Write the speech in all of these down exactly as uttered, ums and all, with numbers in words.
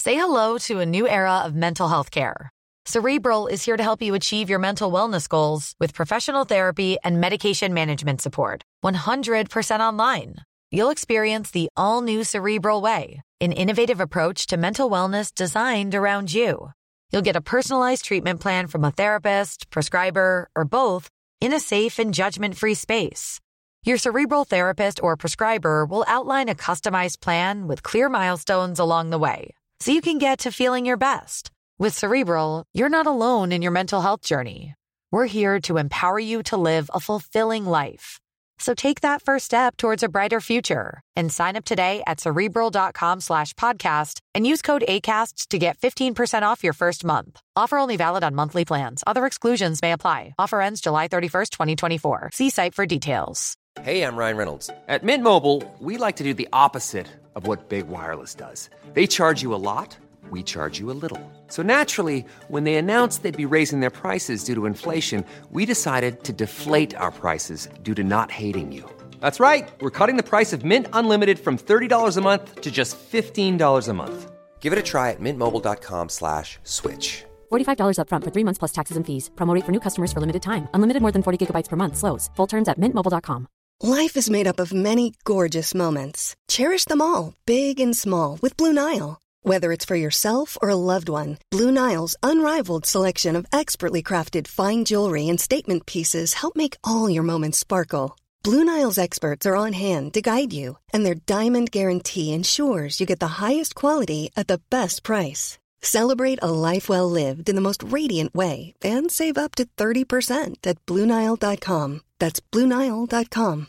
Say hello to a new era of mental health care. Cerebral is here to help you achieve your mental wellness goals with professional therapy and medication management support. one hundred percent online. You'll experience the all-new Cerebral Way, an innovative approach to mental wellness designed around you. You'll get a personalized treatment plan from a therapist, prescriber, or both in a safe and judgment-free space. Your Cerebral therapist or prescriber will outline a customized plan with clear milestones along the way, so you can get to feeling your best. With Cerebral, you're not alone in your mental health journey. We're here to empower you to live a fulfilling life. So take that first step towards a brighter future and sign up today at Cerebral.com slash podcast and use code ACAST to get fifteen percent off your first month. Offer only valid on monthly plans. Other exclusions may apply. Offer ends July thirty-first, twenty twenty-four. See site for details. Hey, I'm Ryan Reynolds. At Mint Mobile, we like to do the opposite of what Big Wireless does. They charge you a lot. We charge you a little. So naturally, when they announced they'd be raising their prices due to inflation, we decided to deflate our prices due to not hating you. That's right. We're cutting the price of Mint Unlimited from thirty dollars a month to just fifteen dollars a month. Give it a try at mintmobile.com slash switch. forty-five dollars up front for three months plus taxes and fees. Promo rate for new customers for limited time. Unlimited more than forty gigabytes per month slows. Full terms at mint mobile dot com. Life is made up of many gorgeous moments. Cherish them all, big and small, with Blue Nile. Whether it's for yourself or a loved one, Blue Nile's unrivaled selection of expertly crafted fine jewelry and statement pieces help make all your moments sparkle. Blue Nile's experts are on hand to guide you, and their diamond guarantee ensures you get the highest quality at the best price. Celebrate a life well lived in the most radiant way and save up to thirty percent at blue nile dot com. That's blue nile dot com.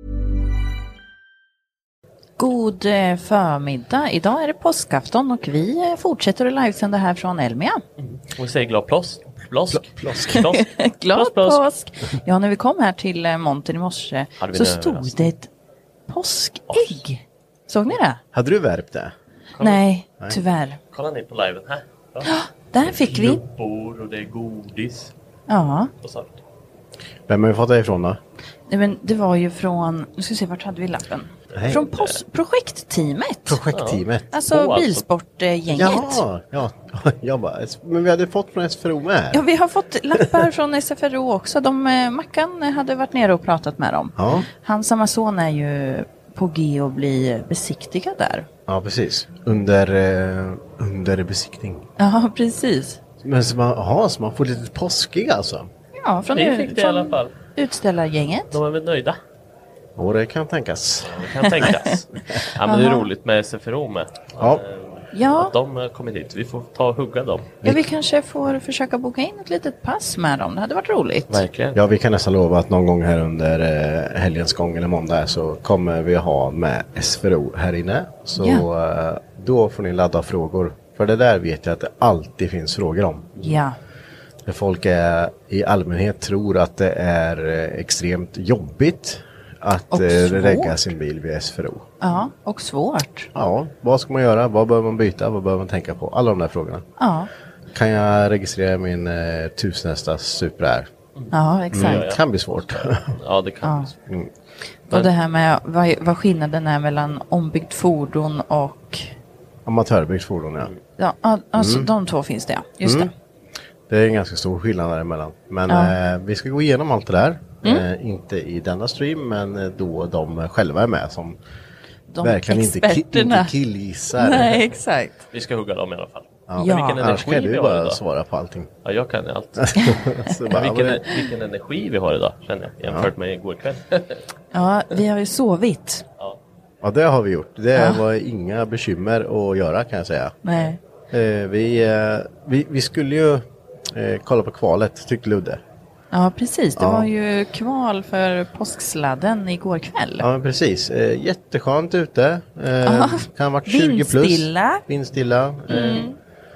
God förmiddag. Idag är det påskafton och vi fortsätter att livesända här från Elmia. Mm. Och vi säger glad plåsk. Plosk. Plosk. Glad påsk. Ja, när vi kom här till montern i morse så stod det ett påskägg. Såg ni det? Hade du värpt det? Nej, Nej, tyvärr. Kolla ni på liven här. Ja, där fick vi. Luppor och det är godis. Ja. Och sånt. Vem har vi fått det ifrån då? Nej, men det var ju från, nu ska vi se, vart hade vi lappen? Nej, från pos- projektteamet. Projektteamet. Ja. Alltså oh, bilsportgänget. Ja, ja, jag bara, men vi hade fått från S F R O med. Ja, vi har fått lappar från S F R O också. De, Mackan hade varit nere och pratat med dem. Ja. Hans Amazon är ju på G att bli besiktigad där. Ja, precis. Under, eh, under besiktning. Ja, precis. Men så man, aha, så man får lite påskig alltså. Ja, från, det fick det i alla fall. Utställargänget. De är väl nöjda. Och det kan tänkas. Ja, det kan tänkas. Ja, men det är roligt med S F R O med. Ja. Ja. Att de kommer hit. Vi får ta och hugga dem. Ja, vi kanske får försöka boka in ett litet pass med dem. Det hade varit roligt. Verkligen. Ja, vi kan nästan lova att någon gång här under eh, helgens gång eller måndag så kommer vi ha med S F R O här inne. Så ja. eh, då får ni ladda frågor. För det där vet jag att det alltid finns frågor om. Ja. Där folk är, i allmänhet tror att det är eh, extremt jobbigt att eh, lägga sin bil vid S F R O. Ja, och svårt. Ja, vad ska man göra? Vad behöver man byta? Vad behöver man tänka på? Alla de där frågorna. Ja. Kan jag registrera min eh, tusenhästars Super R? Ja, exakt. Mm, det kan bli svårt. Ja, det kan ja. bli svårt. Mm. Och det här med vad, vad skillnaden är mellan ombyggt fordon och amatörbyggt fordon, ja. Ja, alltså mm. de två finns det, ja. Just mm. det. Det är en ganska stor skillnad däremellan. Men ja. eh, vi ska gå igenom allt det där. Mm. Eh, inte i denna stream, men då de själva är med som de verkligen inte, ki- inte killgissar. Nej, exakt. Vi ska hugga dem i alla fall. Ja, ja. Vilken annars kan du bara idag? Svara på allting. Ja, jag kan allt. bara, vilken, vilken energi vi har idag, känner jag, jämfört ja. med igår kväll. Ja, vi har ju sovit. Ja. Ja, det har vi gjort. Det ja. var inga bekymmer att göra, kan jag säga. Nej. Eh, vi, eh, vi, vi skulle ju eh, kolla på kvalet, tyckte Ludde. Ja, precis. Det ja. var ju kval för påsksladden igår kväll. Ja, men precis. Eh, jätteskönt ute. Eh, kan ha varit tjugo plus. Vindstilla. Vindstilla. Mm. Eh,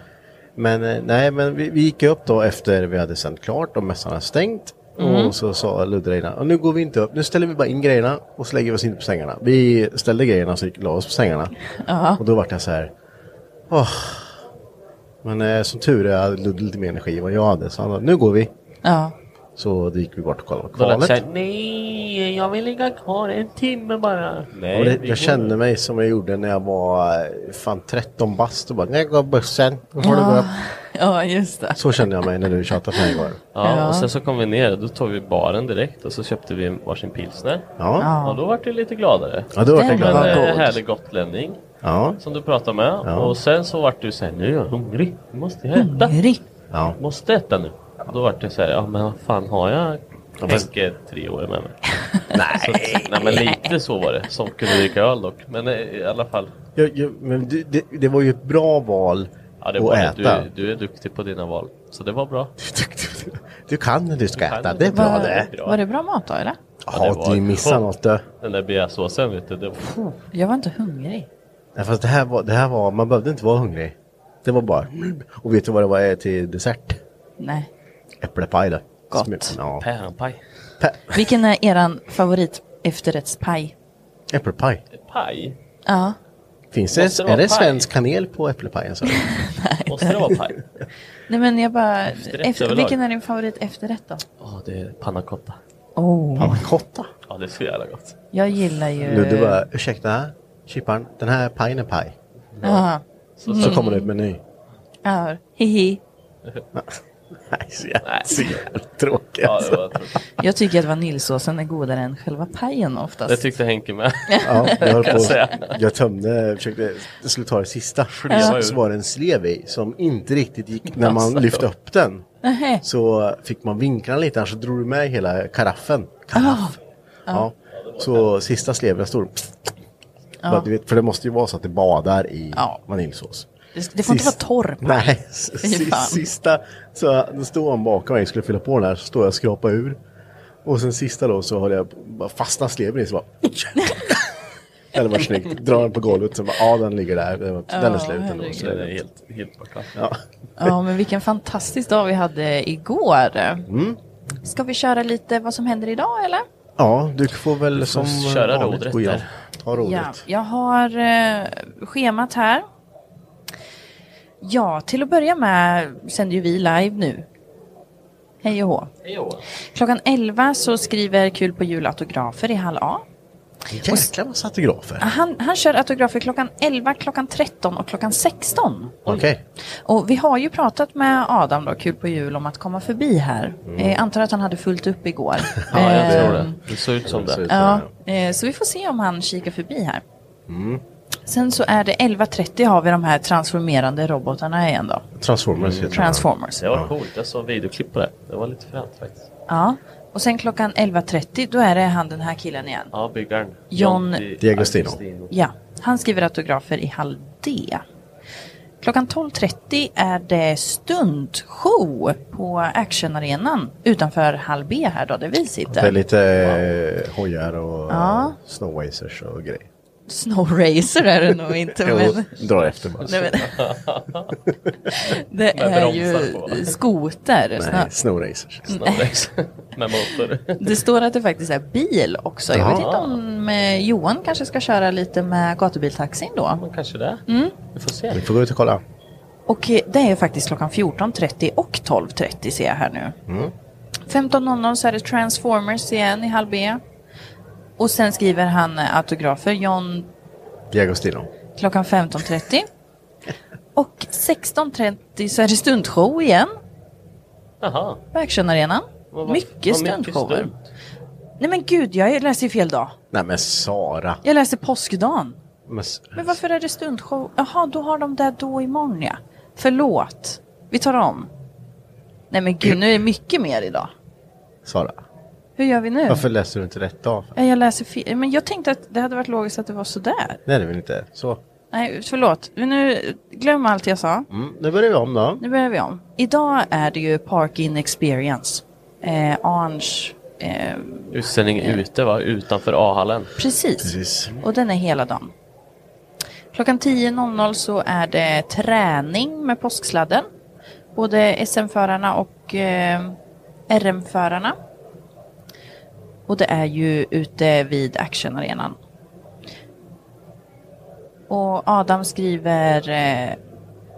men eh, nej, men vi, vi gick upp då efter vi hade sänt klart och mässan hade stängt. Mm. Och så sa Ludde innan, och nu går vi inte upp. Nu ställer vi bara in grejerna och så lägger vi oss in på sängarna. Vi ställde grejerna och så la oss på sängarna. Ja. Och då var det så här. Åh. Men eh, som tur är hade Ludde lite mer energi än vad jag hade. Så han sa, nu går vi. Ja. Så då gick vi bort och kollade på Då lät kvalet. sig, nej, jag vill ligga kvar en timme bara. Nej, Och det, vi jag går. kände mig som jag gjorde när jag var eh, fan tretton bast och bara, nej, gå bussen. Då får du gå upp. Ja, just det. Så kände jag mig när du tjatade på mig igår. Ja, Ja. och sen så kom vi ner, då tog vi baren direkt och så köpte vi varsin pilsner. Ja, ja. Och då var det lite gladare. då var jag Den glad. var En god. eh, härlig gotlänning Ja, som du pratade med. Ja. Och sen så vart du såhär, nu är jag hungrig. Nu måste jag äta. Hungrig. ja. Måste äta nu. Då vart det såhär, ja men vad fan har jag Henke tre år med mig? Nej. Nej men lite så var det. Som kunde dricka öl dock. Men eh, i alla fall. Jag, jag, men det, det, det var ju ett bra val Ja, det att var det. äta. Du, du är duktig på dina val. Så det var bra. Du, du kan när du ska kan äta, det. det är bra Var, det. bra. var det bra mat då, eller? Ja, det Ja, var- du missar något du. Den där beasåsen vet du. Det var... Jag var inte hungrig. Nej, fast det här, var, det här var, man behövde inte vara hungrig. Det var bara, och vet du vad det var till dessert? Nej. Äpplepaj det. Gott. Sm- Ja. Päronpaj. Pe- Vilken är eran favorit efterrättspaj? äpplepaj. Paj? Ja. Finns Måste det, det är vara det paj? svensk kanel på äpplepajen? Så? Måste det vara paj? Nej men jag bara... Efterrätt Efter, överlag. vilken är din favorit efterrätt då? Ja, det är panna cotta. Oh. Panna cotta. Ja, det är så jävla gott. Jag gillar ju... Ludde bara, ursäkta, kyparen, den här pajen är paj. Ja. Så, Så kommer det ut meny. Ja. Hihi. Nej, så jävla, Nej. så jävla tråkigt. ja, det var tråkigt. Jag tycker att vaniljsåsen är godare än själva pajen oftast. Det tyckte Henke med. Ja, jag höll Kan på, jag säga. jag tömde, försökte, jag skulle ta det sista. Ja. Så var det en slev i som inte riktigt gick när man lyfte upp den. Nähä. Så fick man vinkla lite, annars så drog du med hela karaffen. Karaff. Ja. Så sista sleven stod Bara, du vet, för det måste ju vara så att det badar i Ja. vaniljsås. Det, det får inte vara Sist- torr paj. Nej, Fy s- fan. sista, så då stod han bakom mig och skulle fylla på den här, så står jag och skrapar ur. Och sen sista då så har jag bara fastnat sleven i, så bara... Det var snyggt. Drar den på golvet, så bara, ja den ligger där. Den, var, den är slut ändå. Så Det det är är helt, helt borta. ja. Ja, men vilken fantastisk dag vi hade igår. Mm. Ska vi köra lite vad som händer idag, eller? ja, du får väl som köra vanligt rodret gå igenom. där. Ta rodret. Ja, jag har eh, schemat här. Ja, till att börja med sänder ju vi live nu. Hej och hå. Klockan elva så skriver Kul på jul autografer i hall A. Jäklar massa autografer. Han, han kör autografer klockan elva, klockan tretton och klockan sexton. Okej. Och vi har ju pratat med Adam då, Kul på jul, om att komma förbi här. Mm. Eh, antar att han hade fullt upp igår. Ja, jag Eh, tror det. Det såg ut som Det ser det. ut som Ja, det. eh, så vi får se om han kikar förbi här. Mm. Sen så är det elva trettio har vi de här transformerande robotarna igen då. Transformers heter det. Transformers. Det var coolt. Jag såg videoklipp på det. Det var lite fränt faktiskt. Ja. Och sen klockan elva trettio då är det han, den här killen igen. Ja, byggaren. John Di- Diagostino. Ja, han skriver autografer i hall D. Klockan tolv trettio är det stundshow på Actionarenan utanför hall B här då, där vi sitter. Det är lite eh, hojar och Ja. snowracers och grejer. Snow Racer är det nog inte, Jo, men... drar efter bara. Nej, men... det Med är bromsar ju på. skoter. Snö- Nej, snowracers. Snowrace. Med motor. Det står att det faktiskt är bil också. Jag vet Jaha. inte om eh, Johan kanske ska köra lite med gatubiltaxin då. Men kanske det. Mm. Vi får se. Vi får gå ut och kolla. Och eh, det är ju faktiskt klockan fjorton trettio och tolv trettio ser jag här nu. femton noll noll så är det Transformers igen i hall B. Och sen skriver han eh, autografer, John, Diagostino. klockan femton trettio. Och sexton trettio så är det stundshow igen Jaha. på Actionarenan. Vad- vad- Mycket vad mycket stundshower. stunt. Nej men gud, jag läser ju fel dag. Nej men Sara. Jag läser påskdagen. Men, s- Men varför är det stundshow? Jaha, då har de det då imorgon, ja. Förlåt. Vi tar om. Nej men gud, nu är det mycket mer idag. Sara. Hur gör vi nu? Varför läser du inte rätt av? Ja, jag läser fel. Men jag tänkte att det hade varit logiskt att det var sådär. Nej det är väl inte. Så. Nej, förlåt. Nu, glöm allt jag sa. Mm, nu börjar vi om då. Nu börjar vi om. Idag är det ju Park-In Experience. Eh, Arns... Eh, Utställning ute va? Utanför A-hallen. precis. Precis. Och den är hela dagen. Klockan tio noll noll så är det träning med påsksladden. Både S M-förarna och eh, R M-förarna. Och det är ju ute vid Actionarenan. Och Adam skriver eh,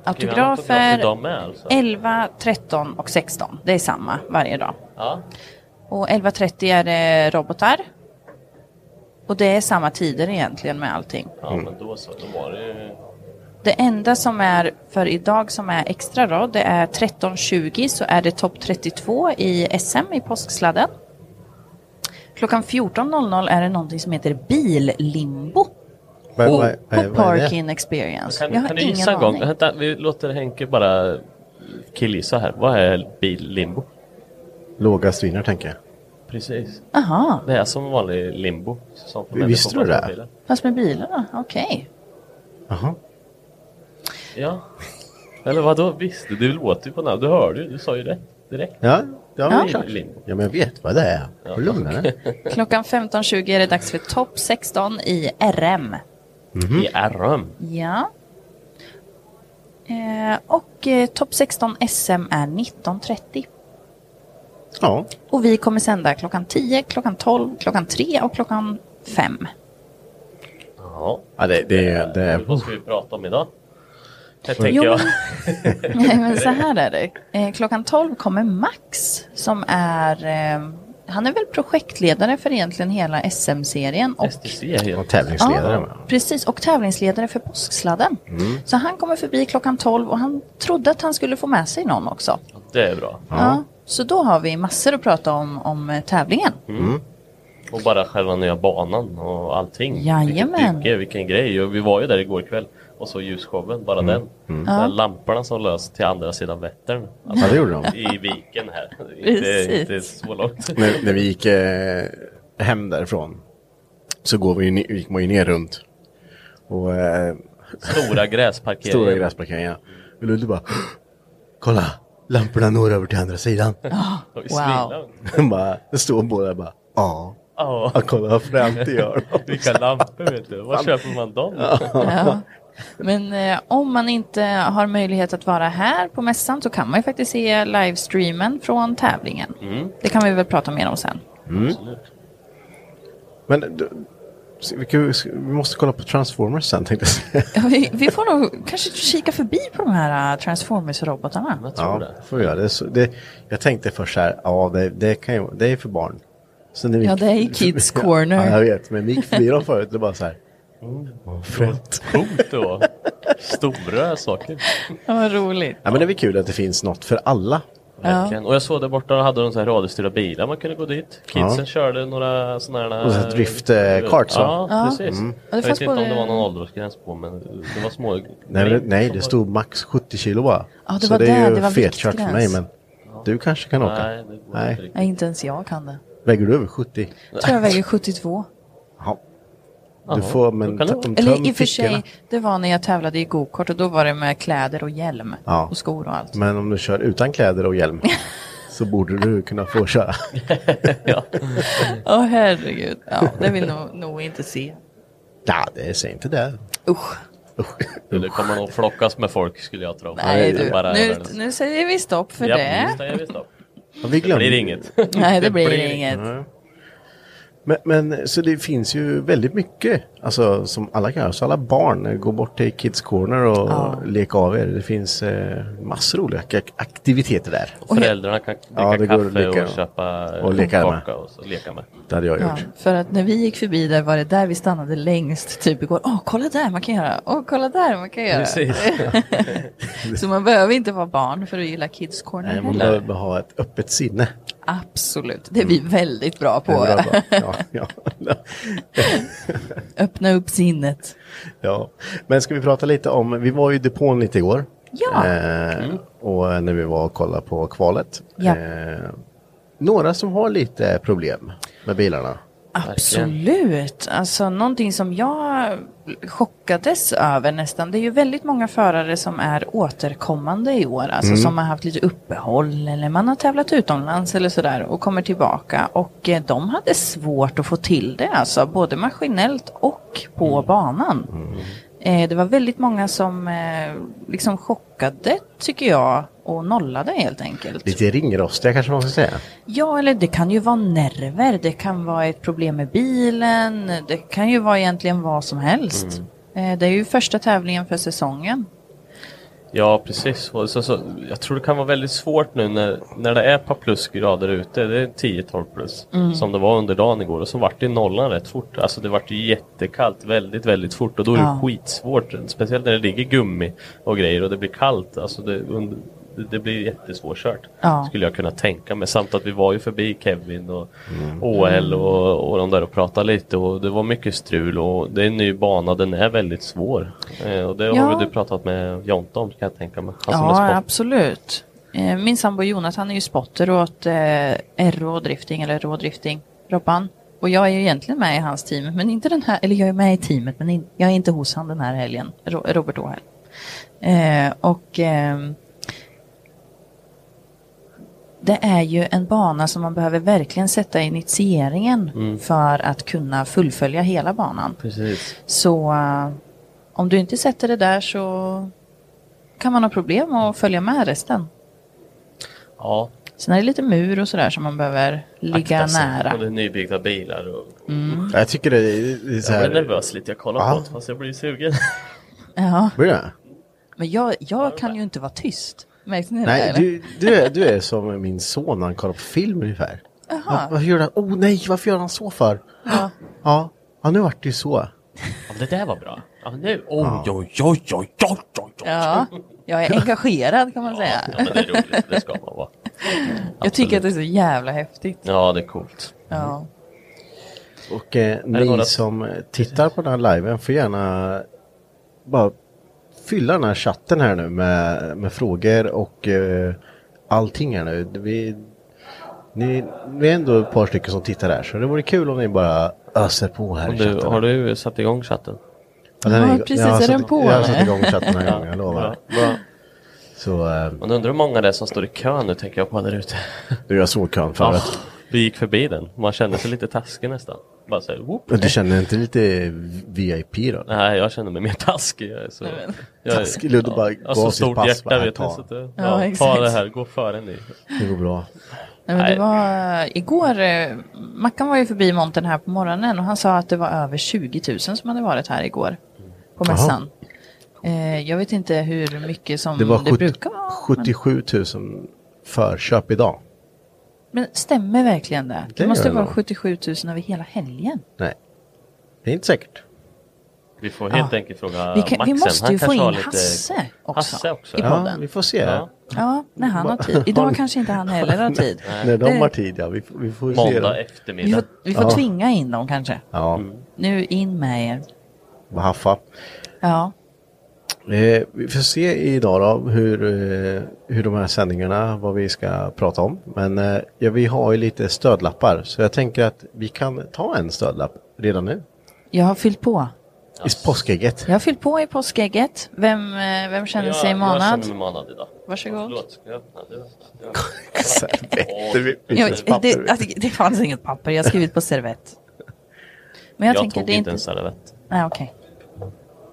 Autografer de med, alltså. elva, tretton och sexton. Det är samma varje dag. Ja. Och elva trettio är det robotar. Och det är samma tider egentligen med allting. Ja, men då så. Då var det... Det enda som är för idag som är extra då, det är tretton tjugo så är det topp trettiotvå i S M i påsksladden. Klockan fjorton noll noll är det någonting som heter billimbo. Vad- Och vad- vad är på det? Parking Experience. Kan, Jag har kan du ingen gissa en gång? aning. Vänta, vi låter Henke bara killgissa här. Vad är billimbo? Lågast vinner tänker jag. Precis. Aha, Det är som vanlig limbo. Som för Visste människor du på det? bilar. fast med bilarna. Okej. Jaha. Ja. Eller vad då? Visst, det låter ju på namn. Du hörde ju, du sa ju rätt direkt. Ja, ja, men Ja. klart. Limbo. Ja, men jag vet vad det är. Ja. Lugna dig. Klockan femton tjugo är det dags för topp sexton i R M. I R M. Ja. Eh, och eh, topp sexton S M är nitton trettio. Ja. Och vi kommer sända klockan tio, klockan tolv, klockan tre och klockan fem. Ja. Ja, det, det, det Vad är... ska vi prata om idag? Det tänker Jo, jag. Nej, men så här är det. Eh, klockan tolv kommer Max som är... Eh, han är väl projektledare för egentligen hela S M-serien. Och, S T C är Och helt... tävlingsledare ja, med. precis. Och tävlingsledare för påsksladden. Så han kommer förbi klockan tolv och han trodde att han skulle få med sig någon också. Det är bra. Ja. Så då har vi massor att prata om, om eh, tävlingen. Och bara själva nya banan och allting. Jajamän. Vilket bygge, vilken grej. Och vi var ju där igår kväll. Och så ljusshowen, bara den. De här lamporna som löst till andra sidan Vättern. Ja, det gjorde de. I viken här. Precis. Inte, inte så långt. när, när vi gick eh, hem därifrån så går vi, ni- gick man ju ner runt. Och eh, Stora gräsparkeringar. stora gräsparkeringar. Och Ludde bara, kolla, lamporna når över till andra sidan. Oj, Wow. svinlångt. Han bara, det står båda bara, ja. Ja. Ja, kolla vad fränt det gör. Vilka lampor vet du. Var köper man dem? Ja. Men eh, om man inte har möjlighet att vara här på mässan så kan man ju faktiskt se livestreamen från tävlingen. Det kan vi väl prata mer om sen. Men du, vi, kan, vi måste kolla på Transformers sen tänkte jag säga. Ja, vi, vi får nog kanske kika förbi på de här uh, Transformers-robotarna. Jag tror Ja, det. får vi göra det. Så det. Jag tänkte först så här, ja det, det, kan ju, det är för barn. Så när vi, Ja, det är i Kids Corner. Ja, jag vet, men vi gick förbi dem förut och det bara så här. Vad fränt. Coolt då. Stora saker. Ja, vad roligt. Ja, men det är väl kul att det finns något för alla. Verkligen. Och jag såg där borta hade de så här radiostyrda bilar man kunde gå dit. Kidsen Ja. körde några sådana här... Och så här drift, eh, karts, va? Ja, Ja. precis. det Jag fanns vet inte både- om det var någon åldersgräns på, men det var små... Nej, men, nej det stod max sjuttio kilo bara. Ja, det så var det är det, ju det var fetkört för mig, viktgräns. men du kanske kan åka. Nej, det går Nej. inte riktigt. Nej, inte ens jag kan det. Väger du över sjuttio? Jag tror jag väger sjuttiotvå. Ja. Du Jaha, får, men då kan det t- vara. om Eller töm i och för fickorna. sig, det var när jag tävlade i go-kart och då var det med kläder och hjälm. Ja. Och skor och allt. Men om du kör utan kläder och hjälm så borde du kunna få köra. Ja. Åh herregud. Ja, det vill nog, nog inte se. Ja, det säger inte det. Usch. Det kommer nog flockas med folk skulle jag tro. Nej, Det är du. bara Nu, världens- nu säger vi stopp för Ja, det. just det, jag visste. Ja, vi Det glömde. blir inget. Nej, det blir inget. Men, men så det finns ju väldigt mycket, alltså som alla kan göra. Så alla barn går bort till Kids Corner och Ja. leka av er. Det finns eh, massor av olika aktiviteter där. Föräldrarna kan dricka Ja, det går att kaffe leka och köpa och leka med. kaka och så leka med. Det hade jag Ja, gjort. för att när vi gick förbi där var det där vi stannade längst. Typ igår. Åh, kolla där man kan göra. Åh, kolla där man kan göra. Precis. Så man behöver inte vara barn för att gilla Kids Corner Nej, man heller. behöver ha ett öppet sinne. Absolut. Det är vi väldigt bra på. Det är bra, ja, ja. Öppna upp sinnet. Ja, men ska vi prata lite om, vi var ju i depån lite igår. Ja. Eh, och när vi var och kollade på kvalet. Ja. Eh, några som har lite problem med bilarna. Absolut. Alltså någonting som jag chockades över nästan. Det är ju väldigt många förare som är återkommande i år. Alltså som har haft lite uppehåll eller man har tävlat utomlands eller sådär och kommer tillbaka. Och eh, de hade svårt att få till det. Alltså både maskinellt och på banan. Eh, det var väldigt många som eh, liksom chockade tycker jag och nollade helt enkelt. Lite ringrostiga kanske man ska säga. Ja, eller det kan ju vara nerver, det kan vara ett problem med bilen, det kan ju vara egentligen vad som helst. Eh, Det är ju första tävlingen för säsongen. Ja, precis. Och så, så, jag tror det kan vara väldigt svårt nu när, när det är ett par plusgrader ute. Det är tio tolv plus. Mm. Som det var under dagen igår. Och så vart det nollan rätt fort. Alltså det vart ju jättekallt. Väldigt, väldigt fort. Och då är det ja. skitsvårt. Speciellt när det ligger gummi och grejer. Och det blir kallt. Alltså det, under, det, det blir jättesvårkört. Ja. Skulle jag kunna tänka mig. Samt att vi var ju förbi Kevin och mm. Å L och, och de där och pratade lite. Och det var mycket strul. Och det är en ny bana. Den är väldigt svår. Eh, och det ja. har du pratat med Jonte om, kan jag tänka mig. Han ja, absolut. Eh, min sambo Jonas, han är ju spotter åt eh, R O-drifting eller rådrifting. Robban. Och jag är ju egentligen med i hans team. Men inte den här, eller jag är med i teamet. Men in, jag är inte hos han den här helgen. Ro, Robert Å L. Eh, och... Eh, det är ju en bana som man behöver verkligen sätta initieringen mm. för att kunna fullfölja hela banan. Precis. Så uh, om du inte sätter det där så kan man ha problem att följa med resten. Ja. Sen är det lite mur och sådär som man behöver ligga nära. Och det är nybyggda bilar. Och... Mm. Jag tycker det är, det är så här... Jag blir nervös lite, jag kollar ah. på det fast jag blir sugen. Ja. Blir det? Men jag, jag kan ju inte vara tyst. Nej, du, du, är, du är som min son när han kollar på film ungefär. Ja, varför gör han? Oh nej, varför gör han så för? Ja. Ja, ja nu vart det ju så. Ja, det där var bra. Ja, nu. Oj, oj, oj, oj, oj, oj. Ja, jag är engagerad kan man säga. Ja, men det är roligt, det ska man vara. Jag tycker att det är så jävla häftigt. Ja, det är coolt. Ja. Och eh, ni några... som tittar på den här liven får gärna bara fylla den här chatten här nu med, med frågor och uh, allting här nu. Vi, ni, vi är ändå ett par stycken som tittar här så det vore kul om ni bara öser på här i du, chatten. Har du satt igång chatten? Ja, den är, ja precis. Är den på? Jag har satt igång chatten här gång, jag lovar. Bra, bra. Så, uh, Man undrar hur många det är som står i kön nu, tänker jag på där ute. Du, jag såg kön förut. Ja, vi gick förbi den. Man kände sig lite taskig nästan. Bara så här, whoop. Du känner inte lite V I P då? Nej, jag känner mig mer taskig. Så, jag, taskig? Ludde bara ja, gå av sitt pass. Hjärta, vet ta. Så det, ja, ja, ta det här, gå före ni. Det går bra. Nej, men det var, igår, Mackan var ju förbi montern här på morgonen och han sa att det var över tjugo tusen som hade varit här igår på mässan. Eh, jag vet inte hur mycket som det, var det sjutton, brukar vara. sjuttiosju tusen förköp idag. Men stämmer verkligen det? Det, det måste vara nog. sjuttiosju tusen över hela helgen. Nej, det är inte säkert. Vi får helt ja. enkelt fråga vi, kan, Maxen. vi måste ju han få in lite... Hasse också, Hasse också i podden. Ja, vi får se. Ja, ja när han har tid. Idag kanske inte han heller har tid. När de har tid, ja. Vi, vi får Måndag se. Måndag eftermiddag. Vi får, vi får ja. tvinga in dem kanske. Ja. Mm. Nu in med er. Vad haffa. Ja. Eh, vi får se idag då hur, eh, hur de här sändningarna, vad vi ska prata om. Men eh, ja, vi har ju lite stödlappar. Så jag tänker att vi kan ta en stödlapp redan nu. Jag har fyllt på. I påskägget. Jag har fyllt på i påskägget. Vem, vem känner jag, sig manad? Jag känner mig manad idag. Varsågod. Förlåt, ska jag öppna det? Servett. det, det, det fanns inget papper. Jag har skrivit på servett. Men jag, jag tänker tog det är inte inte en servett. Nej, okej. Okay.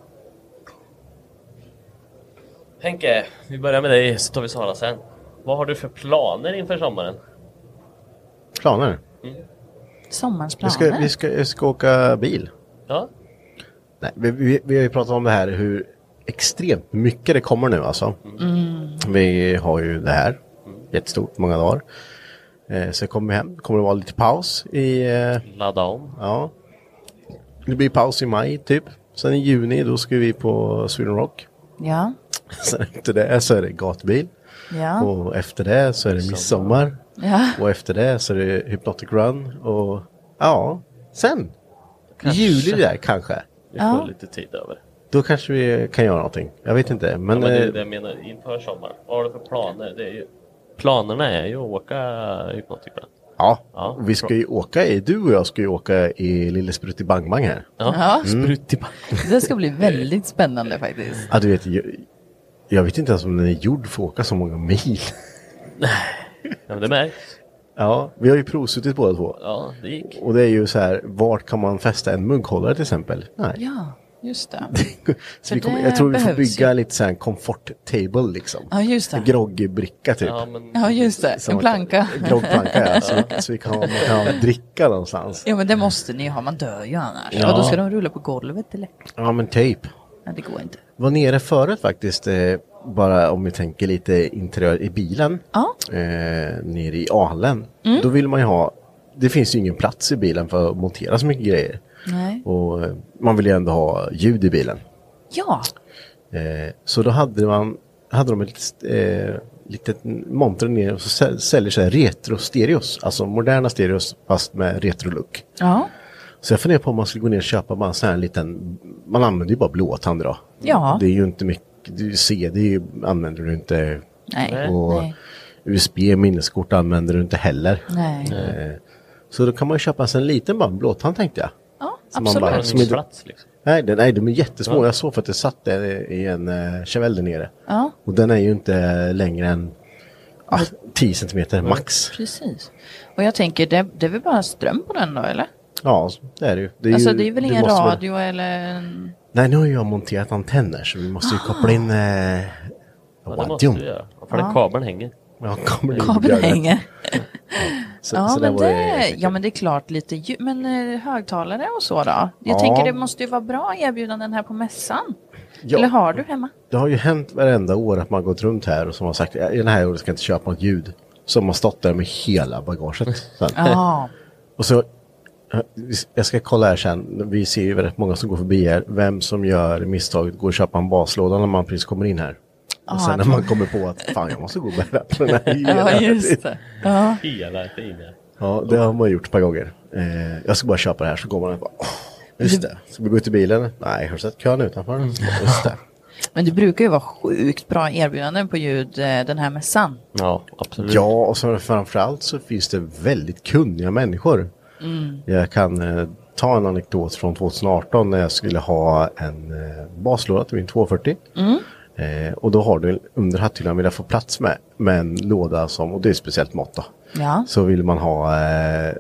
Henke, vi börjar med dig så tar vi Sara sen. Vad har du för planer inför sommaren? Planer? Mm. Sommarens planer? Vi ska, vi ska, vi ska åka bil. Ja. Nej, vi, vi, vi har ju pratat om det här hur extremt mycket det kommer nu alltså. Mm. Vi har ju det här jättestort, många dagar. Eh, så kommer vi hem, kommer det vara lite paus i... Eh, Ladda om. Ja. Det blir paus i maj typ. Sen i juni då ska vi på Sweden Rock. Ja. Sen efter det så är det gatbil. Ja. Och efter det så är det midsommar. Ja. Och efter det så är det Hypnotic Run. Och ja, sen. Kanske. Juli där kanske. Vi får ja. lite tid över. Då kanske vi kan göra någonting. Jag vet inte. Men, ja, men det är eh, det jag menar inför sommaren. Vad har du för planer? Det är ju, planerna är ju att åka Hypnotic Run. Ja, ja, vi ska ju åka i, du och jag ska ju åka i Lille Sprutti Bang Bang här. Ja, ja. Mm. Sprutti Bang. Det ska bli väldigt spännande faktiskt. Ja, du vet, jag, jag vet inte ens om den är gjord för att åka så många mil. Nej, ja, men det märks. Ja, vi har ju provsuttit båda två. Ja, det gick. Och det är ju så här, vart kan man fästa en munkhållare till exempel? Nej. Ja, just det. Så vi kommer, jag tror vi får bygga ju. lite så här en comfort table liksom. Ja, just det. En groggbricka typ. Ja, men... ja, just det. Så en planka. En groggplanka, ja. Så, så vi kan ha, man kan ha dricka någonstans. Ja, men det måste ni ha. Man dör ju annars. Ja. Och då ska de rulla på golvet eller? Ja, men typ. Ja, det går inte. Var nere förut faktiskt. Eh, bara om vi tänker lite interiör i bilen. Ja. Eh, nere i Alen. Mm. Då vill man ju ha, det finns ju ingen plats i bilen för att montera så mycket grejer. Nej. Och eh, man vill ju ändå ha ljud i bilen. Ja. Eh, så då hade man, hade de ett eh, litet monter ner och så säljer sig retro-stereos. Alltså moderna stereos fast med retro-look. Ja. Så jag funderar på om man skulle gå ner och köpa bara en sån här liten, man använder ju bara blåtand då. Ja. Det är ju inte mycket, du ser, det är ju, använder du inte. Nej. Och Nej. U S B minneskort använder du inte heller. Nej. Eh, så då kan man ju köpa en liten bara blåtand tänkte jag. Ja, som absolut. Man bara, som är, plats, liksom. nej, det, nej, de är jättesmå. Ja. Jag såg för att det satt där i en uh, Chevelle där nere. Ja. Och den är ju inte längre än ah, tio centimeter max. Precis. Och jag tänker, det, det är väl bara ström på den då, eller? Ja, det är det ju. Det är, alltså ju, det är väl ingen radio vara... eller... En... Nej, nu har jag monterat antenner så vi måste ju koppla in... Eh, ja, det måste vi göra. För den kabeln hänger. Ja, kabeln, kabeln hänger. så, ja, så men det, det ja, men det är klart lite ljud. Men eh, högtalare och så då? Jag ja. tänker det måste ju vara bra erbjudanden här på mässan. Ja. Eller har du hemma? Det har ju hänt varenda år att man gått runt här och som har sagt i den här året ska jag inte köpa något ljud. Som har stått där med hela bagaget. Sen. Ja. Och så, jag ska kolla här sen, vi ser ju väldigt många som går förbi här, vem som gör misstaget går och köpa en baslåda när man precis kommer in här. Och ah, sen när man kommer på att fan jag måste gå och bära på den här hela. Ja, just det. Ja. Hela tiden. Ja, det har man gjort ett par gånger. Eh, jag ska bara köpa det här så går man och bara, åh, just det. Så vi går ut i bilen. Nej, har du sett kön utanför? Just det. Men det brukar ju vara sjukt bra erbjudanden på ljud den här mässan. Ja, absolut. Ja, och så framförallt så finns det väldigt kunniga människor. Mm. Jag kan eh, ta en anekdot från tjugo arton när jag skulle ha en eh, baslåda till min tvåhundrafyrtio. Mm. Eh, och då har du under hatthyllan vill jag få plats med, med en låda som, och det är ett speciellt mått då. Ja. Så vill man ha eh,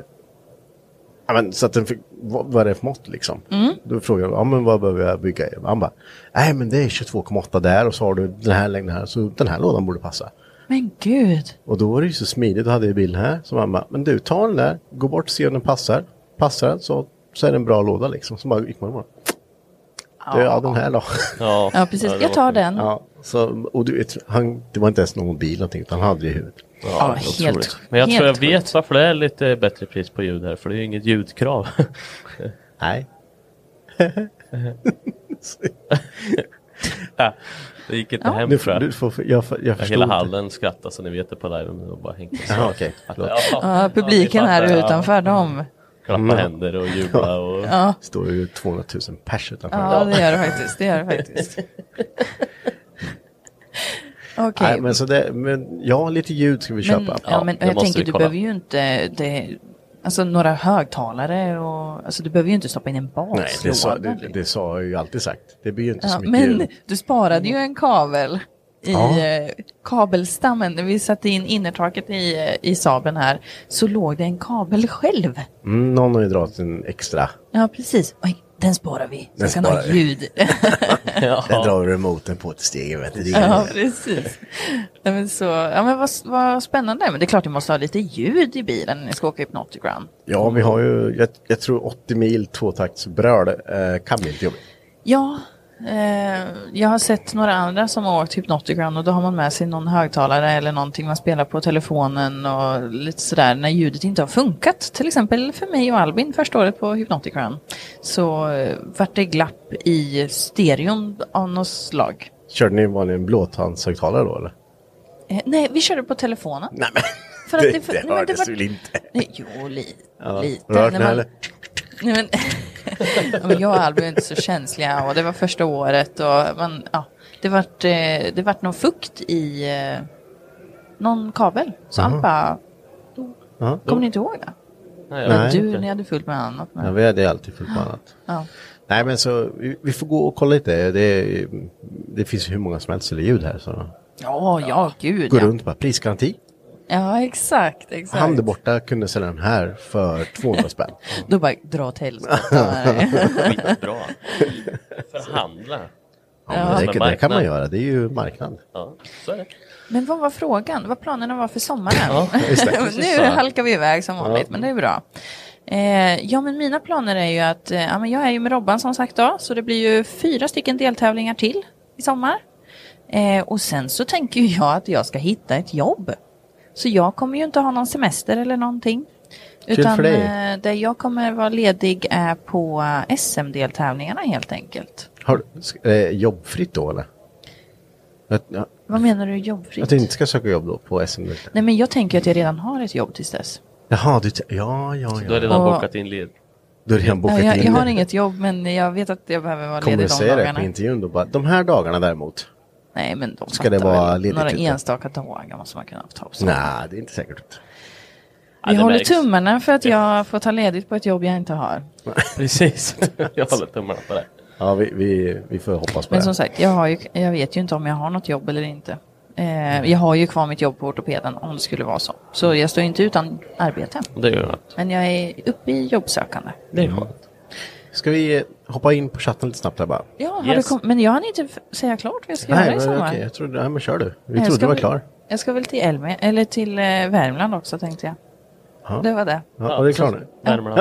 ja, men, så att den fick, vad, vad är det för mått liksom? Mm. Då frågar jag, ja men vad behöver jag bygga? Han bara, nej men det är tjugotvå komma åtta där och så har du den här längden här, så den här lådan borde passa. Men gud. Och då var det ju så smidigt, då hade jag bilen här, så man bara, men du tar den där, gå bort och se om den passar. Passar den så, så är det en bra låda liksom. Så bara gick man bara, ja, ja den här då. Ja, ja precis, jag tar den. Ja, så, och du vet, han, det var inte ens någon bil någonting, utan han hade det i huvudet. Ja, ja helt. Men jag helt tror jag vet sjukt. Varför det är lite bättre pris på ljud här. För det är ju inget ljudkrav. Nej. Ja, det gick inte ja. hem du, tror jag. Du får, jag, jag, jag Hela hallen skrattar så ni vet det på live och bara hängde. Ja, okej. Okay. Ja, publiken ja, här fattar, utanför dem. Klappa mm. händer och jubla. Och... Ja. Det står ju tvåhundratusen pers utanför. Ja, det gör det faktiskt. Det gör det faktiskt. Okej. Okay. Men så det, men ja, lite ljud ska vi men, köpa. Ja, men ja, jag tänker du kolla. behöver ju inte det, alltså några högtalare och alltså du behöver ju inte stoppa in en baslåda. Nej, det sa, det, det sa jag ju alltid sagt. Det blir ju inte ja, så mycket men ljud. Du sparade ju en kabel i ja. eh, kabelstammen. När vi satte in innertaket i, i Saaben här så låg det en kabel själv. Mm, någon har ju dragit en extra. Ja, precis. Oj, den sparar vi. Så ska ha ljud. Ja. Den drar du remoten på ett steg. Vet du. Ja, precis. Ja, men, så, ja, men vad, vad spännande. Men det är klart du måste ha lite ljud i bilen när ni ska åka Hypnotic-Run. Ja, vi har ju, jag, jag tror åttio mil tvåtaktsbröd eh, kan bli inte jobbigt. Ja, eh, jag har sett några andra som har åkt Hypnotic-Run och då har man med sig någon högtalare eller någonting man spelar på telefonen och lite sådär när ljudet inte har funkat. Till exempel för mig och Albin första året på Hypnotic-Run så eh, vart det glapp i stereon av något slag. Körde ni vanlig en blåtandshögtalare då eller? Eh, nej, vi körde på telefonen. Nej men, för att det, det, för, det nej, hördes det var, väl inte? Nej, jo, li, ja. lite. Rört när man, eller? Nej, men, ja, men jag och Albin är inte så känsliga och det var första året och man, ja, det vart eh, det vart någon fukt i eh, någon kabel så allt bara då, uh-huh. kommer ni inte ihåg det? Nej, men du, inte. Ni hade fullt med annat. Men... Ja, vi hade alltid fullt med annat. Ja. Nej men så, vi, vi får gå och kolla lite. Det, det finns ju hur många som helst eller ljud här. Så. Ja, ja, gud. Gå ja. runt bara, prisgaranti. Ja, exakt, exakt. Han där borta kunde sälja den här för tvåhundra spänn. Då bara dra åt helskotta. Skitbra. Förhandla. Ja, men det, det kan man göra, det är ju marknad. Ja, så är det. Men vad var frågan? Vad planerna var för sommaren? Ja, just det. Nu halkar vi iväg som vanligt, ja. Men det är bra. Eh, ja, men mina planer är ju att eh, ja, men jag är ju med Robban som sagt då, så det blir ju fyra stycken deltävlingar till i sommar. Eh, och sen så tänker ju jag att jag ska hitta ett jobb. Så jag kommer ju inte ha någon semester eller någonting. Utan för dig. eh, det jag kommer vara ledig är på S M-deltävlingarna helt enkelt. Har du eh, jobbfritt då eller? Att, ja, Vad menar du jobbfritt? att du inte ska söka jobb då på S M? Nej, men jag tänker att jag redan har ett jobb tills dess. Jaha, du, ja, ja, Du har ja. redan Och- bokat in led. Du har redan bokat Ja, jag, in jag har det. inget jobb, men jag vet att jag behöver vara Kommer ledig du de säga det dagarna. på intervjun då? Bara, de här dagarna däremot? Nej, men de Ska det fattar vara väl. ledigt Några ute? enstaka dagar måste man kunna ta på sig. Nej, det är inte säkert. Ja, Vi det håller märks. tummarna för att jag får ta ledigt på ett jobb jag inte har. Precis. Jag håller tummarna på det. Ja, vi, vi, vi får hoppas på Men det. som sagt, jag, har ju, jag vet ju inte om jag har något jobb eller inte. Eh, jag har ju kvar mitt jobb på ortopeden om det skulle vara så. Så jag står inte utan arbete. Det gör något. Men jag är uppe i jobbsökande. Det är skönt. Ska vi hoppa in på chatten lite snabbt här bara? Ja, har Yes. du kom- men jag hann inte f- säga klart vad jag ska Nej, göra i men, sommar. okej, jag trodde, nej, men kör du. Vi Nej, jag trodde ska du var väl- klar. Jag ska väl till Elme, eller till eh, Värmland också tänkte jag. Ja. Det var det. Ja, och det är klar nu. Värmarna.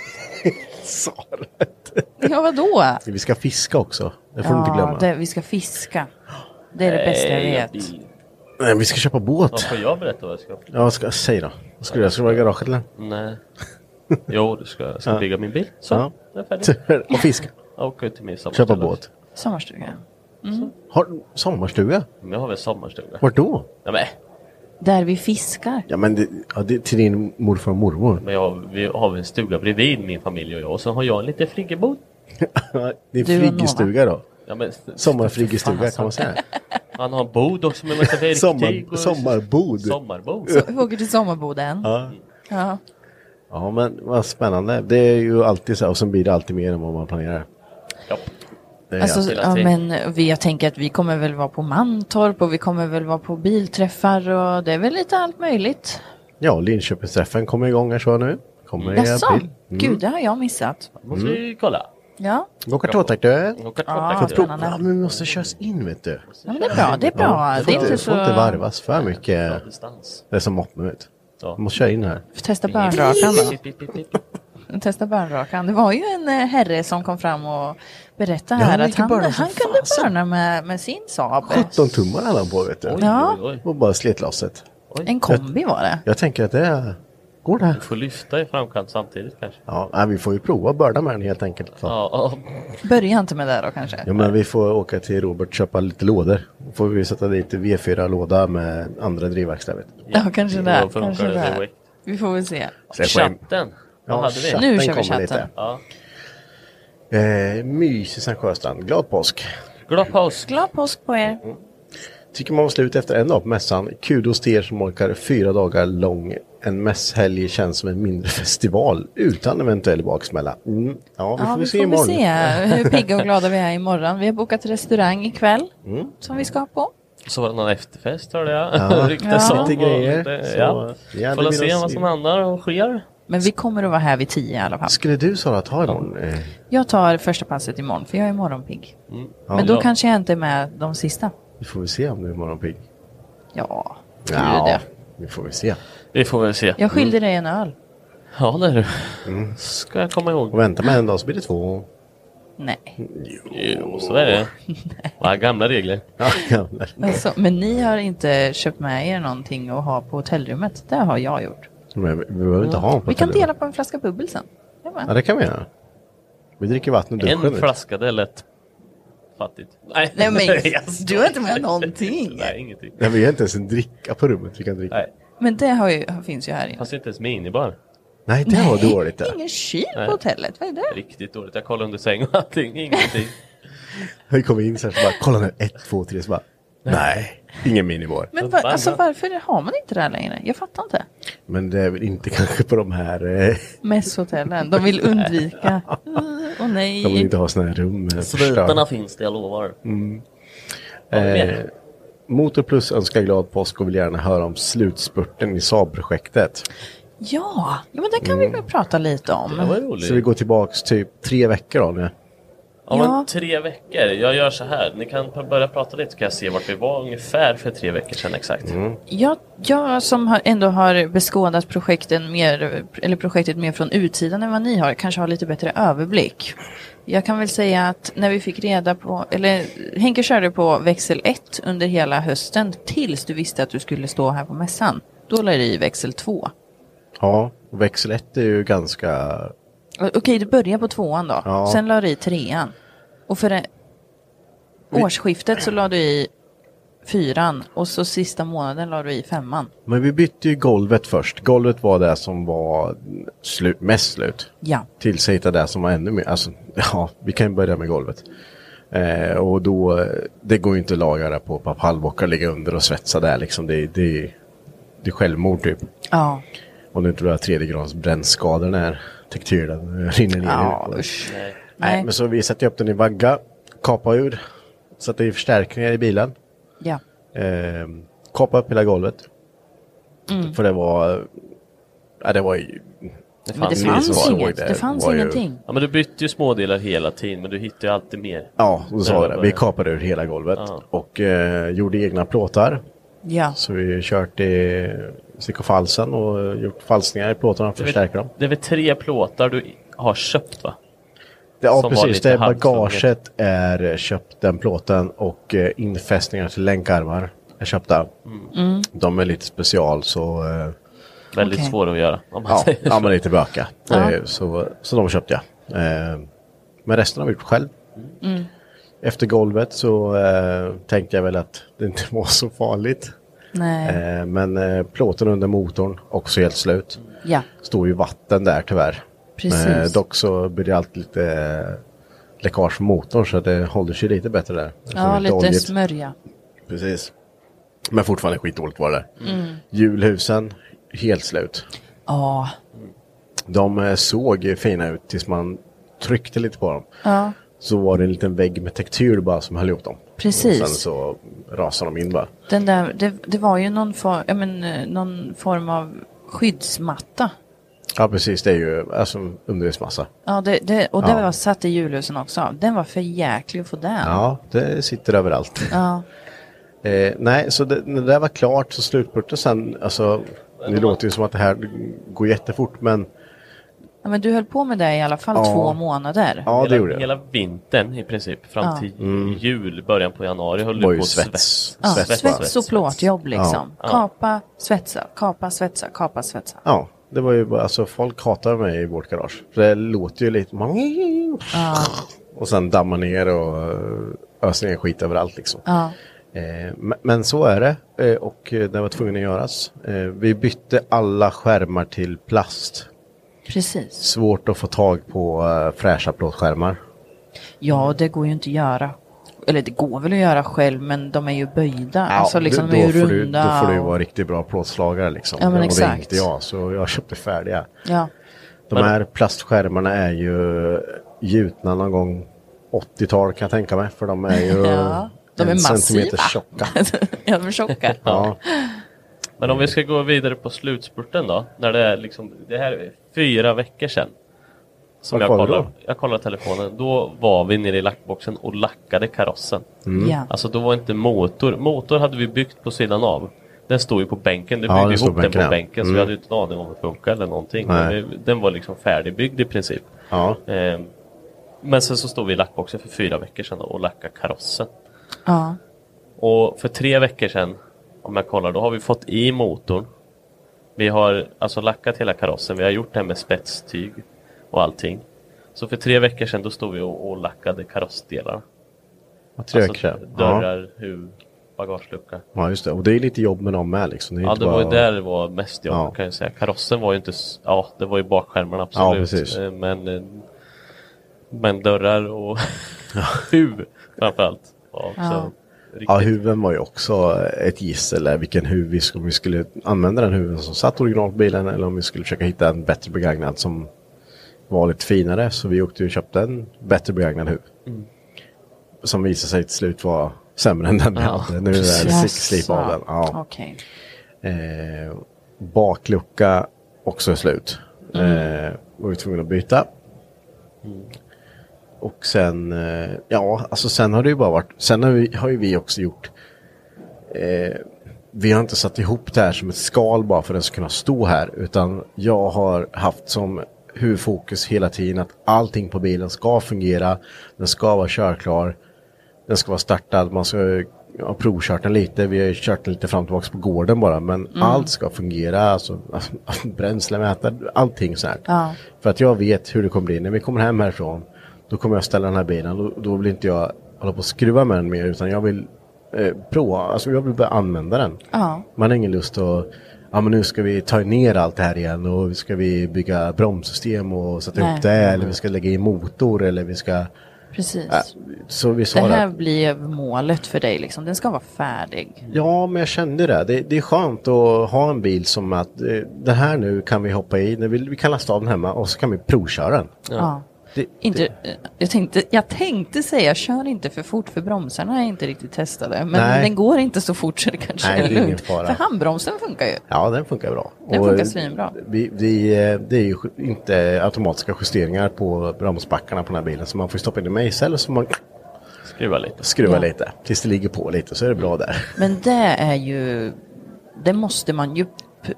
Sa det. Ja, vadå? Vi ska fiska också. Det får du inte glömma. det, vi ska fiska. Det är det bästa jag vet. Nej, vi ska köpa båt. Vad får jag berätta vad jag ska? Ja, vad ska jag säga då? Vad ska du göra? Ska du vara i garaget eller? Nej. Jo, du ska, jag ska Ja. bygga min bil. Så, Ja. jag är färdig. Och fiska. Jag åker ut till min sommarstuga. Köpa båt. Sommarstuga. Har du sommarstuga? Men jag har väl sommarstuga. Vart då? Ja, men, Där vi fiskar. Ja, men det, ja, det är till din morfar och mormor. men jag, vi har väl en stuga bredvid min familj och jag. Och så har jag en liten friggebod. Din Du och friggestuga då? Ja, men, Sommarfriggestuga kan man säga. Han har en bod också med massa verktyg. Sommar, och- sommarbod. Sommarbod. Vi åker till sommarboden. Ja. Ja. Ja, men vad spännande. Det är ju alltid så här, och sen blir det alltid mer än vad man planerar. Ja. Det är Alltså, alltid- hela ja, tiden. men vi, jag tänker att vi kommer väl vara på Mantorp och vi kommer väl vara på bilträffar och det är väl lite allt möjligt. Ja, Linköpingsträffen kommer igång här så nu. Kommer i Jaså? april. Gud, det har jag missat. Måste vi kolla. Ja, Åka tågtakt du. Åka Ja, kontakt. spännande. Ja, men vi måste köras in vet du. ja men det är bra. Det är bra. Det det är får inte inte, så... får inte varvas för mycket. Bra distans. Det är som moppen vet. Ja. Vi måste köra in här. Testa bönrakan då. Pip, pip, pip, pip. Testa bönrakan. Det var ju en eh, herre som kom fram och berättade Ja, här han att gick och han, börnade han som kunde fasen. börna med, med sin Saab. sjutton tummar hade han på vet du. Oj, Ja. oj, oj. Och bara slet lasset. En kombi var det. Jag tänker att det är... Går det? Du får lyfta i framkant samtidigt kanske. Ja, nej, vi får ju prova att börda med den helt enkelt. Så. Ja, ja. Börja inte med det då kanske. Ja, men vi får åka till Robert och köpa lite lådor. Då får vi sätta dit V fyra-låda med andra drivverkstäder. vet du. Ja, kanske Då det. funkar Kanske det det. direkt. Vi får väl se. Släpp hem. Chatten. Ja, Vad hade vi? chatten Nu kör vi kommer chatten. lite. Ja. Eh, mysig Sankt Sjöstrand. Glad påsk. Glad paus. Glad påsk på er. Tycker man var slut efter en dag på mässan. Kudos till er som orkar fyra dagar lång. En mässhelg känns som en mindre festival utan eventuell baksmälla. Mm. Ja, vi Ja, får vi se får imorgon. väl se hur pigga och glada vi är imorgon. Vi har bokat restaurang ikväll Mm. som vi ska på. Så var det någon efterfest hörde jag. Ja. Ryktas om. Lite grejer. Det- Så, Ja. ja, Får det väl se blir något- vad som händer och sker. Men vi kommer att vara här vid tio i alla fall. Skulle du Sara ta imorgon? Eh, Jag tar första passet imorgon för jag är morgonpigg. Mm. Men då Ja. kanske jag inte är med de sista. vi får väl se om du är morgonpigg. Ja, det är ju det. vi får väl se. Vi får väl se. Jag skilde dig en öl. Ja, det är du. Mm. Ska jag komma ihåg. Och vänta med en dag så blir det två. Nej. Jo, så är det. Vad gamla regler. Ja, jävlar. Alltså, men ni har inte köpt med er någonting att ha på hotellrummet. Det har jag gjort. Men vi, vi behöver inte ha en på Vi kan hotellrum. dela på en flaska bubbel sen. Ja, Ja, men. det kan vi göra. Vi dricker vatten ur duschen. En vet du. flaska, det är lätt. Fattigt. Nej, Nej, men jag du har inte med någonting. Nej, ingenting. Nej, vi har inte ens en dricka på rummet vi kan dricka. Nej, Men det har ju, finns ju här inne. fast inte ens minibar. Nej, det var dåligt det. Ingen kyl Nej. på hotellet. Vad är det? Riktigt dåligt. Jag kollade under säng och allting. Ingenting. Vi kom in så här så bara, kolla nu, ett, två, tre, så bara, nej, ingen minibar. Men var, alltså, varför har man inte det här längre? Jag fattar inte. Men det är väl inte kanske på de här, eh, Mässhotellen. De vill undvika. Åh nej. de vill inte ha såna här rum. eh, Sviterna förstörda. finns det, jag lovar. Eh, Motor Plus önskar glad påsk och vill gärna höra om slutspurten i Saab-projektet. Ja, ja, men det kan vi väl prata lite om. Det var roligt. Så vi går tillbaks typ tre veckor då nu. Ja, Ja. men tre veckor. Jag gör så här. Ni kan börja prata lite så kan jag se vart vi var ungefär för tre veckor sedan exakt. Jag, jag som har, ändå har beskådat projekten mer, eller projektet mer från utsidan än vad ni har, kanske har lite bättre överblick. Jag kan väl säga att när vi fick reda på, eller Henke körde på växel ett under hela hösten tills du visste att du skulle stå här på mässan. Då lade du i växel två. Ja, växel ett är ju ganska... Okej, du börjar på tvåan då. Ja. Sen lade du i trean. Och för det, årsskiftet så lade du i fyran. Och så sista månaden lade du i femman. Men vi bytte ju golvet först. Golvet var det som var slut, mest slut. Ja. Tills jag hittade det som var ännu mer. Alltså, ja, vi kan ju börja med golvet. Eh, och då, det går ju inte att laga det på papallbockar, ligga under och svetsa där liksom. Det, det, det är självmord typ. Ja. Om du inte vill ha tredje grads brännskador när tektyren rinner ner. Ja, ut. usch. Nej. Nej. Men så vi satte upp den i vagga, kapa ur, satte i förstärkningar i bilen. Ja. Eh, kapa upp hela golvet. Mm. För det var, ja, det var ju... Det Men det fanns, fanns såg inget. det Det fanns var ju- ingenting. Ja, men du bytte ju smådelar hela tiden, men du hittade ju alltid mer. Ja, då sa Det jag var det. Vi bara- kapade ur hela golvet. Ja. Och eh, gjorde egna plåtar. Ja. Så vi kört i stick och falsen och gjort falsningar i plåtarna för att förstärka dem. Det är väl tre plåtar du har köpt, va? Det, ja, som var precis. lite Det halvtvunget. bagaget är köpt, den plåten. Och eh, infästningar till länkarmar är köpta. Mm. De är lite special så... Eh, Väldigt Okej. svåra att göra. Om man ja, säger ja, så. men lite böka. Ja. Eh, så, så de köpte jag. Eh, men resten har vi gjort själv. Mm. Efter golvet så eh, tänkte jag väl att det inte var så farligt. Nej. Eh, men eh, plåten under motorn också helt slut. Ja. Står ju vatten där tyvärr. Precis. Eh, dock så blir det alltid lite eh, läckage från motorn så det håller sig lite bättre där. Ja, Så lite oljigt. smörja. Precis. Men fortfarande skitdåligt var det där. Mm. Hjulhusen, helt slut. Ja. De eh, såg fina ut tills man tryckte lite på dem. Ja. Så var det en liten vägg med tektyr bara som höll ihop dem. Precis. Och sen så rasade de in bara. Den där, det, det var ju någon, for, jag men, eh, någon form av skyddsmatta. Ja precis, det är ju alltså underredsmassa. Ja, det, det, och det Ja. var satt i hjulhusen också. Den var för jäklig att få den. Ja, det sitter överallt. Ja. Eh, nej, så det, när det där var klart så slutpurten sen, alltså det låter ju som att det här går jättefort men Ja, men du höll på med det i alla fall Ja. två månader. ja det hela, gjorde jag. hela vintern i princip, fram Ja. till jul, början på januari, höll Var du ju på att svets. svets. Ja, Svets bara. svets och plåtjobb liksom. Ja. Kapa, svetsa, kapa, svetsa, kapa, svetsa. Ja, det var ju bara, alltså folk hatar mig i vårt garage. För det låter ju lite och sen dammar ner och eh, öser ner skit överallt liksom. Ja. Eh, men, men så är det eh, och eh, det var tvungen att göras. Eh, vi bytte alla skärmar till plast. Precis. Svårt att få tag på eh, fräscha plåtskärmar. Ja, det går ju inte att göra. Eller det går väl att göra själv, men de är ju böjda. alltså liksom då, de är ju då, får du, runda. då får du ju och- vara riktigt bra plåtslagare liksom. Ja, men och det är exakt. inte jag, så jag köpte färdiga. Ja. De Men- här plastskärmarna är ju gjutna någon gång åttiotal kan jag tänka mig. För de är ju Ja, de är en massiva. centimeter tjocka. Ja, de är tjocka. Ja. Men om vi ska gå vidare på slutspurten då, när det är liksom, det här är fyra veckor sedan. Som Vad jag kollar du kollade, då? jag kollade telefonen, då var vi nere i lackboxen och lackade karossen. Ja. Alltså då var inte motor, motor hade vi byggt på sidan av. Den stod ju på bänken, du Ja, byggde den stod ihop på den på bänken, ja. bänken så Mm. vi hade ju inte en aning om det funkade eller någonting. Nej. Men vi, den var liksom färdigbyggd i princip. Ja. Eh, men sen så stod vi i lackboxen för fyra veckor sedan och lackade karossen. Ja. Och för tre veckor sedan, om jag kollar, då har vi fått i motorn. Vi har alltså lackat hela karossen, vi har gjort det här med spetstyg och allting. Så för tre veckor sedan då stod vi och, och lackade karossdelar. Tre Alltså veckor sedan. dörrar, huvud, bagagelucka. Ja, just det. Och det är lite jobb med dem med liksom. Det är Ja, inte det var ju bara- där det var mest jobb Ja. kan jag säga. Karossen var ju inte, s- ja det var ju bakskärmarna Ja, absolut. precis. Eh, Men, eh, men dörrar och huvud framförallt. Var också Ja. riktigt. Ja, huven var ju också ett gissel där. Vilken huv vi skulle, om vi skulle använda den huven som satt original på bilen eller om vi skulle försöka hitta en bättre begagnad som var lite finare. Så vi åkte och köpte en bättre begagnad huv. Mm. Som visade sig till slut vara sämre än den vi Ja, hade. Nu är det Jaså. slipa av den. Ja. Okej. Eh, baklucka också är slut. Eh, var vi tvungna att byta. Och sen, eh, ja, alltså sen har det ju bara varit, sen har, vi, har ju vi också gjort, eh, vi har inte satt ihop det här som ett skal bara för att den ska kunna stå här, utan jag har haft som huvudfokus hela tiden att allting på bilen ska fungera, den ska vara körklar, den ska vara startad, man ska ha provkört den lite, vi har kört den lite fram och tillbaka på gården bara, men mm. allt ska fungera, alltså bränslemätare, allting så här. Ja. För att jag vet hur det kommer bli, när vi kommer hem härifrån, då kommer jag ställa den här bilen, då, då vill inte jag hålla på att skruva med den mer, utan jag vill eh, prova, alltså jag vill börja använda den. Ja. Man har ingen lust att ja, men nu ska vi ta ner allt det här igen och ska vi bygga bromssystem och sätta Nej. upp det, eller vi ska lägga i motor, eller vi ska... Precis. Äh, så vi det här att, blir målet för dig, liksom. Den ska vara färdig. Ja, men jag kände det. Det, det är skönt att ha en bil som att eh, den här nu kan vi hoppa i, vi, vi kan lasta av den hemma och så kan vi provköra den. Ja. ja. Det, inte, det. Jag, tänkte, jag tänkte säga, kör inte för fort, för bromsarna är inte riktigt testade. Men Nej. den går inte så fort så det kanske Nej, är det är lugnt. För handbromsen funkar ju. Ja, den funkar bra. Den och funkar svinbra. Vi, vi, det är ju inte automatiska justeringar på bromsbackarna på den här bilen. Så man får stoppa in i mejsel och så man skruva lite. Skruva ja. lite tills det ligger på lite, så är det bra där. Men det är ju, det måste man ju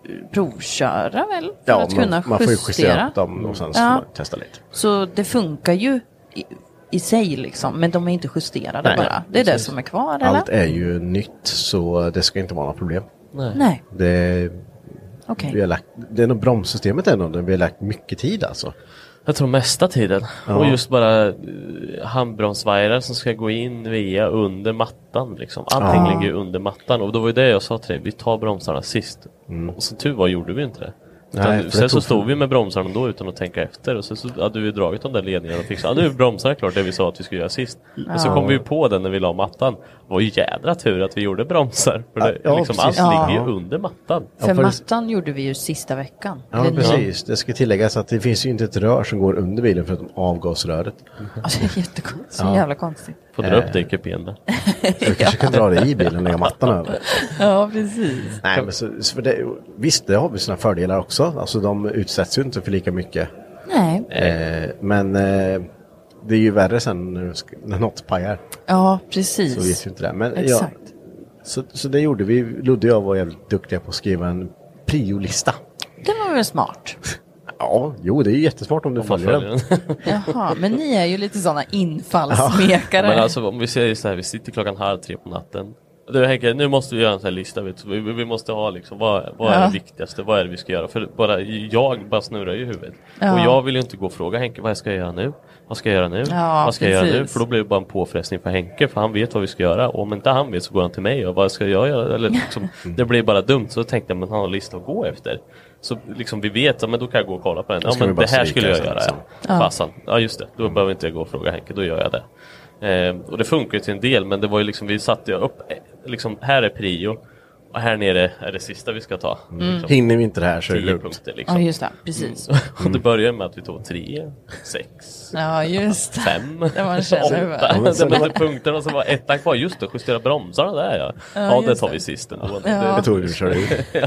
provköra väl för ja, att man, kunna man får ju justera upp dem och sen ja. man testa lite. Så det funkar ju i, i sig liksom, men de är inte justerade Nej, bara. Det är precis. Det som är kvar, eller? Allt är ju nytt, så det ska inte vara några problem. Nej. Nej. Det, okay. vi har lagt, det är nog bromssystemet ändå, där vi har lagt mycket tid alltså. Jag tror mesta tiden. Ja. Och just bara uh, handbromsvajrar som ska gå in via under mattan. Liksom. Allting ja. ligger under mattan. Och då var ju det jag sa till dig. Vi tar bromsarna sist. Mm. Och så tur var gjorde vi inte det. Nej, sen så stod vi med bromsarna då utan att tänka efter. Och sen så hade vi dragit de där ledningarna och fixat. Ja, nu är bromsarna klart, det vi sa att vi skulle göra sist. Ja. Och så kom vi på den när vi la mattan. Det var ju jädra tur att vi gjorde bromsar. För det, ja, liksom, allt ja. ligger ju under mattan. För, ja, för mattan det... gjorde vi ju sista veckan. Ja, precis. Det ska tilläggas att det finns ju inte ett rör som går under bilen förutom avgasröret. Alltså det är jättekonstigt. Så ja. jävla konstigt. Får dra upp det i kupén där. Du kanske kan dra det i bilen och lägga mattan över. Ja, precis. Nej, men så, så för det, visst, det har vi sina fördelar också. Alltså de utsätts ju inte för lika mycket. Nej. Eh, men eh, det är ju värre sen när, när något pajar. Ja, precis. Så vet ju inte det. Men, exakt. Ja, så, så det gjorde vi. Ludde och jag var jävligt duktiga på att skriva en priolista. Det var väl smart. Ja, jo, det är ju jättesmart om du om följer den. Jaha, men ni är ju lite sådana infallsmekare. Ja, men alltså om vi säger så här, vi sitter klockan halv tre på natten. Du Henke, nu måste vi göra en sån här lista, vet du. Vi, vi måste ha liksom, vad, vad är ja. det viktigaste, vad är det vi ska göra? För bara, jag bara snurrar i huvudet. Ja. Och jag vill ju inte gå och fråga Henke, vad ska jag göra nu? Vad ska jag göra nu? Ja, vad ska precis. jag göra nu? För då blir det bara en påfrestning för Henke, för han vet vad vi ska göra. Och om inte han vet så går han till mig, och vad ska jag göra? Eller liksom, det blir bara dumt, så tänkte jag, men han har en lista att gå efter. Så liksom vi vet, men då kan jag gå och kolla på den. Ja, men det här skulle jag göra. Ja. Ja. Fasan. Ja, just det. Då behöver inte jag gå och fråga Henke, då gör jag det. Eh, och det funkar ju till en del, men det var ju liksom, vi satte ju upp, liksom, här är prio och här nere är det sista vi ska ta. Mm. Liksom, hinner vi inte det här så är det lugnt. Punkter, liksom. Ja, just det. Precis. Mm. Och det började med att vi tog tre, sex, ja, just fem, det var en åtta. Det var punkterna och så var ettan kvar. Just det, justera bromsarna där, ja. Ja, ja det tar vi sist ändå. Ja. Det, jag tror du körde ut. ja.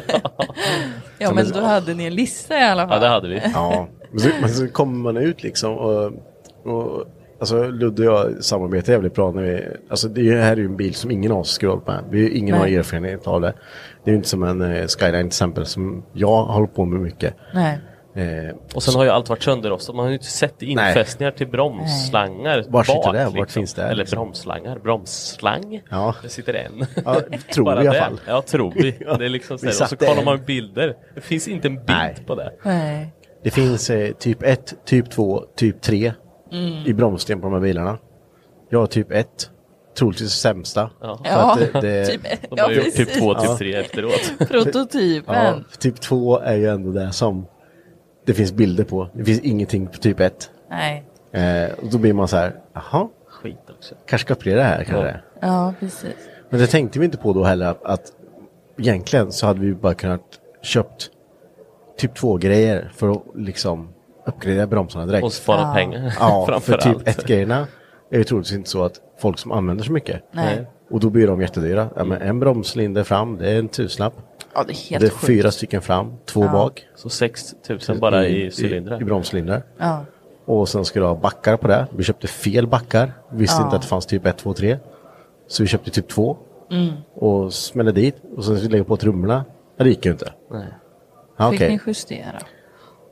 ja, men då hade ni en lista i alla fall. Ja, det hade vi. Ja, men så, men så kommer man ut liksom och... och alltså Ludde och jag samarbetar jävligt bra när vi, alltså det här är ju en bil som ingen av oss skulle hålla på med. Vi, ingen Nej. har erfarenhet av det. Det är ju inte som en eh, Skyline till exempel som jag håller på med mycket. Nej. Eh, och sen har ju allt varit sönder också. Man har ju inte sett infästningar till bromsslangar. Var sitter det? Liksom. Vart finns det? Eller liksom? bromsslangar. Bromsslang. Ja. Det sitter en. Ja, tror vi i alla fall. Ja, tror vi. Det är liksom så här. Och så kollar man bilder. Det finns inte en bild Nej. på det. Nej. Det finns eh, typ ett, typ två, typ tre mm. i bromssten på de här bilarna. Jag har typ ett. Troligtvis sämsta. Ja, ja det, det, typ, de har ja, gjort typ två, typ ja. tre efteråt. Prototypen. Ja, typ två är ju ändå det som det finns bilder på. Det finns ingenting på typ ett. Nej. Eh, och då blir man så här, jaha. Skit också. Kanske ska uppleva det här, kanske. Ja. ja, precis. Men det tänkte vi inte på då heller att, att egentligen så hade vi bara kunnat köpt typ två grejer för att liksom uppgradera bromsarna direkt. Och spara ja. pengar. Ja, för typ ett grejerna är ju troligtvis inte så att folk som använder så mycket. Nej. Och då blir de jättedyra. Ja, men en bromslinder fram, det är en tusenlapp. Ja, det är helt det är sjukt. fyra stycken fram, två ja. bak. Så sex tusen bara i, i cylindrar. I, i bromslinder. Ja. Och sen ska du ha backar på det. Vi köpte fel backar. Vi visste ja. inte att det fanns typ ett, två, tre. Så vi köpte typ två. Mm. Och smällde dit. Och sen lägger på trummorna. Ja, det gick ju inte. Nej. Ja, fick okay. ni justera?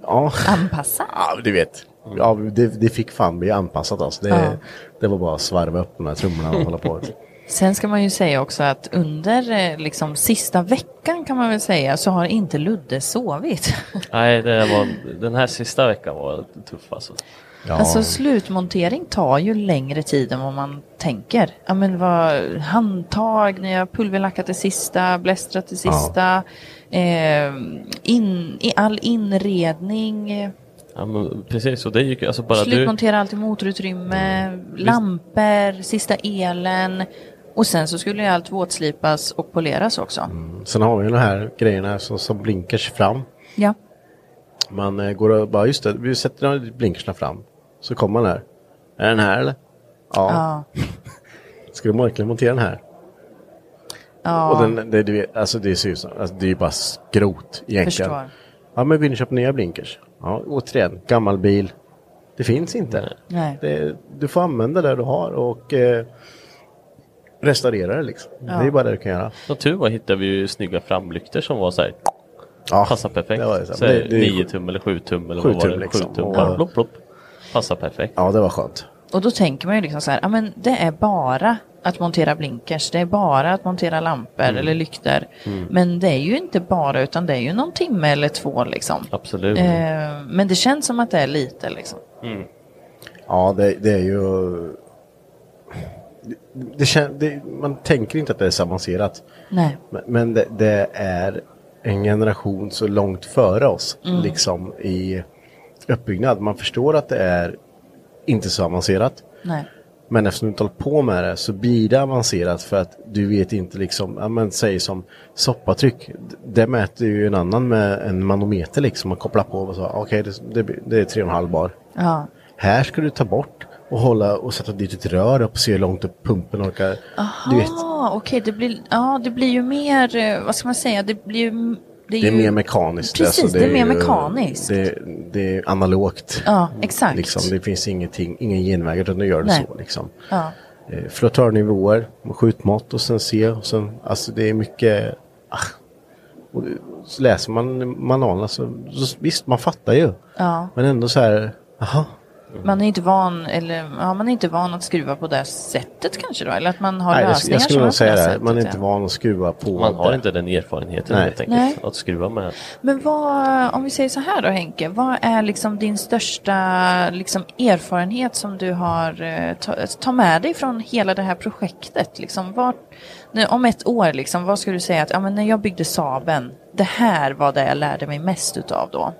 Ja. Anpassa? Ja, du vet. Ja, det, det fick fan bli anpassat alltså. Det, Ja. det var bara att svarva upp de här trummorna och hålla på. Sen ska man ju säga också att under eh, liksom sista veckan kan man väl säga så har inte Ludde sovit. Nej, det var, den här sista veckan var tuff alltså. Ja. Alltså slutmontering tar ju längre tid än vad man tänker. Ja men vad, handtag, när jag pulverlackat det sista, blästrat det sista, eh, in, i all inredning, Ja, men precis, och det gick alltså bara du... slutmontera allt i motorutrymme, lampor, sista elen. Och sen så skulle ju allt våtslipas och poleras också. Mm. Sen har vi de här grejerna som, som blinkers fram. Ja. Man eh, går och bara, just det, vi sätter blinkersna fram. Så kommer man här. Är den här eller? Ja. Ja. Ska du verkligen montera den här? Ja. Och den, det, du vet, alltså det ser ut som, alltså det är ju bara skrot egentligen. Förstår. Ja, men vill ni köpa nya blinkers? Ja, återigen, gammal bil. Det finns inte. Nej. Det, du får använda det du har och eh, restaurera det liksom. Ja. Det är bara det du kan göra. Som tur var hittade vi ju snygga framlyktor som var så här, Ja, passar perfekt. det var det så. Så Det- här, det är nio tum eller sju tum eller sju vad var tum det? liksom. sju tum. Och- Ja, plopp, plopp. Passar perfekt. Ja, det var skönt. Och då tänker man ju liksom så här, ja men det är bara att montera blinkers, det är bara att montera lampor Mm. eller lyktor. Men det är ju inte bara, utan det är ju någon timme eller två liksom. Absolut. Eh, men det känns som att det är lite liksom. Ja, det, det är ju... Det, det, kän, det, man tänker inte att det är så avancerat. Nej. Men, men det, det är en generation så långt före oss liksom i uppbyggnad. Man förstår att det är inte så avancerat. Nej. Men eftersom du inte håller på med det så blir det avancerat för att du vet inte liksom, ja men säg som soppatryck. Det mäter ju en annan med en manometer liksom och kopplar på och så, okej okay, det, det, det är tre och en halv bar. Ja. Här ska du ta bort och hålla och sätta dit ett rör upp och se hur långt upp pumpen orkar. Du vet, Aha, okej, det blir, ja, det blir ju mer, eh, vad ska man säga, det blir ju... Det är, det är ju, mer mekaniskt. Precis, det är mer ju- mekaniskt. Det, det är analogt. Ja, exakt. Liksom, det finns ingenting, ingen genväg utan du gör det Nej. så liksom. Ja. Eh, flottörnivåer, skjutmått och sen se och sen, alltså det är mycket ah, och det- så läser man manualerna så, så visst man fattar ju. Ja. Men ändå så här, aha, Man är inte van, eller ja, man är inte van att skruva på det sättet kanske då, eller att man har nej, jag, lösningar jag skulle som är nog på säga det, sättet, man är inte ja. van att skruva på Man har det. inte den erfarenheten Nej. helt enkelt Nej. att skruva med. Men vad, om vi säger så här då Henke, vad är liksom din största liksom erfarenhet som du har eh, ta, ta med dig från hela det här projektet? Liksom, vart, nu, om ett år, liksom, vad skulle du säga att ja, men när jag byggde Saaben, det här var det jag lärde mig mest utav då?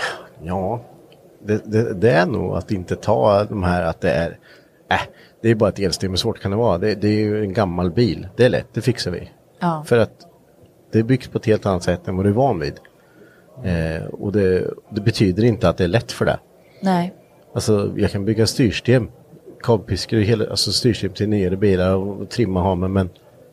Ja, det, det, det är nog att inte ta de här att det är, äh, det är bara ett elsystem, hur svårt kan det vara? Det, det är ju en gammal bil, det är lätt, det fixar vi. Ja. För att det är byggt på ett helt annat sätt än vad du är van vid. Eh, och det, det betyder inte att det är lätt för det. Nej. Alltså jag kan bygga styrsystem, kabelpiskor, hela, alltså styrsystem till nyare bilar och trimma hamen, men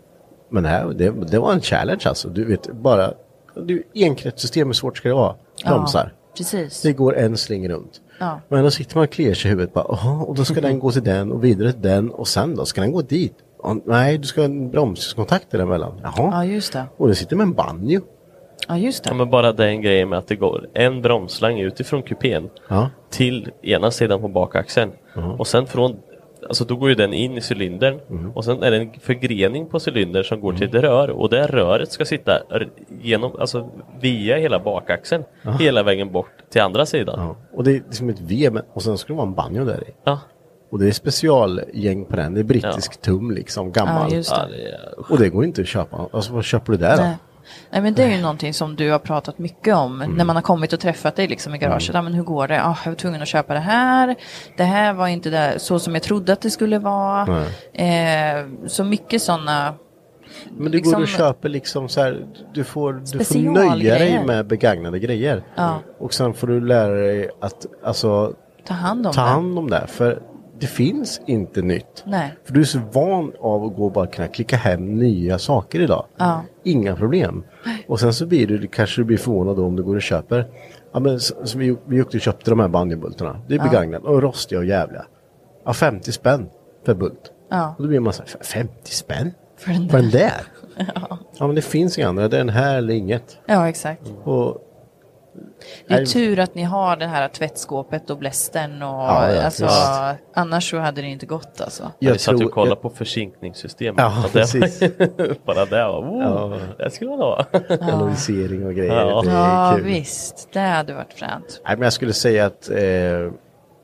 men här, det, det var en challenge alltså. Du vet, bara du, enkretsystem, hur svårt ska det vara? Bromsar. Ja, precis. Det går en sling runt. Ja. Men då sitter man och kliar sig i huvudet. Bara, "Aha, och då ska den gå till den och vidare till den. Och sen då ska den gå dit. Och, nej, du ska ha en bromskontakt däremellan. Jaha. Ja, just det. Och det sitter med en banjo. Ja, just Ja, det. men bara den grejen med att det går en bromslang utifrån kupén Ja. till ena sidan på bakaxeln. Och sen från, alltså då går ju den in i cylindern och sen är det en förgrening på cylindern som går till ett rör och det röret ska sitta r- genom, alltså via hela bakaxeln hela vägen bort till andra sidan. Ja. Och det är som ett V. Men, och sen ska det vara en banjo där i. Ja. Och det är specialgäng på den. Det är brittisk tum liksom. Gammal. Ja, just Ja, det. det är, Och det går inte att köpa. Alltså vad köper du där då? Nej. Nej, men det är ju någonting som du har pratat mycket om när man har kommit och träffat dig liksom i garaget. Ja, men hur går det? Ah, jag var tvungen att köpa det här. Det här var inte det, så som jag trodde att det skulle vara. Eh, så mycket sådana. Men det liksom- går och köper liksom så här, du får, du får Specialgrejer. nöja dig med begagnade grejer. Ja. Och sen får du lära dig att alltså, Ta hand om ta det. hand om det. För det finns inte nytt. Nej. För du är så van av att gå och bara kunna klicka hem nya saker idag. Ja. Inga problem. Och sen så blir du, kanske du blir förvånad då om du går och köper. Ja men så, så vi, vi åkte och köpte de här banjobultarna. Det är begagnat och rostiga och jävliga. Ja, femtio spänn för bult. Ja. Och då blir man så här, femtio spänn? För den För där. den där? Ja. Ja men det finns inga andra, det är den här eller inget. Ja, exakt. Och Det är tur att ni har det här tvättskåpet och blästern och Ja, ja, alltså, ja. annars så hade det inte gått alltså. Jag vi satt tror- och kollade jag- på försinkningssystemet. Ja, Och det precis. var- bara det var, oh, Ja. det skulle man ha. Analysering och grejer. Ja. Det är Ja kul. visst, det hade varit fränt. Nej, men jag skulle säga att eh,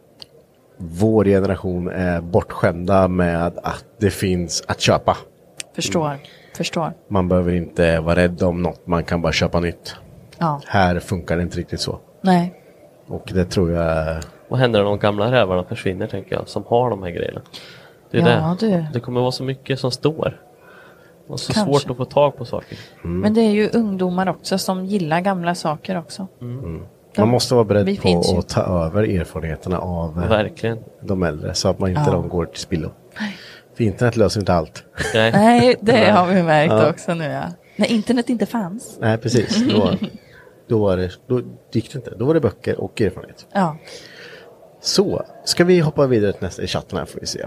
vår generation är bortskämda med att det finns att köpa. Förstår, Mm. förstår. Man behöver inte vara rädd om något, man kan bara köpa nytt. Ja, Här funkar det inte riktigt så. nej. Och det tror jag... Vad händer när de gamla rävarna försvinner, tänker jag, som har de här grejerna? Det är Ja, det. du. Det kommer vara så mycket som står. Och så Kanske. svårt att få tag på saker. Men det är ju ungdomar också som gillar gamla saker också. Man måste vara vi beredd finns på ju. att ta över erfarenheterna av eh, Verkligen. de äldre så att man inte Ja. de går till spillo. För internet löser inte allt. Nej. Nej, det har vi märkt Ja. också nu ja. När internet inte fanns. Nej, precis. Då, då, var det, då gick det inte. Då var det böcker och erfarenhet. Ja, Så, ska vi hoppa vidare till nästa i chatten här får vi se.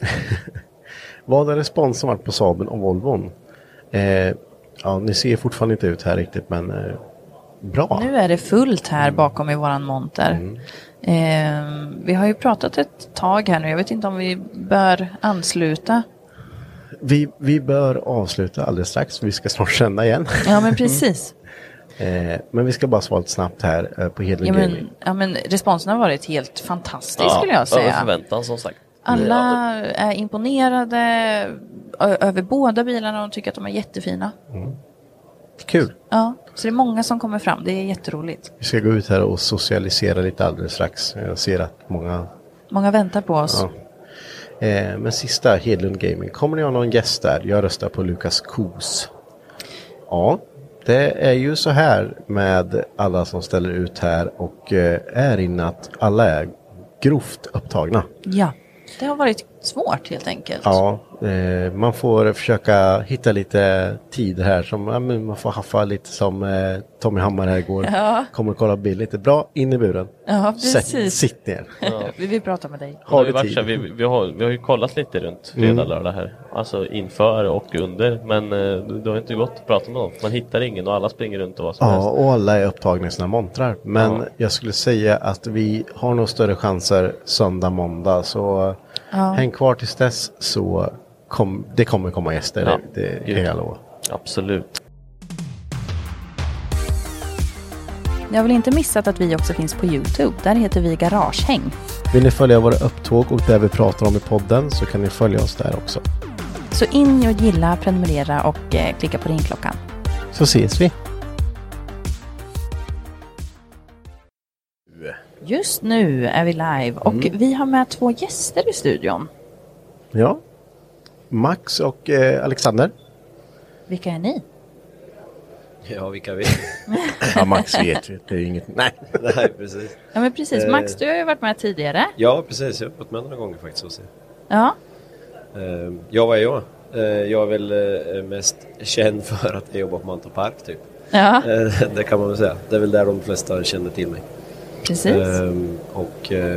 Vad är responsen varit på Saaben och Volvon? Eh, ja, ni ser fortfarande inte ut här riktigt, men eh, bra. nu är det fullt här bakom i våran monter. Mm. Eh, vi har ju pratat ett tag här nu. Jag vet inte om vi bör ansluta. Vi, vi bör avsluta alldeles strax, för vi ska snart känna igen. Ja, men precis. Eh, men vi ska bara svara lite snabbt här eh, på Hedlund Ja, Gaming. men, ja, men responsen har varit helt fantastisk Ja, skulle jag över säga. förväntan, som sagt. Alla är imponerade ö- över båda bilarna och tycker att de är jättefina. Kul. Ja, så det är många som kommer fram. Det är jätteroligt. Vi ska gå ut här och socialisera lite alldeles strax. Jag ser att många... Många väntar på oss. Ja. Eh, men sista, Hedlund Gaming. Kommer ni ha någon gäst där? Jag röstar på Lukas Kos. Ja, det är ju så här med alla som ställer ut här och eh, är inne att alla är grovt upptagna. Ja, det har varit svårt helt enkelt. Ja, eh, man får försöka hitta lite tider här som ja, men man får haffa lite som eh, Tommy Hammar här igår. Ja. Kommer och kolla bild lite bra in i buren. Ja, Sätt, precis. sitt ner. Vi vill prata med dig. Det Har har du ju varit tid? så här, vi, vi, har, vi har ju kollat lite runt fredag, Mm. lördag här. Alltså inför och under. Men eh, det har inte gått att prata med dem. Man hittar ingen och alla springer runt och vad som Ja, helst. och alla är upptagna i sina montrar. Men Ja. jag skulle säga att vi har nog större chanser söndag, måndag. Så häng kvar tills dess så kom, det kommer komma gäster. Ja, Det, det gud. kan jag lova. Absolut. Jag vill inte missat att vi också finns på YouTube. Där heter vi Garagehäng. Vill ni följa våra upptåg och det vi pratar om i podden så kan ni följa oss där också. Så in och gilla, prenumerera och eh, klicka på ringklockan. Så ses vi. Just nu är vi live och vi har med två gäster i studion. Ja. Max och eh, Alexander. Vilka är ni? Ja, vilka vi? Ja, Max vet vi. Det är inget... Nej. Nej, precis. Ja, men precis. Max, du har ju varit med tidigare. Ja, precis. Jag har varit med några gånger faktiskt. Så. Ja, Uh, ja, vad är jag? Uh, jag är väl uh, mest känd för att jag jobbar på Mantorp Park, typ. ja, Uh, det kan man väl säga. Det är väl där de flesta känner till mig. precis. Uh, och uh,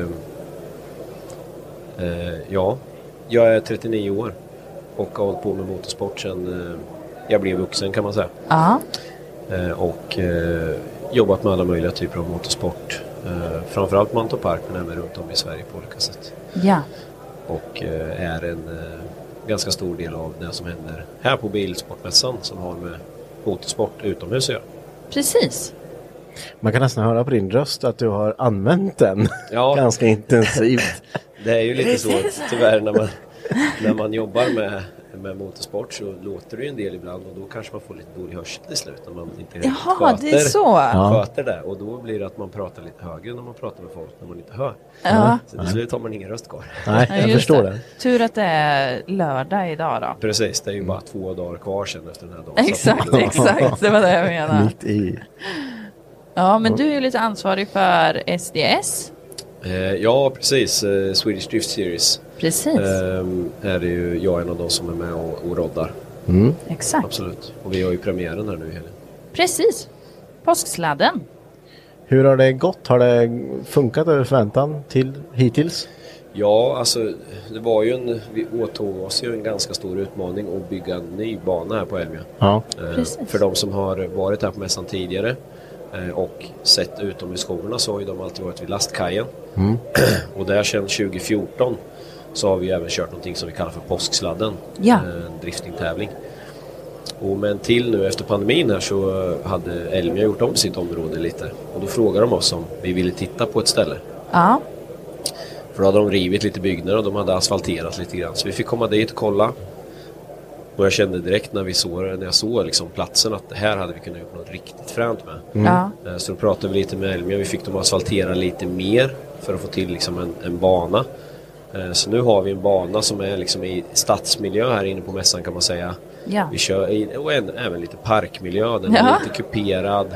uh, ja, jag är trettionio år och har hållit på med motorsport sedan uh, jag blev vuxen, kan man säga. Ja, Uh, och uh, jobbat med alla möjliga typer av motorsport. Uh, framförallt Mantorp Park, men även runt om i Sverige på olika sätt. ja, Och eh, är en eh, ganska stor del av det som händer här på Bilsportmässan som har med motorsport utomhus att göra. precis. Man kan nästan höra på din röst att du har använt den Ja. ganska intensivt. Det är ju lite så tyvärr när man, när man jobbar med, med motorsport så låter det ju en del ibland och då kanske man får lite dålig hörsel till slut när man inte riktigt Jaha, sköter, det är så. sköter det. Och då blir det att man pratar lite högre när man pratar med folk när man inte hör. Ja. Så till slut har man ingen röst kvar. Nej, Ja, jag just förstår det. Tur att det är lördag idag då. Precis, det är ju bara två dagar kvar sen efter den här dagen. Så Exakt, att- exakt. Det var det jag menade. Mitt i. Ja, men du är ju lite ansvarig för S D S. Eh, ja, precis. Eh, Swedish Drift Series. Precis, Ehm, är det ju jag en av de som är med och, och roddar. exakt. Absolut. Och vi har ju premiären här nu i helgen. Precis. Påsksladden. Hur har det gått? Har det funkat över förväntan till hittills? Ja, alltså det var ju en, vi åtog oss ju en ganska stor utmaning att bygga en ny bana här på Elmia. Ja. Ehm, Precis. för de som har varit här på mässan tidigare Eh, och sett utomhusshowerna så har ju de alltid varit vid lastkajen. Mm. Och där sedan tjugo fjorton så har vi även kört någonting som vi kallar för påsksladden. Ja. Eh, en driftingtävling. Och men till nu efter pandemin här så hade Elmia gjort om sitt område lite. Och då frågade de oss om vi ville titta på ett ställe. Ja. För då hade de rivit lite byggnader och de hade asfalterat lite grann. Så vi fick komma dit och kolla. Och jag kände direkt när vi såg när jag såg liksom platsen att det här hade vi kunnat gjort något riktigt fränt med. Ja. Så då pratade vi lite med Elmia. Vi fick dem asfaltera lite mer för att få till liksom en, en bana. Så nu har vi en bana som är liksom i stadsmiljö här inne på mässan kan man säga. Ja. Vi kör i, och en, även lite parkmiljö. Den Ja. är lite kuperad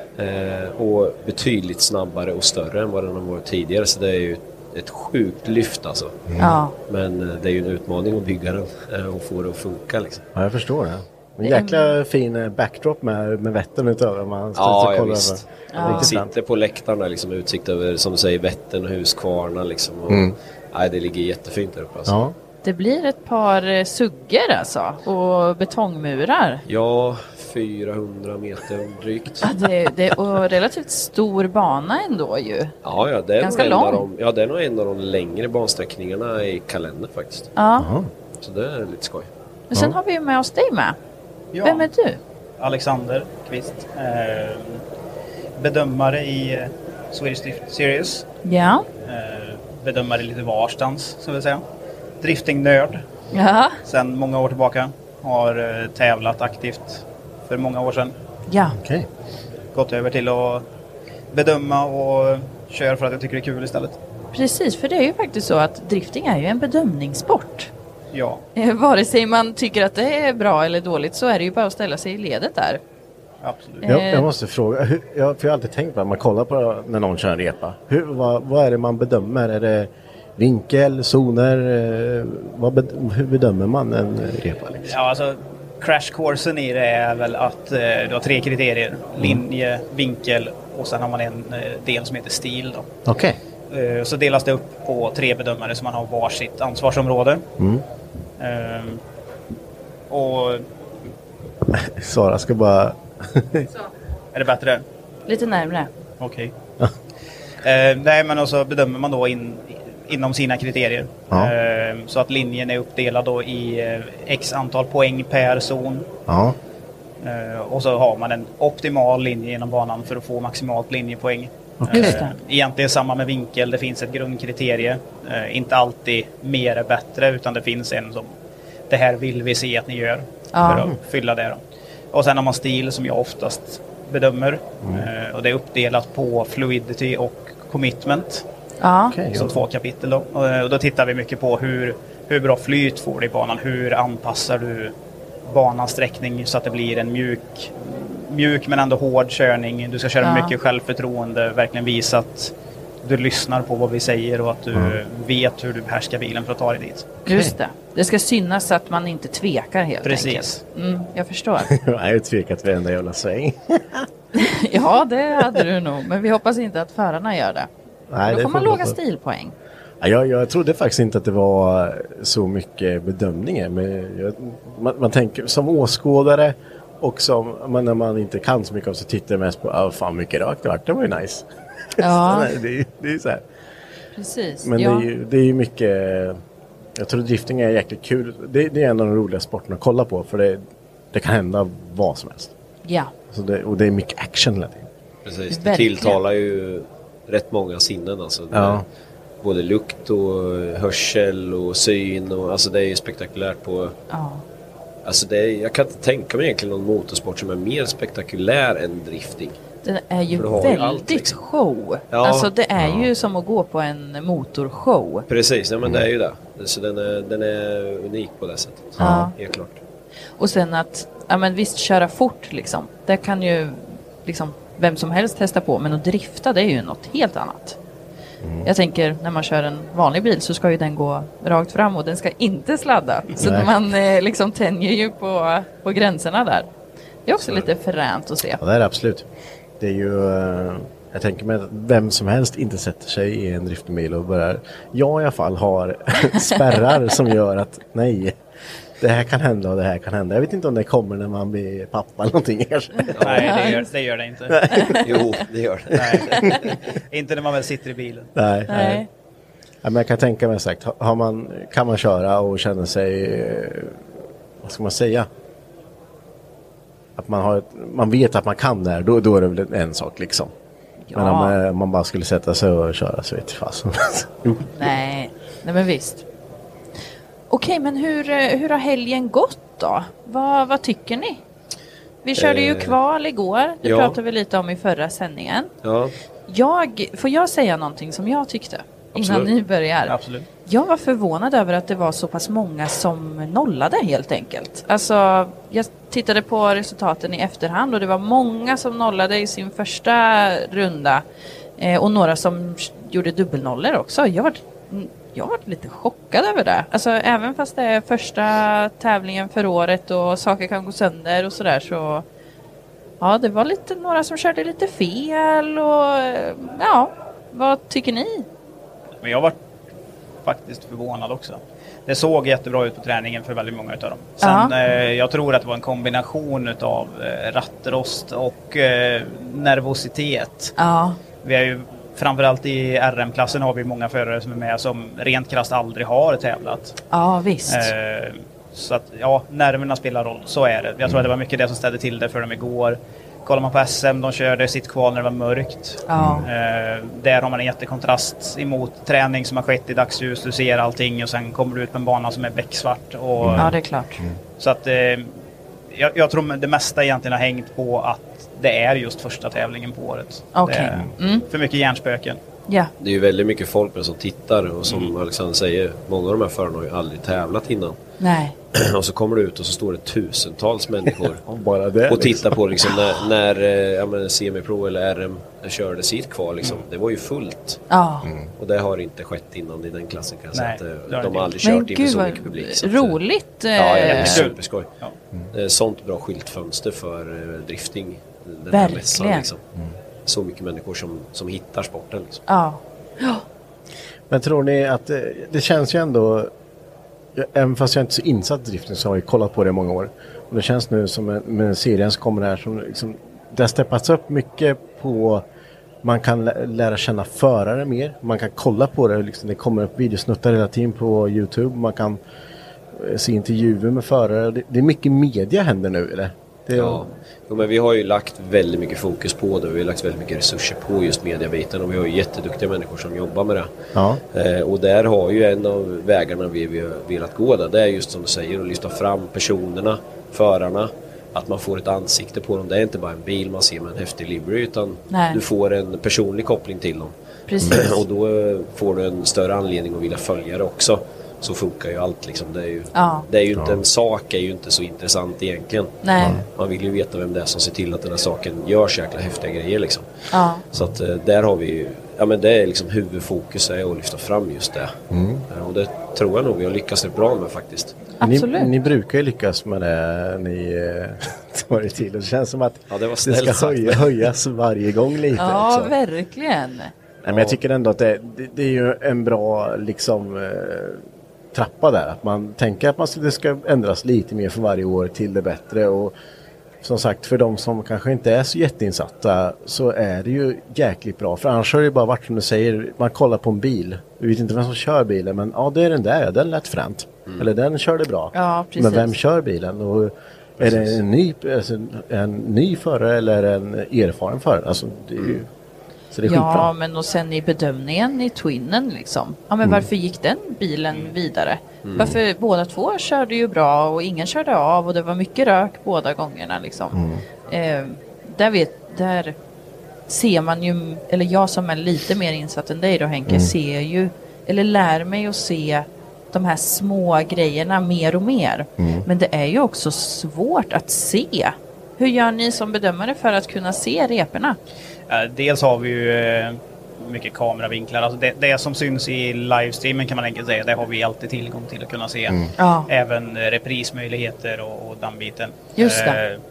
eh, och betydligt snabbare och större än vad den har varit tidigare. Så det är ju ett sjukt lyft alltså. Ja. Men eh, det är ju en utmaning att bygga den eh, och få det att funka liksom. Ja, jag förstår det. En jäkla fin eh, backdrop med, med Vättern utöver. Man står Ja, och ja kollar visst. över. Ja. Sitter på läktaren där liksom utsikt över som du säger Vättern och Huskvarna liksom. Och, Mm. nej, det ligger jättefint där uppe alltså. Ja. Det blir ett par eh, suggor alltså och betongmurar. Ja, fyrahundra meter drygt. Ja, det, det, och relativt stor bana ändå ju. Ja, ja, det är Ganska nog en av lång. de, ja, det är nog en av de längre bansträckningarna i kalendern faktiskt. Ja. Ja. Så det är lite skoj. Men sen Ja. har vi ju med oss dig med. Ja, Vem är du? Alexander Kvist. Eh, bedömare i eh, Swedish Drift Series. Ja. Eh, bedömare lite varstans, så vill säga. Driftingnörd Ja. sedan många år tillbaka. Har eh, tävlat aktivt för många år sedan. Ja. Okej. Gått över till att bedöma och köra för att jag tycker det är kul istället. Precis, för det är ju faktiskt så att drifting är ju en bedömningssport. Ja, Eh, Vare sig man tycker att det är bra eller dåligt så är det ju bara att ställa sig i ledet där. absolut. Jag, jag måste fråga, hur, jag, för jag har alltid tänkt på att man kollar på när någon kör en repa. Hur, vad, vad är det man bedömer? Är det vinkel, zoner? Eh, vad bed, hur bedömer man en repa? Liksom? Ja, alltså crashcoursen i det är väl att eh, du har tre kriterier. Linje, vinkel och sen har man en eh, del som heter stil då. Okej. Eh, så delas det upp på tre bedömare som man har varsitt ansvarsområde. Mm. Ehm, och Sara ska bara... är det bättre? Lite närmare. Okej. Eh, nej, men och så bedömer man då in, inom sina kriterier. Ja. Eh, så att linjen är uppdelad då i eh, x antal poäng per zon. Ja. Eh, och så har man en optimal linje genom banan för att få maximalt linjepoäng. Just det. Eh, egentligen samma med vinkel. Det finns ett grundkriterie. Eh, inte alltid mer är bättre, utan det finns en som det här vill vi se att ni gör Ja. för att fylla det då. Och sen har man stil som jag oftast bedömer. Eh, och det är uppdelat på fluidity och commitment. Ja. Okej, Som ja. två kapitel då. Och, eh, och då tittar vi mycket på hur, hur bra flyt får du i banan. Hur anpassar du banans sträckning så att det blir en mjuk, mjuk men ändå hård körning. Du ska köra Ja. med mycket självförtroende. Verkligen visa att du lyssnar på vad vi säger och att du Mm. vet hur du behärskar bilen för att ta dig dit. Just det. Det ska synas så att man inte tvekar helt Precis. enkelt. Mm, jag förstår. Jag har ju tvekat varenda jävla sväng. Ja, det hade du nog. Men vi hoppas inte att förarna gör det. Nej, Då det får man vi låga hoppas. stilpoäng. Ja, jag, jag trodde faktiskt inte att det var så mycket bedömningar. Men jag, man, man tänker som åskådare och som man, när man inte kan så mycket om så tittar man mest på ah, fan mycket rakt det vart. Det var ju nice. Ja. Så, det, är, det är ju så här. Precis. Men ja. det är ju det är ju mycket. Jag tror drifting är jäkligt kul. Det, det är en av de roliga sporterna att kolla på. För det, det kan hända vad som helst. Ja. Så det, och det är mycket action hela tiden. Precis, det Verkligen. tilltalar ju rätt många sinnen alltså. Det Ja. är både lukt och hörsel och syn och alltså det är ju spektakulärt på. Ja. Alltså det är, jag kan inte tänka mig egentligen någon motorsport som är mer spektakulär än drifting. Den är ju För du har ju väldigt allt, liksom. show. Ja. Alltså det är ju som att gå på en motorshow. Precis, ja men Mm. det är ju det. Så den är, den är unik på det sättet. Ja. Helt klart. Och sen att, ja men visst köra fort liksom. Det kan ju liksom vem som helst testa på. Men att drifta det är ju något helt annat. Mm. Jag tänker när man kör en vanlig bil så ska ju den gå rakt fram och den ska inte sladda. Så Nej. man eh, liksom tänjer ju på, på gränserna där. Det är också Så. lite fränt att se. Ja, det är det absolut. Det är ju, eh, jag tänker mig att vem som helst inte sätter sig i en driftbil och börjar, jag i alla fall har spärrar som gör att nej, det här kan hända och det här kan hända. Jag vet inte om det kommer när man blir pappa eller någonting kanske. Nej, det gör det, gör det inte. Jo, det gör det. Nej. Inte när man väl sitter i bilen. Nej. Nej. nej. Ja, men jag kan tänka mig sagt, har man, kan man köra och känna sig, vad ska man säga? Att man, har ett, man vet att man kan det här, då, då är det väl en sak liksom. Ja. Men om man, om man bara skulle sätta sig och köra så vet jag fasen. Nej, nej men visst. Okej, men hur, hur har helgen gått då? Vad, vad tycker ni? Vi körde ju Eh, kval igår. Det ja. pratade vi lite om i förra sändningen. Ja, Jag, får jag säga någonting som jag tyckte? Innan Absolut. ni börjar. Absolut. Jag var förvånad över att det var så pass många som nollade helt enkelt. Alltså, jag tittade på resultaten i efterhand och det var många som nollade i sin första runda. Eh, och några som gjorde dubbelnollor också. Jag var, jag var lite chockad över det. Alltså, även fast det är första tävlingen för året och saker kan gå sönder och sådär så... Ja, det var lite några som körde lite fel och... Ja, vad tycker ni? Men jag var faktiskt förvånad också. Det såg jättebra ut på träningen för väldigt många utav dem. Sen eh, jag tror att det var en kombination utav eh, rattrost och eh, nervositet. Ja. Vi är ju framförallt i R M-klassen har vi många förare som är med som rent krasst aldrig har tävlat. Ja, visst. Eh, så att ja, nerverna spelar roll. Så är det. Jag tror att det var mycket det som ställde till det för dem igår. Kollar man på S M, de körde sitt kval när det var mörkt. Ja. Eh, där har man en jättekontrast emot träning som har skett i dagsljus. Du ser allting och sen kommer du ut på en bana som är becksvart. Och, Ja, det är klart. Så att eh, jag, jag tror det mesta egentligen har hängt på att det är just första tävlingen på året. Okej. Det är Mm. för mycket hjärnspöken. Ja. det är ju väldigt mycket folk med som tittar och som Alexander säger, många av de här förarna har ju aldrig tävlat innan. Nej. Och så kommer du ut och så står det tusentals människor Bara det, och tittar på liksom när, när eh, ja, men Semi-Pro eller R M körde sitt kval liksom. Det var ju fullt. Ja. Och det har inte skett innan i den klassen kan jag säga. Nej, Att, det eh, har de inte har aldrig Men kört inför gud så vad mycket publik. Så att, roligt. ja, ja, eh, det är superskoj. Ja. Eh, Sånt bra skyltfönster för eh, drifting. Den här Verkligen. mässan, liksom. Så mycket människor som, som hittar sporten liksom. Ja. Men tror ni att eh, det känns ju ändå, jag- även fast jag inte är så insatt i driften så har jag kollat på det i många år. Och det känns nu som en, med en serien som kommer här som liksom, det har steppats upp mycket på, man kan lä- lära känna förare mer. Man kan kolla på det, liksom, det kommer upp videosnuttar hela tiden på YouTube. Man kan eh, se intervjuer med förare. Det, det är mycket media händer nu, eller? Det är, Ja, jo, men vi har ju lagt väldigt mycket fokus på det. Vi har lagt väldigt mycket resurser på just mediabiten och vi har ju jätteduktiga människor som jobbar med det. Ja. Eh, och där har ju en av vägarna vi, vi har velat gå där, det är just som du säger att lyfta fram personerna, förarna, att man får ett ansikte på dem. Det är inte bara en bil man ser med en häftig livery utan Nej. du får en personlig koppling till dem. Precis. Och då eh, får du en större anledning att vilja följa det också. Så funkar ju allt liksom. Det är ju, Ja. det är ju inte, en sak är ju inte så intressant egentligen. Nej. Man vill ju veta vem det är som ser till att den här saken gör så jäkla häftiga grejer liksom. Ja. Så att eh, där har vi ju, ja men det är liksom huvudfokus är att lyfta fram just det. Eh, Och det tror jag nog vi har lyckats rätt bra med faktiskt. Absolut. Ni, ni brukar ju lyckas med det ni eh, tar det till. Och det känns som att Ja, det var det snällt ska sagt. höja, höjas varje gång lite. Ja, också. verkligen. Nej, men jag tycker ändå att det, det, det är ju en bra liksom, eh, trappa där. Att man tänker att man ska, det ska ändras lite mer för varje år till det bättre. Och som sagt, för de som kanske inte är så jätteinsatta så är det ju jäkligt bra. För annars har det ju bara varit som du säger, man kollar på en bil. Du vet inte vem som kör bilen, men ja, det är den där, den lät fränt. Eller den körde bra. Ja, precis. Men vem kör bilen? Och är det en ny, alltså, en ny förare eller en erfaren förare? Alltså, det är ju, så det är Ja, skitbra. men och sen i bedömningen i Twinnen liksom. Ja, men varför gick den bilen vidare? Varför båda två körde ju bra och ingen körde av och det var mycket rök båda gångerna liksom. Eh, där vet, där ser man ju, eller jag som är lite mer insatt än dig då Henke, ser ju, eller lär mig att se de här små grejerna mer och mer. Men det är ju också svårt att se. Hur gör ni som bedömare för att kunna se reporna? Eh, dels har vi ju eh, mycket kameravinklar. Alltså det, det som syns i livestreamen kan man enkelt säga, det har vi alltid tillgång till att kunna se. Ja. Även eh, reprismöjligheter och, och den biten. Just det. Eh,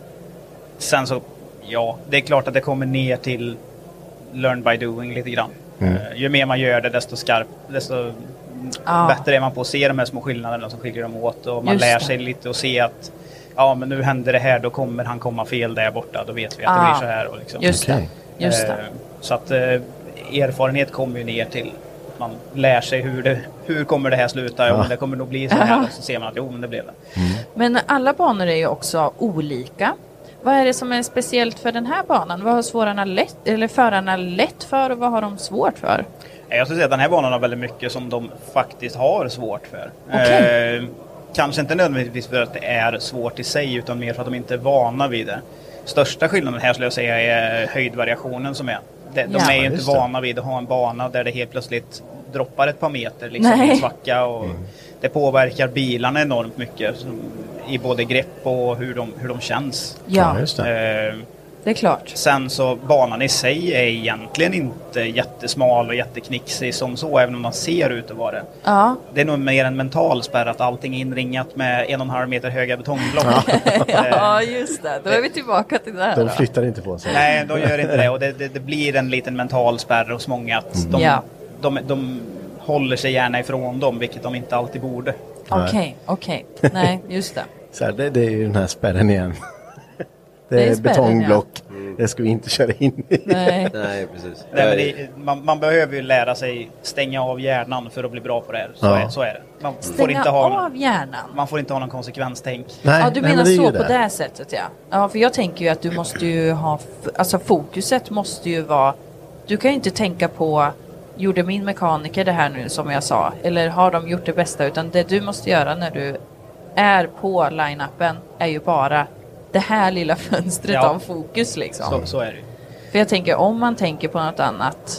sen så, ja, det är klart att det kommer ner till learn by doing lite grann. Eh, ju mer man gör det desto skarp, desto ah. bättre är man på att se de här små skillnaderna som skiljer dem åt. Och man Just lär sig det. lite och se att ja, men nu händer det här, då kommer han komma fel där borta. Då vet vi att ah. det blir så här. Och liksom. Just det. Just det. Eh, så att eh, erfarenhet kommer ju ner till man lär sig hur det hur kommer det här sluta. Ja. Jo, det kommer nog bli så här. Och så ser man att jo, men det blev det. Mm. Men alla banor är ju också olika. Vad är det som är speciellt för den här banan? Vad har svårarna lätt, eller förarna lätt för och vad har de svårt för? Jag skulle säga att den här banan har väldigt mycket som de faktiskt har svårt för. Okay. Eh, kanske inte nödvändigtvis för att det är svårt i sig utan mer för att de inte är vana vid det. Största skillnaden här skulle jag säga är höjdvariationen som är. De, de ja, är ju inte vana vid att ha en bana där det helt plötsligt droppar ett par meter liksom, i en svacka och mm. det påverkar bilarna enormt mycket som, i både grepp och hur de, hur de känns. Ja, just det. Eh, det är klart. Sen så banan i sig är egentligen inte jättesmal och jätteknixig som så, även om man ser ut att vara det. Ja. Det är nog mer en mental spärr att allting är inringat med en och en halv meter höga betongblock. Ja, just det. Då är vi tillbaka till det här. De flyttar då. inte på sig. Nej, de gör inte det. Och det, det, det blir en liten mental spärr hos många att mm. de, ja. de, de, de håller sig gärna ifrån dem, vilket de inte alltid borde. Okej, okay, okej. Okay. Nej, just det. Så här, det, det är ju den här spärren igen. Det, det är, är betongblock. Ja. Mm. Det ska vi inte köra in i. Nej, Nej precis. Nej, men det, man, man behöver ju lära sig stänga av hjärnan för att bli bra på det här. Så, ja. är, så är det. Man stänga får inte ha, av hjärnan? Man får inte ha någon konsekvenstänk. Nej, ja, du menar nej, så på det. det sättet, ja. Ja, för jag tänker ju att du måste ju ha... Alltså fokuset måste ju vara... Du kan ju inte tänka på... Gjorde min mekaniker det här nu som jag sa? Eller har de gjort det bästa? Utan det du måste göra när du är på line-upen är ju bara... det här lilla fönstret ja. av fokus liksom. Så, så är det. För jag tänker, om man tänker på något annat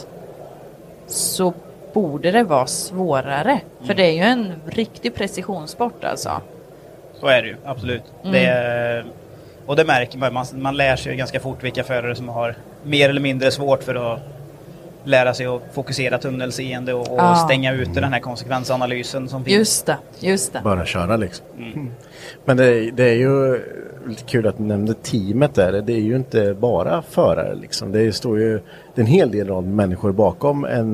så borde det vara svårare. Mm. För det är ju en riktig precisionssport alltså. Så är det ju, absolut. Mm. Det är, och det märker man, man, man lär sig ganska fort vilka förare som har mer eller mindre svårt för att lära sig att fokusera tunnelseende och, och ah. stänga ut den här konsekvensanalysen som finns. Just det, just det. Bara köra liksom. Mm. Men det, det är ju lite kul att du nämnde teamet där. Det är ju inte bara förare liksom. Det står ju det är en hel del av människor bakom en,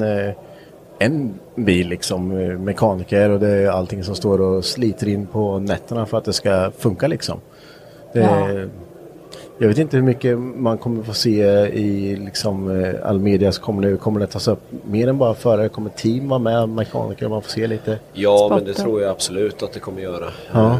en bil liksom. Mekaniker och det är allting som står och sliter in på nätterna för att det ska funka liksom. Det, ja. Jag vet inte hur mycket man kommer få se i liksom, all media så kommer det, kommer det tas upp mer än bara förare, kommer team vara med, mekaniker, man får se lite. Ja, spotten. Men det tror jag absolut att det kommer göra. Ja.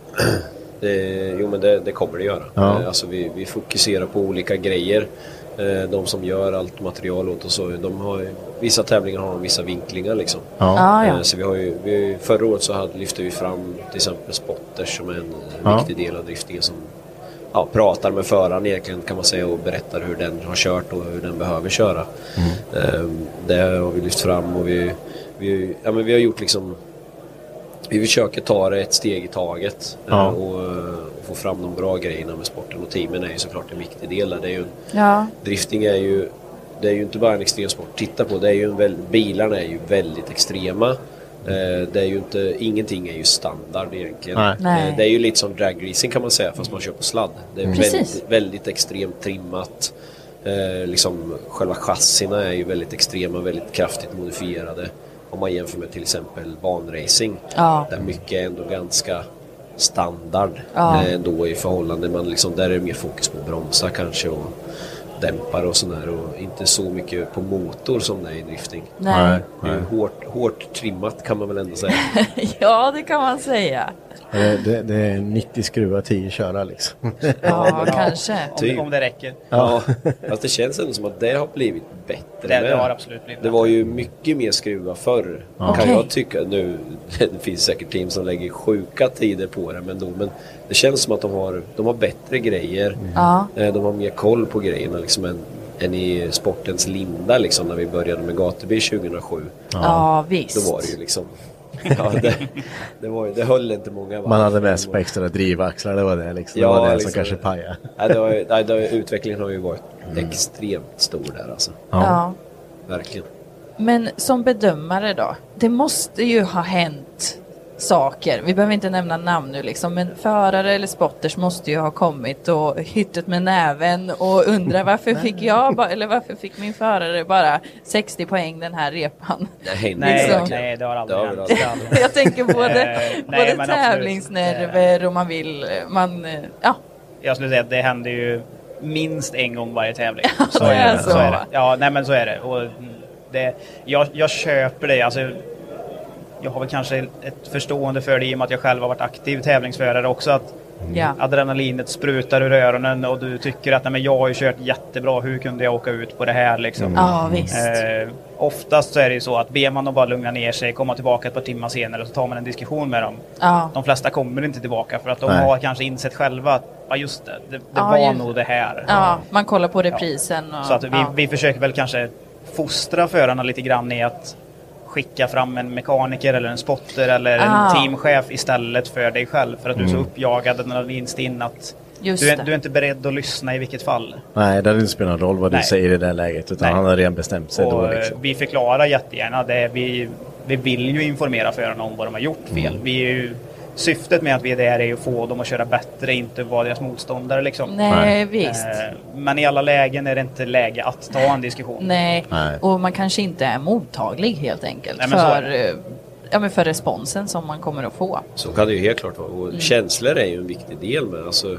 Det, jo, men det, det kommer det göra. Ja. Alltså, vi, vi fokuserar på olika grejer. De som gör allt material åt oss, de har, vissa tävlingar har vissa vinklingar liksom. Ja. Ah, ja. Så vi har ju, vi, förra året så hade, lyfte vi fram till exempel spotters som är en ja. viktig del av driftingen som ja, pratar med föraren egentligen kan man säga och berättar hur den har kört och hur den behöver köra. Mm. Det har vi lyft fram och vi, vi, ja, men vi har gjort liksom vi försöker ta det ett steg i taget ja. och, och få fram de bra grejerna med sporten och teamen är ju såklart en viktig del där. Det är ju en, ja. Drifting är ju det är ju inte bara en extrem sport. Titta på det är ju en väl, bilarna är ju väldigt extrema. Det är ju inte, ingenting är ju standard egentligen. Nej. Det är ju lite som dragracing kan man säga fast man kör på sladd. Det är väldigt, väldigt extremt trimmat. Eh, liksom själva chassina är ju väldigt extrema, väldigt kraftigt modifierade. Om man jämför med till exempel banracing. Ja. Där mycket är ändå ganska standard. Ja. Eh, ändå i förhållande. Man liksom, där är det mer fokus på bromsar kanske och dämpare och sådär och inte så mycket på motor som det är i drifting. Nej. Det är hårt, hårt trimmat kan man väl ändå säga. Ja, det kan man säga. Det, det, det är nittio skruvar, tio köra liksom. Ja, ja kanske. Om, om det räcker. Ja, fast det känns ändå som att det har blivit bättre. Det, det har absolut blivit Det var ju mycket mer skruvar förr. Ja. Kan jag tycka nu. Det finns säkert team som lägger sjuka tider på det. Men, då, men det känns som att de har, de har bättre grejer. Mm. De har mer koll på grejerna liksom än, än i sportens linda liksom, när vi började med gatubil tjugohundrasju. Ja, ja visst. Då var det ju liksom... Ja, det, det, var, det höll inte många. Man hade mest på extra drivaxlar, det var det liksom. Ja, det var det liksom, som kanske pajade. Nej, det var, nej, det, utvecklingen har ju varit mm. extremt stor där alltså. Ja. ja. Verkligen. Men som bedömare då, det måste ju ha hänt saker. Vi behöver inte nämna namn nu liksom, men förare eller spotters måste ju ha kommit och hyttat med näven och undra varför fick jag ba- eller varför fick min förare bara sextio poäng den här repan. Nej, Nej, Liksom. nej, det har aldrig Det har hänt. vi Det har aldrig hänt. Jag tänker både, Eh, nej, både men tävlingsnerver och man vill, man, eh, ja. Jag skulle säga att det händer ju minst en gång varje tävling. Så det är är det. så. Så är det. Ja, nej men så är det. Och det jag, jag köper det. Alltså, jag har väl kanske ett förstående för det i och med att jag själv har varit aktiv tävlingsförare också. Att Ja. adrenalinet sprutar ur öronen och du tycker att nej, men jag har ju kört jättebra. Hur kunde jag åka ut på det här liksom? Ja, visst. Eh, oftast så är det ju så att ber man dem bara lugna ner sig, komma tillbaka ett par timmar senare så tar man en diskussion med dem. Ja. De flesta kommer inte tillbaka för att de Nej. har kanske insett själva att ja just det, det, det Ja, var just- nog det här. Ja, man kollar på reprisen. Och, Så att vi, ja. vi försöker väl kanske fostra förarna lite grann i att skicka fram en mekaniker eller en spotter eller Ah. en teamchef istället för dig själv för att du är så uppjagad när du inst in att Just du är, det. du är inte beredd att lyssna i vilket fall. Nej, det hade inte spelat någon roll vad du Nej. säger i det läget. Utan Nej. han har redan bestämt sig Och då eh, liksom. vi förklarar jättegärna det. Vi, vi vill ju informera förarna om vad de har gjort fel. Mm. Vi är ju, syftet med att vi är där är ju att få dem att köra bättre, inte vara deras motståndare liksom. Nej, Nej. visst. Eh, Men i alla lägen är det inte läge att ta en diskussion. Nej. Nej. Och man kanske inte är mottaglig helt enkelt Nej, men så är för, eh, ja, men för responsen som man kommer att få. Så kan det ju helt klart vara. Och Mm. känslor är ju en viktig del med. Alltså,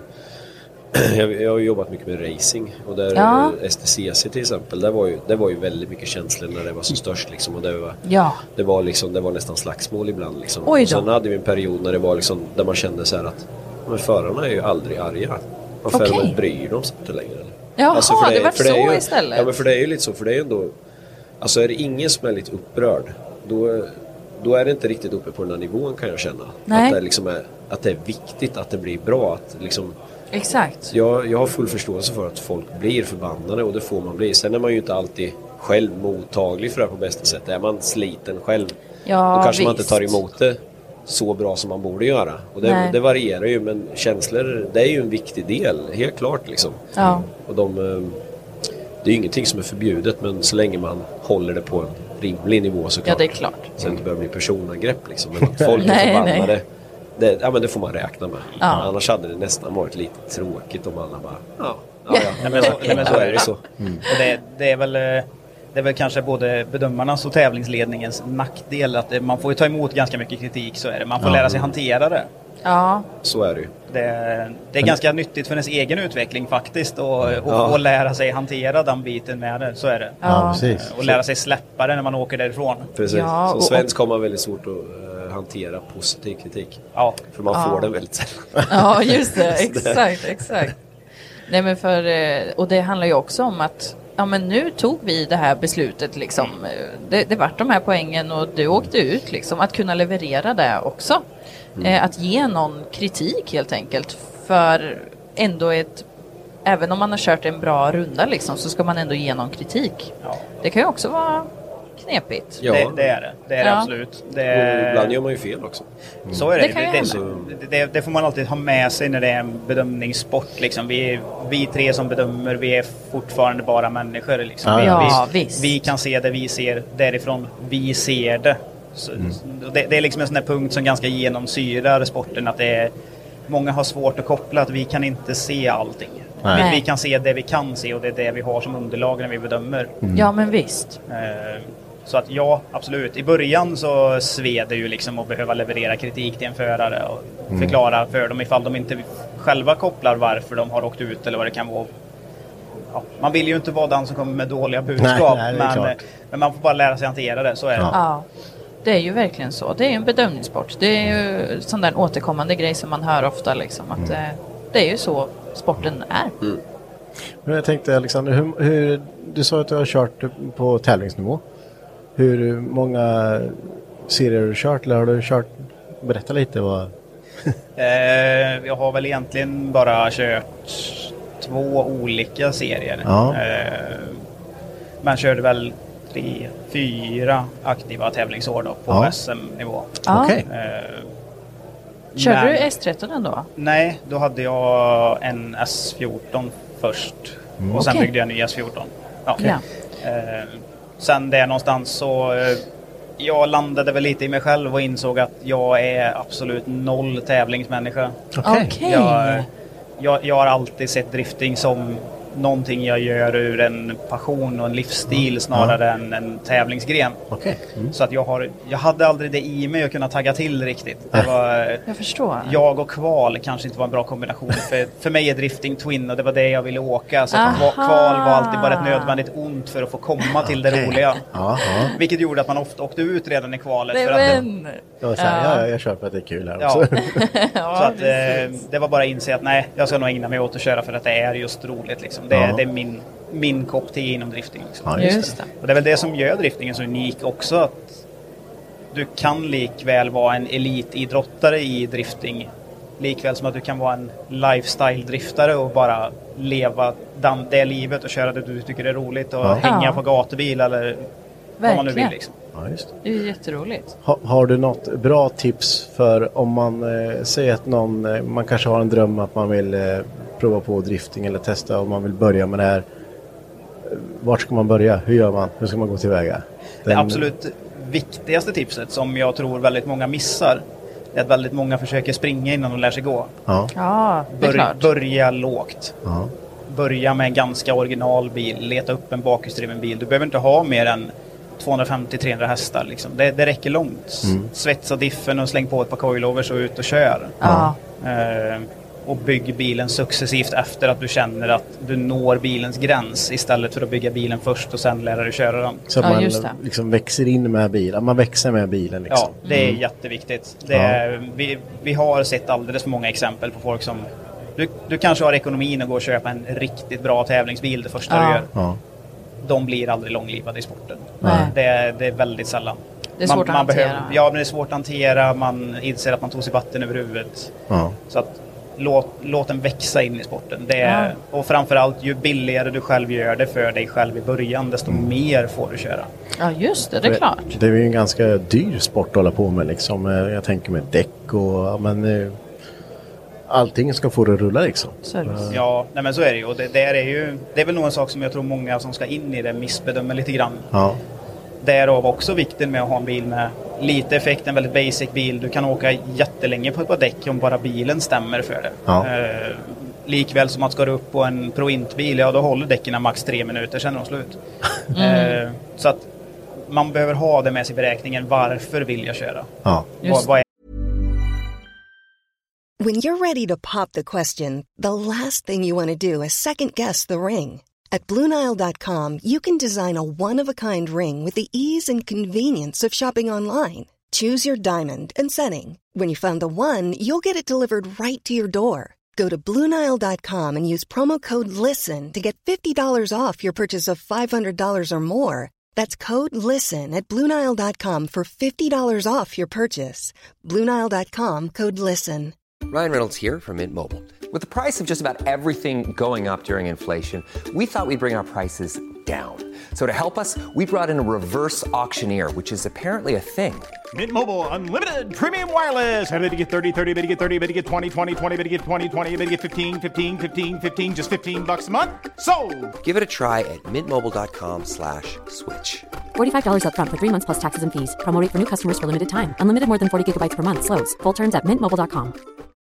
jag, jag har ju jobbat mycket med racing och där Ja. S T C C till exempel, det var, ju, det var ju väldigt mycket känslor när det var som störst liksom, och det var, Ja. det var liksom, det var nästan slagsmål ibland liksom. Oj Och då. sen hade vi en period när det var liksom, där man kände så här att men förarna är ju aldrig arga. Varför Okej. är de bryr de sig inte längre? Eller? Jaha, för det är- var för så är ju, istället. Ja, men för det är ju lite så, för det är ju ändå, alltså är det ingen som är lite upprörd, då, då är det inte riktigt uppe på den här nivån kan jag känna. Nej. Att det, liksom är, att det är viktigt att det blir bra. Att liksom, Exakt. jag, jag har full förståelse för att folk blir förbannade och det får man bli. Sen är man ju inte alltid själv mottaglig för det här på bästa sätt. Är man sliten själv, Ja, då kanske man inte visst. tar emot det så bra som man borde göra. Och Nej. det, det varierar ju, men känslor, det är ju en viktig del, helt klart liksom. Ja. Och de, eh, det är ju ingenting som är förbjudet, men så länge man håller det på en rimlig nivå såklart. Ja, det är klart. Så det inte börjar bli personangrepp liksom. Men att folk är Nej, förbannade, nej. det, ja, men det får man räkna med. Ja. Annars hade det nästan varit lite tråkigt om alla bara, ja, ja, ja. Nej, men så, nej, men så är det så. Och det, det, är väl, eh, det är väl kanske både bedömarnas och tävlingsledningens nackdel att det, man får ju ta emot ganska mycket kritik, så är det. Man får Ja. lära sig hantera det. Ja. Så är det ju. Det, det är ganska nyttigt för ens egen utveckling faktiskt och, och, Ja. och lära sig hantera den biten med det, så är det. Ja, precis. Och lära sig släppa det när man åker därifrån. Precis. Ja, Som och- svensk har man väldigt svårt att eh, hantera positiv kritik. Ja. För man Ja. får den väldigt sällan. Ja, just det. Exakt, exakt. Nej, men för, eh, och det handlar ju också om att ja, men nu tog vi det här beslutet liksom. Det, det vart de här poängen och du åkte ut liksom. Att kunna leverera det också. Eh, att ge någon kritik helt enkelt. För ändå ett, även om man har kört en bra runda liksom, så ska man ändå ge någon kritik. Ja. Det kan ju också vara knepigt. Ja. Det, det är det. Det är det Ja. absolut. Och Det, ibland gör man ju fel också. Så är det. Det kan ju det, hända. det, det, det får man alltid ha med sig när det är en bedömningssport. Liksom. Vi, vi tre som bedömer, vi är fortfarande bara människor. Liksom. Ja, vi, ja, vi, visst. vi kan se det vi ser därifrån. Vi ser det. Så, det, det är liksom en sån här punkt som ganska genomsyrar sporten. Att det är, många har svårt att koppla att vi kan inte se allting. Nej. Vi, vi kan se det vi kan se och det är det vi har som underlag när vi bedömer. Ja, men visst. Eh, Så att ja, absolut. I början så sved det ju liksom att behöva leverera kritik till en förare och förklara för dem ifall de inte själva kopplar varför de har åkt ut eller vad det kan vara. Ja, man vill ju inte vara den som kommer med dåliga budskap, Nej, nej, det är men, klart. men man får bara lära sig hantera det, så är det. Ja. Ja, det är ju verkligen så. Det är ju en bedömningssport. Det är ju sån där återkommande grej som man hör ofta liksom. Att eh, det är ju så sporten är. Men jag tänkte Alexander, hur, hur, du sa att du har kört på tävlingsnivå. Hur många serier har du kört? Eller har du kört? Berätta lite vad... Eh, jag har väl egentligen bara kört två olika serier. Ja. Eh, man körde väl tre, fyra aktiva tävlingsår då på Ja. S M-nivå. Ja. Okej. Eh, Körde men- du S tretton då? Nej, då hade jag en S fjorton först. Och sen Okej. byggde jag en ny S fjorton. Ja. Ja. Eh, sen där någonstans så eh, Jag landade väl lite i mig själv och insåg att jag är absolut noll tävlingsmänniska. Okej. Okay. Jag, jag, jag har alltid sett drifting som någonting jag gör ur en passion och en livsstil snarare ja. än en tävlingsgren. Okay. Mm. Så att jag, har, jag hade aldrig det i mig att kunna tagga till riktigt. Det var, jag förstår. Jag och kval kanske inte var en bra kombination. För, för mig är drifting twin och det var det jag ville åka. Så att kval var alltid bara ett nödvändigt ont för att få komma till det okay. roliga. Aha. Vilket gjorde att man ofta åkte ut redan i kvalet. Det för att det, jag, så här, ja. jag kör för att det är kul här också. Ja. Så att, eh, det var bara att inse att nej, jag ska nog ägna mig åt att köra för att det är just roligt. Liksom. Det, ja. det är min, min kopp te inom drifting. Liksom. Ja, just det. Och det är väl det som gör driftingen så unik också. Att du kan likväl vara en elitidrottare i drifting. Likväl som att du kan vara en lifestyle-driftare och bara leva den, det livet och köra det du tycker är roligt. Och ja. hänga ja. på gatubil eller verkligen. vad man nu vill. Liksom. Ja, just det. Det är jätteroligt. Ha, har du något bra tips för om man eh, säger att någon, eh, man kanske har en dröm att man vill eh, prova på drifting eller testa om man vill börja med det här. Vart ska man börja? Hur gör man? Hur ska man gå tillväga? Den... Det absolut viktigaste tipset som jag tror väldigt många missar är att väldigt många försöker springa innan de lär sig gå. Ja, ja det är Bör, klart. Börja lågt. Ja. Börja med en ganska original bil. Leta upp en bakhjulsdriven bil. Du behöver inte ha mer än tvåhundrafemtio till trehundra hästar. Liksom. Det, det räcker långt. Mm. Svetsa diffen och släng på ett par coilovers och ut och kör. Ja. Uh, och bygg bilen successivt efter att du känner att du når bilens gräns istället för att bygga bilen först och sen lära dig köra den. Så ja, man liksom växer in med bilen. Man växer med bilen. Liksom. Ja, det är mm. jätteviktigt. Det är, ja. vi, vi har sett alldeles för många exempel på folk som... Du, du kanske har ekonomin att gå och köpa en riktigt bra tävlingsbil det första ja. du gör. Ja. De blir aldrig långlivade i sporten. Nej. Det, är, det är väldigt sällan. Det är svårt man, att man hantera. Behöver, ja, men det är svårt att hantera. Man inser att man tog sig vatten över huvudet. Ja. Så att låt, låt den växa in i sporten. Det är, ja. Och framförallt ju billigare du själv gör det för dig själv i början, desto mm. mer får du köra. Ja, just det. Det är för klart. Det är ju en ganska dyr sport att hålla på med. Liksom. Jag tänker med däck och... Men, allting ska få det att rulla liksom. Service. Ja, nej men så är det ju. Och det, det, är ju, det är väl nog en sak som jag tror många som ska in i det missbedömer lite grann. Ja. Därav också vikten med att ha en bil med lite effekt, en väldigt basic bil. Du kan åka jättelänge på ett par däck om bara bilen stämmer för det. Ja. Eh, likväl som att ska du upp på en Pro-Int-bil, ja då håller däcken max tre minuter, sen är de slut. Mm. Eh, så att man behöver ha det med sig i beräkningen. Varför vill jag köra? Ja. Vad, vad är When you're ready to pop the question, the last thing you want to do is second-guess the ring. At Blue Nile dot com, you can design a one-of-a-kind ring with the ease and convenience of shopping online. Choose your diamond and setting. When you find the one, you'll get it delivered right to your door. Go to Blue Nile dot com and use promo code LISTEN to get fifty dollars off your purchase of five hundred dollars or more. That's code LISTEN at Blue Nile dot com for fifty dollars off your purchase. Blue Nile dot com, code LISTEN. Ryan Reynolds here from Mint Mobile. With the price of just about everything going up during inflation, we thought we'd bring our prices down. So to help us, we brought in a reverse auctioneer, which is apparently a thing. Mint Mobile Unlimited Premium Wireless. How to get thirty, thirty, how to get thirty, how to get twenty, twenty, twenty, how to get twenty, twenty, how to get fifteen, fifteen, fifteen, fifteen, just fifteen bucks a month? Sold! Give it a try at mintmobile.com slash switch. forty-five dollars up front for three months plus taxes and fees. Promo rate for new customers for limited time. Unlimited more than forty gigabytes per month. Slows full terms at mint mobile dot com.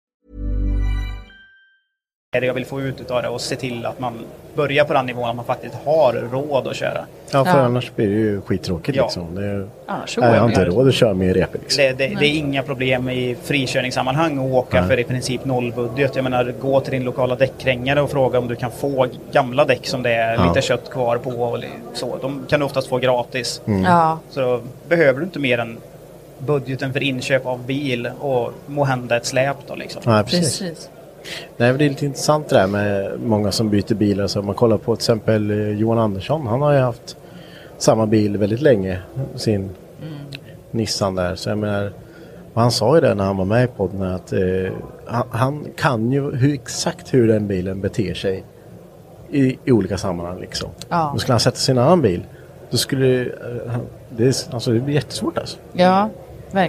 det jag vill få ut av det och se till att man börjar på den nivån att man faktiskt har råd att köra. Ja, för Ja. annars blir det ju skittråkigt Ja. liksom. Det är, Annars så nej, går jag har det inte ju. råd att köra med repor liksom. Det, det, det är inga problem i frikörningssammanhang att åka Nej. för i princip nollbudget. Jag menar, gå till din lokala däckkrängare och fråga om du kan få gamla däck som det är Ja. lite kött kvar på och så. De kan du oftast få gratis. Mm. Ja. Så då behöver du inte mer än budgeten för inköp av bil och må hända ett släp då liksom. Nej, precis. Precis. Nej, men det är lite intressant det där med många som byter bilar. Så om man kollar på till exempel eh, Johan Andersson. Han har ju haft samma bil väldigt länge. Sin Mm. Nissan där. Så jag menar, och han sa ju det när han var med i podden att eh, han, han kan ju hur, exakt hur den bilen beter sig i, i olika sammanhang liksom. Ja. Då skulle han sätta sin annan bil. Då skulle eh, han, det, är, alltså, det blir jättesvårt alltså. Ja, verkligen.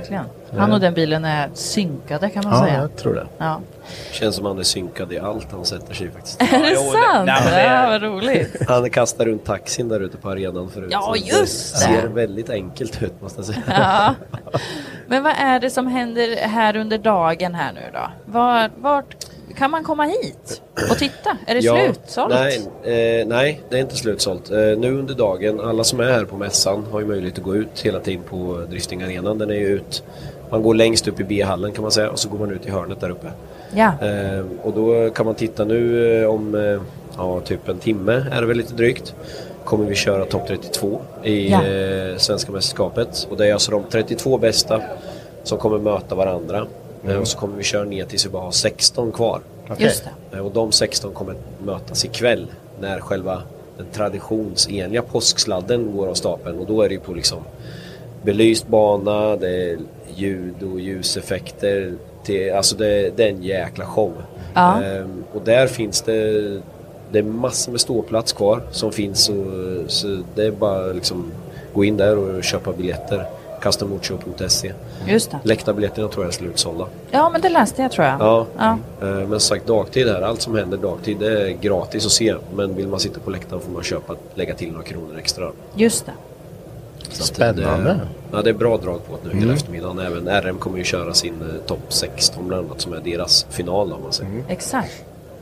Han och den bilen är synkade kan man Ja, säga. jag tror det. Ja. Känns som han är synkad i allt han sätter sig faktiskt. Är det jo, det- sant? nej, men det- Ja, vad roligt. Han kastar runt taxin där ute på arenan förut. Ja, Så just det. ser väldigt enkelt ut måste jag säga. Ja. Men vad är det som händer här under dagen här nu då? Var, vart kan man komma hit och titta? Är det Ja, slutsålt? Nej, eh, nej, det är inte slutsålt. Eh, nu under dagen, alla som är här på mässan har ju möjlighet att gå ut hela tiden på driftingarenan. Den är ju ut, man går längst upp i B-hallen kan man säga och så går man ut i hörnet där uppe. Ja. Eh, och då kan man titta nu eh, om eh, ja, typ en timme är det väl lite drygt. Kommer vi köra topp trettiotvå i Ja. eh, Svenska mästerskapet. Och det är alltså de trettiotvå bästa som kommer möta varandra. Eh, och så kommer vi köra ner tills vi bara har sexton kvar. Just det. Eh, Och de sexton kommer mötas ikväll när själva den traditionsenliga påsksladden går av stapeln. Och då är det ju på liksom belyst bana, det är ljud och ljuseffekter. Till, alltså det, det är en jäkla show. Ja. Ehm, och där finns det, det är massor med ståplats kvar som finns. Och, så det är bara liksom gå in där och köpa biljetter. custom-motorshow punkt se. Just det. Läktarbiljetterna tror jag är slutsålda. Ja, men det läste jag tror jag. Ja, Ja. eh, men som sagt dagtid här, allt som händer dagtid det är gratis att se. Men vill man sitta på läktaren får man köpa, lägga till några kronor extra. Just det. Så att Spännande. Det, ja, det är bra drag på det nu hela eftermiddagen. Även R M kommer ju köra sin eh, topp sexton bland annat som är deras final om man säger. Exakt.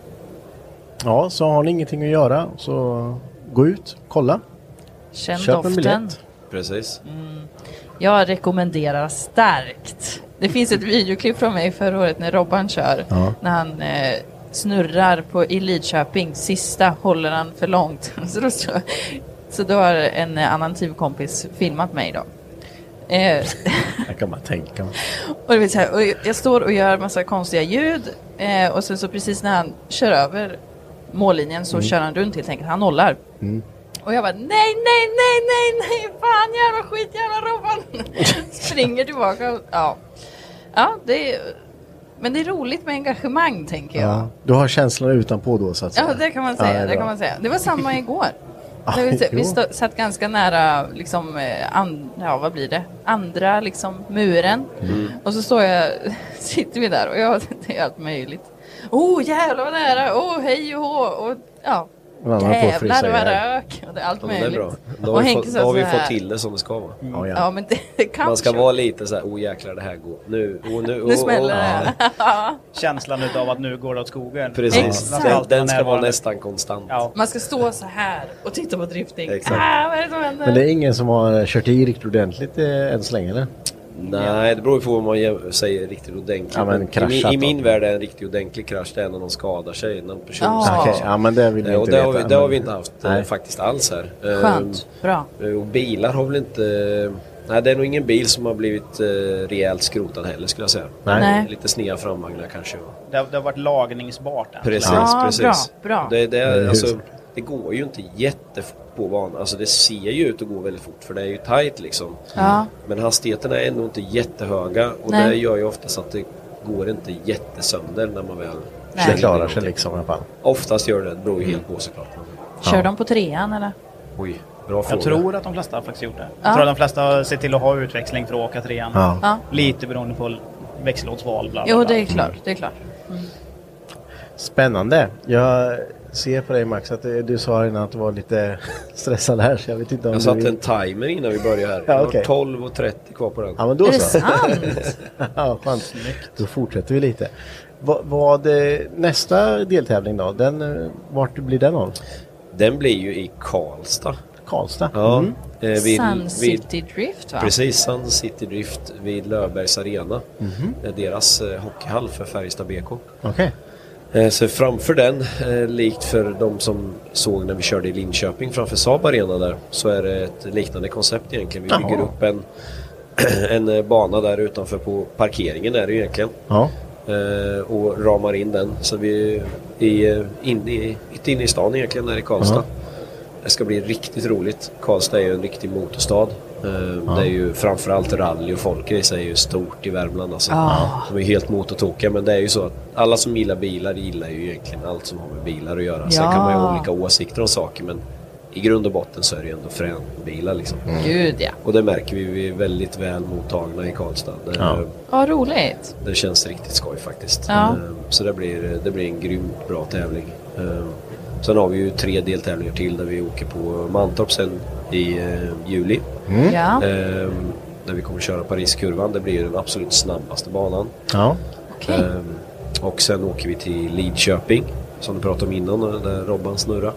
Ja, så har ni ingenting att göra så gå ut, kolla. Känn Köp en doften. biljett. Precis. Jag rekommenderar starkt. Det finns ett videoklipp från mig förra året när Robban kör. Ja. När han eh, snurrar på, i Lidköping. Sista håller han för långt. så, då, så, så då har en annan teamkompis filmat mig då. Eh, Jag kan bara tänka mig. och, det vill säga, och jag står och gör massa konstiga ljud. Eh, och sen så precis när han kör över mållinjen så kör han runt till. Tänker att han nollar. Och jag bara, nej, nej, nej, nej, nej, fan jävla skit, jävla Robban. Springer tillbaka och, ja. Ja, det är, men det är roligt med engagemang, tänker jag. Ja. Du har känslan utanpå då så att säga. Ja, det kan man säga, Ja, det, bra. kan man säga. Det var samma igår. Ja, Det vill säga, vi jo. stå, satt ganska nära, liksom, eh, an, ja vad blir det? Andra, liksom, muren. Och så står jag, sitter vi där och jag, det är allt möjligt. Oh, jävlar vad nära, oh, hej och hå, och ja. En annan får frysa Jävlar vad ihjäl. rök. Och det är allt Ja, men det är möjligt. bra. Då Och har vi, Henke fått, sa då har vi så här- fått till det som det ska vara. Ja, ja. Ja, men det, det kan Man ska köra. vara lite så här, oh jäklar det här går. Nu, oh, nu, oh, Nu smäller oh. det. Ja. Känslan utav att nu går det åt skogen. Precis, Exakt. den, Alltid den ska vara närvarande. nästan konstant. Ja. Man ska stå så här och titta på drifting. Exakt. Ah, vad är det som händer? Men det är ingen som har kört i riktigt ordentligt eh, än så länge eller? Nej, det beror ju på vad man jäm- säger riktigt ordentligt. Ja, men Men I, kraschat min- I min då. värld är en riktigt ordentlig krasch det är när någon skadar sig. När en person Ja. skadar Okej, sig. ja men det vill vi Eh, och inte det har, vi, veta. det har men- vi inte haft eh, Nej. faktiskt alls här. Eh, Skönt. Bra. eh, Och bilar har väl inte... Nej, det är nog ingen bil som har blivit eh, rejält skrotad heller skulle jag säga. Nej. Nej. Lite sneda framvagnar kanske. Det, har- det har varit lagningsbart än. Precis, Ja, precis. bra, bra. Det, det, är, hur- alltså, det går ju inte jättefort på banan. Alltså det ser ju ut att gå väldigt fort för det är ju tight liksom. Ja. Men hastigheterna är ändå inte jättehöga och Nej. det gör ju ofta så att det går inte jättesönder när man väl Nej. Det klarar sig liksom i alla fall. Oftast gör det, det beror ju helt på såklart. Kör de på trean eller? Oj, bra fråga. Jag tror att de flesta har faktiskt gjort det. Ja. Jag tror att de flesta har sett till att ha utväxling för att åka trean. Ja. Ja. Lite beroende på växellådsval. Bla, bla, Jo, bla. det är klart. Det är klart. Spännande. Jag ser på dig Max att det- du sa innan att du var lite stressad här så jag vet inte om Jag du satte vill... en timer innan vi började här. Ja, Jag har okej. tolv och trettio kvar på den. Ja men då Är det så. sant? Ja, skönt. Då fortsätter vi lite. Vad, vad eh, nästa deltävling då? Den, eh, vart blir den av? Den blir ju i Karlstad. Karlstad? Ja, Mm. eh, vid, Sun vid, City Drift va? Precis, Sun City Drift vid Löfbergs Arena. Det är deras eh, hockeyhall för Färjestad B K. Okej. Eh, så framför den, eh, likt för de som såg när vi körde i Linköping framför Saab Arena där, så är det ett liknande koncept egentligen. Vi Jaha. bygger upp en, en eh, bana där utanför på parkeringen är det ju egentligen. Ja. Eh, och ramar in den. Så vi är eh, inne i, mitt inne i stan egentligen här i Karlstad. Ja. Det ska bli riktigt roligt. Karlstad är ju en riktig motorstad. Eh, Det är ju framförallt rally och folkrace är ju stort i Värmland. Alltså. Ah. De är ju helt motortokiga, men det är ju så att alla som gillar bilar gillar ju egentligen allt som har med bilar att göra. Sen Ja. kan man ju ha olika åsikter om saker, men i grund och botten så är det ju ändå fränbilar liksom. Mm. Gud ja. Och det märker vi, vi är väldigt väl mottagna i Karlstad. Det, ja. Ja, roligt. Det känns riktigt skoj faktiskt. Ja. Så det blir, det blir en grymt bra tävling. Sen har vi ju tre deltävlingar till där vi åker på Mantorp sen i juli. Mm. Ja. Där vi kommer köra Pariskurvan. Det blir den absolut snabbaste banan. Ja. Okay. Och sen åker vi till Lidköping, som du pratade om innan, där Robban snurrar.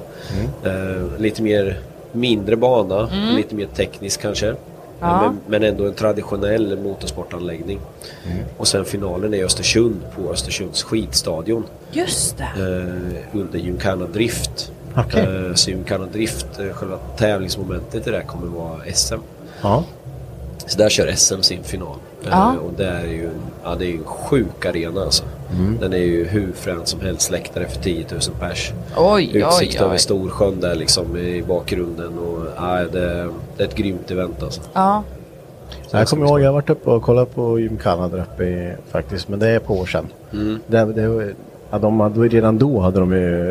Mm. Lite mer mindre bana, mm. lite mer teknisk kanske. Ja. Men, men ändå en traditionell motorsportanläggning. Mm. Och sen finalen är i Östersund på Östersunds skidstadion. Just det. Eh, under Gymkhana Drift. Okay. Eh, så Gymkhana Drift, eh, själva tävlingsmomentet i det kommer vara S M. Ja. Så där kör S M sin final. Ja. Eh, och det är ju, ja, det är ju en sjuk arena alltså. Mm. Den är ju hur frän som helst, läktare för tio tusen pers. Oj, Utsikt oj, oj. över Storsjön där liksom i bakgrunden. Och, ja, det, det är ett grymt event alltså. Ja. Jag kommer ihåg, jag har varit uppe och kollat på Gymkhana där uppe i, faktiskt, men det är på år sedan. Mm. Det, det, ja, de, då, redan då hade de ju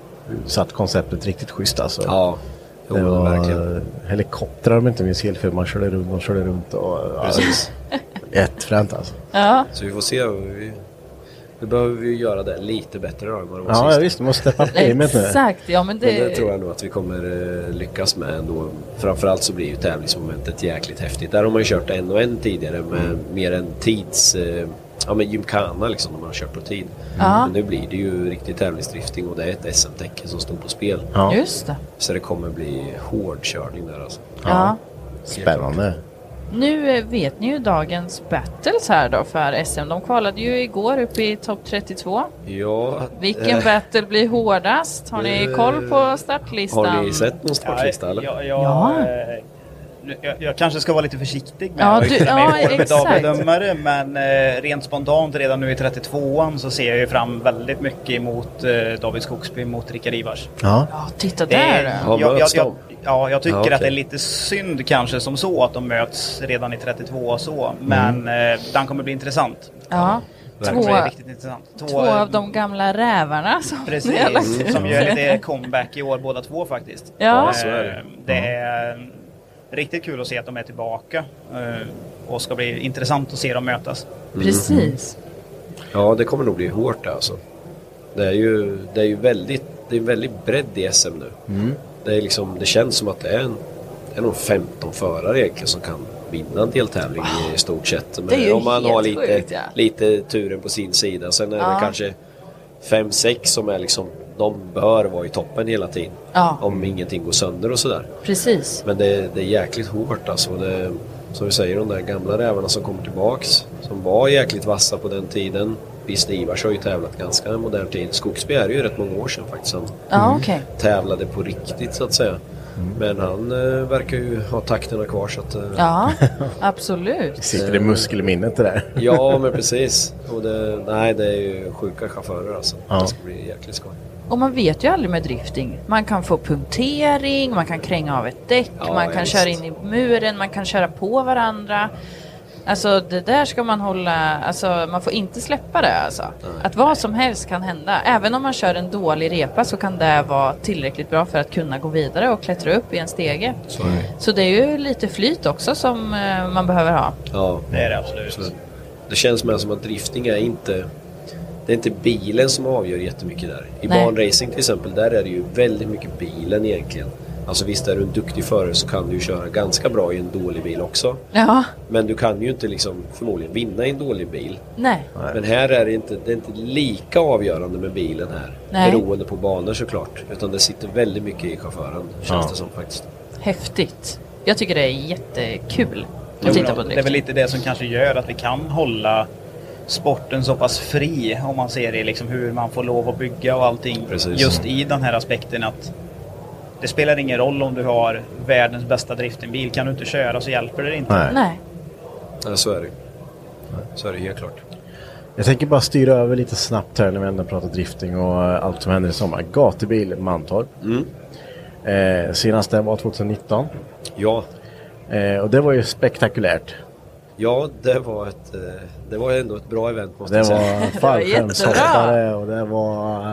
satt konceptet riktigt schysst alltså. Ja, jo, det var verkligen. Helikoptrar om inte minns helt för man körde runt och körde runt och precis. Ja, jättefränt alltså. Ja. Så vi får se. Vi, vi behöver vi göra det lite bättre då än vad det var ja, sist. Ja visst, vi måste steppa upp gamet nu. Exakt, ja men det... men det tror jag nog att vi kommer uh, lyckas med ändå. Framförallt så blir ju tävlingsmomentet jäkligt häftigt. Där har man ju kört en och en tidigare med mm. mer en tids... Uh, ja men Gymkhana liksom, när man har kört på tid. Mm. Men nu blir det ju riktig tävlingsdrifting och det är ett S M-tecken som står på spel. Ja. Just det. Så det kommer bli hård körning där alltså. Ja. Ja. Spännande. Nu vet ni ju dagens battles här då för S M. De kvalade ju igår upp i topp trettiotvå. Ja. Vilken äh, battle blir hårdast? Har ni äh, koll på startlistan? Har ni sett någon startlista eller? Ja, ja, ja. Äh, jag, jag kanske ska vara lite försiktig med ja, att yttra mig ja, bedömare, men äh, rent spontant redan nu i trettiotvåan så ser jag ju fram väldigt mycket emot äh, David Skogsby mot Rickard Ivars. Ja, ja titta där. Det, jag, jag, jag, ja, jag tycker ja, okay. att det är lite synd kanske som så att de möts redan i trettiotvå och så, men mm. äh, den kommer bli intressant. Ja. Två, två, två av de gamla rävarna som, precis, som gör lite comeback i år båda två faktiskt. Ja. Äh, det är riktigt kul att se att de är tillbaka och ska bli intressant att se dem mötas. Mm. Precis. Ja, det kommer nog bli hårt alltså. Det är ju, det är ju väldigt, det är väldigt bredd i S M nu. Mm. Det är liksom, det känns som att det är en, är nog femton förare egentligen som kan vinna en deltävling wow. i stort sett. Men om man har lite, sjukt, ja. lite turen på sin sida. Sen är ja. det kanske fem sex som är liksom, de bör vara i toppen hela tiden. Ja. Om ingenting går sönder och sådär. Precis. Men det, det är jäkligt hårt alltså. Det, som vi säger, de där gamla rävarna som kommer tillbaks. Som var jäkligt vassa på den tiden. Visst, Ivars har ju tävlat ganska modern tid. Skogsby är ju rätt många år sedan faktiskt. Han ja, okay. tävlade på riktigt så att säga. Mm. Men han äh, verkar ju ha takterna kvar så att... Äh, ja, absolut. Sitter det muskelminnet det där? Ja, men precis. Och det, nej, det är ju sjuka chaufförer alltså. Ja. Det ska bli jäkligt skoj. Och man vet ju aldrig med drifting. Man kan få punktering, man kan kränga av ett däck, ja, man kan just. köra in i muren, man kan köra på varandra. Alltså det där ska man hålla, alltså man får inte släppa det alltså. Nej. Att vad som helst kan hända. Även om man kör en dålig repa så kan det vara tillräckligt bra för att kunna gå vidare och klättra upp i en stege. Så, så det är ju lite flyt också som man behöver ha. Ja, det är det absolut. Så det känns mer som att drifting är inte... Det är inte bilen som avgör jättemycket där. I Nej. banracing till exempel, där är det ju väldigt mycket bilen egentligen. Alltså visst, är du en duktig förare så kan du ju köra ganska bra i en dålig bil också. Ja. Men du kan ju inte liksom förmodligen vinna i en dålig bil. Nej. Men här är det inte, det är inte lika avgörande med bilen här. Nej. Beroende på banor såklart. Utan det sitter väldigt mycket i chauffören, känns ja. det som faktiskt. Häftigt. Jag tycker det är jättekul att jo, titta på det är väl lite det som kanske gör att vi kan hålla sporten så pass fri om man ser det liksom hur man får lov att bygga och allting. Precis. Just i den här aspekten att det spelar ingen roll om du har världens bästa driftingbil. Kan du inte köra så hjälper det inte. Nej. Nej. Ja, så är det. Så är det helt klart. Jag tänker bara styra över lite snabbt här när vi ändå pratar drifting och allt som händer i sommar. Gatubil Mantorp. Mm. Eh, senast det var tjugonitton. Ja. Eh, och det var ju spektakulärt. Ja, det var ett det var ändå ett bra event måste det jag säga. Var fallskärmshoppare och det var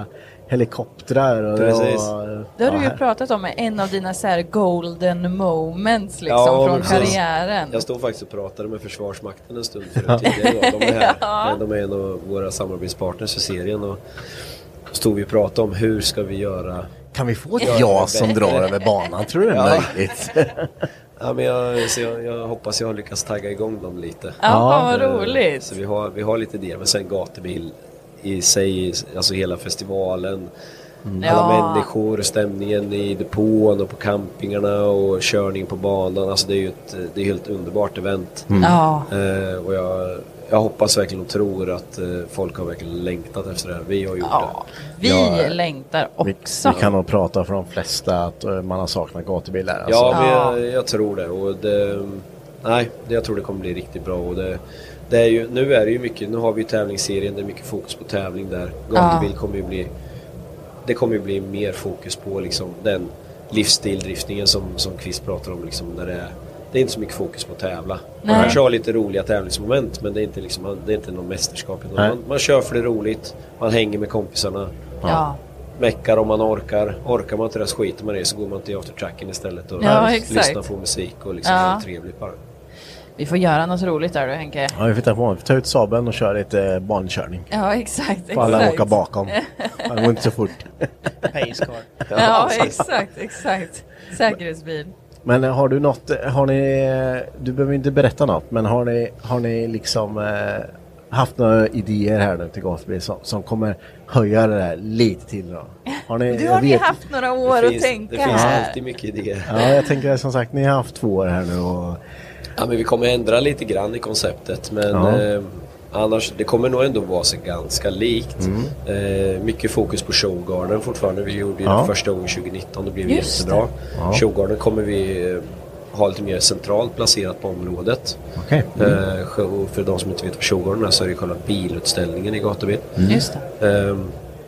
helikoptrar. Och, precis. Och, det har ja, du ju här. pratat om, en av dina så här golden moments liksom, Ja, från precis. karriären. Jag stod faktiskt och pratade med Försvarsmakten en stund förut tidigare. De är här. Ja. De är en av våra samarbetspartners för serien. Och stod vi och pratade om hur ska vi göra. Kan vi få ett ja som drar över banan? Tror du det är Ja. möjligt? Ja, men jag, så jag, jag hoppas jag har lyckats tagga igång dem lite. Ja, vad Eh, roligt. Så vi har, vi har lite det. Men sen gatubil i sig, alltså hela festivalen. Mm. Alla Ja. människor, stämningen i depån och på campingarna och körning på banan. Alltså det är ju ett, det är helt underbart event. Ja. Eh, och jag, jag hoppas verkligen och tror att eh, folk har verkligen längtat efter det här. Vi har gjort Ja, det. vi Ja, längtar Vi, också. vi kan nog prata för de flesta att uh, man har saknat gatubilar. Alltså. Ja, men Ja. jag, jag tror det. Och det nej, det, jag tror det kommer bli riktigt bra. Och det, det är ju, nu är det ju mycket, nu har vi ju tävlingsserien, det är mycket fokus på tävling där. Gatubil kommer ju bli, det kommer ju bli mer fokus på liksom den livsstil-driftningen som, som Chris pratar om. Liksom, där det, är, det är inte så mycket fokus på att tävla. Man Nej. kanske har lite roliga tävlingsmoment, men det är inte, liksom, det är inte någon mästerskap. Nej. Man, man kör för det är roligt, man hänger med kompisarna. Ja. Meckar om man orkar. Orkar man inte det, skiter man det, så går man till aftertracken istället och Ja, ja, exakt. lyssnar på musik och liksom Ja. har det trevligt bara. Vi får göra något roligt där då, Henke. Ja, vi får ta på vi får ta ut Saben och köra lite bankörning. Ja, exakt. Får alla exakt. åka bakom. Det går inte så fort. Pace car. Ja, exakt, exakt. Säkerhetsbil. Men har du något, har ni, du behöver inte berätta något, men har ni, har ni liksom eh, haft några idéer här nu till gatubil som, som kommer höja det där lite till då? Har ni, Du jag har ni vet- haft några år det att finns, tänka det finns här. alltid mycket idéer. Ja, jag tänker som sagt, ni har haft två år här nu och Ja, men vi kommer ändra lite grann i konceptet, men Ja. eh, annars, det kommer nog ändå vara så ganska likt. Mm. Eh, mycket fokus på Showgarden fortfarande. Vi gjorde ju Ja. det första gången tjugonitton, det blev Just jättebra. Ja. Showgarden kommer vi eh, ha lite mer centralt placerat på området. okej. Eh, show- för de som inte vet vad Showgarden är, så är det själva bilutställningen i gatubil. Just det. Ehm,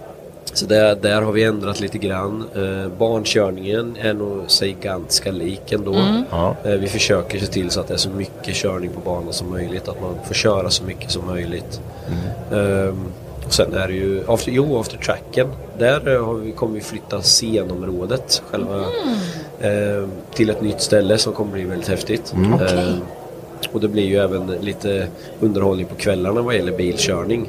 så där, där har vi ändrat lite grann. Uh, barnkörningen är nog sig ganska lik ändå. Ja. Eh, vi försöker se till så att det är så mycket körning på banan som möjligt. Att man får köra så mycket som möjligt. Ehm, och sen är det ju, after, jo, after tracken. Där eh, har vi, kommer vi flytta scenområdet själva, ehm, till ett nytt ställe som kommer bli väldigt häftigt. Okej. Ehm, och det blir ju även lite underhållning på kvällarna vad gäller bilkörning.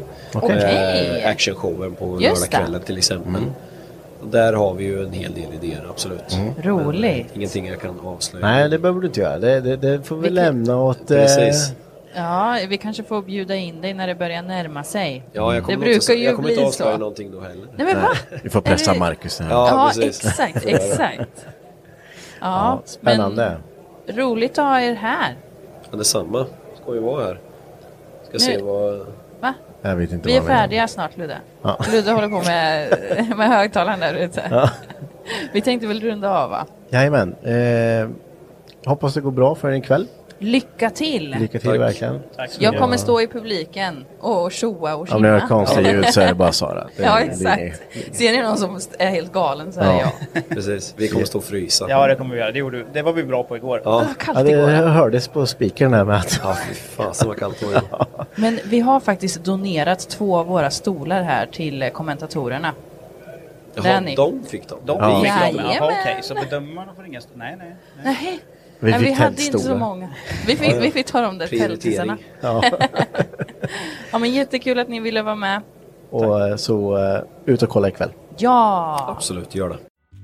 Okej. Eh, actionshowen på Just lördagskvällen till exempel. Och där har vi ju en hel del idéer, absolut. Roligt. Men, eh, ingenting jag kan avslöja. Nej, det behöver du inte göra. Det, det, det får vi Vilket- lämna åt... eh, Precis. Ja, vi kanske får bjuda in dig när det börjar närma sig. Ja, jag kommer, Det inte, brukar ju jag kommer inte bli avslöja så. någonting då heller. Nej, men va? Vi får pressa Är det- Marcus här. Ja, Ja, precis. exakt, exakt. Ja, Ja, spännande. Men roligt att ha er här. Men detsamma. Ska ju vara här. Ska Nu- se vad... Va? Jag vet inte Vi är vad vi- färdiga snart, Ludde. Ja. Ludde håller på med, med högtalaren där ute. Vi tänkte väl runda av, va? Jajamän. Eh, hoppas det går bra för er ikväll. Lycka till! Lycka till Tack. verkligen. Tack så Jag mycket. kommer stå i publiken och tjoa och Om ni hör tjimma. konstiga ljud så är det bara Sara. Det, Ja, det- exakt. Ser ni någon som är helt galen så är Ja. jag. Precis. Vi kommer stå och frysa. Ja, det kommer vi göra. Det, gjorde, det var vi bra på igår. Ja. Ah, Ja, kallt det igår. hördes på speakern här med att... Ja, fy fasen vad kallt det var. Men vi har faktiskt donerat två av våra stolar här till kommentatorerna. Jaha, Danny. de fick dem. De Ja. fick dem. Jajamän. Jaha, okej. Så bedömarna får inga... st- Nej, nej. nej. Nej, Vi Nej, fick vi hade inte så tältstolar. många. Vi fick, vi fick ta de där tältisarna. Prioritering. Ja. Ja, men jättekul att ni ville vara med. Och eh, så eh, ut och kolla ikväll. Ja! Absolut, gör det.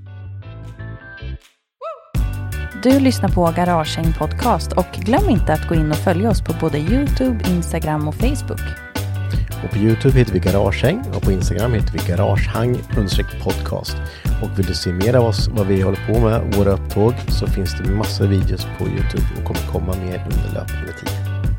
Du lyssnar på Garagehäng podcast och glöm inte att gå in och följa oss på både YouTube, Instagram och Facebook. Och på YouTube heter vi Garagehäng och på Instagram heter vi Garagehang understreck podcast. Och vill du se mer av oss, vad vi håller på med, våra upptåg, så finns det massor av videos på YouTube och kommer komma mer under löpande tid.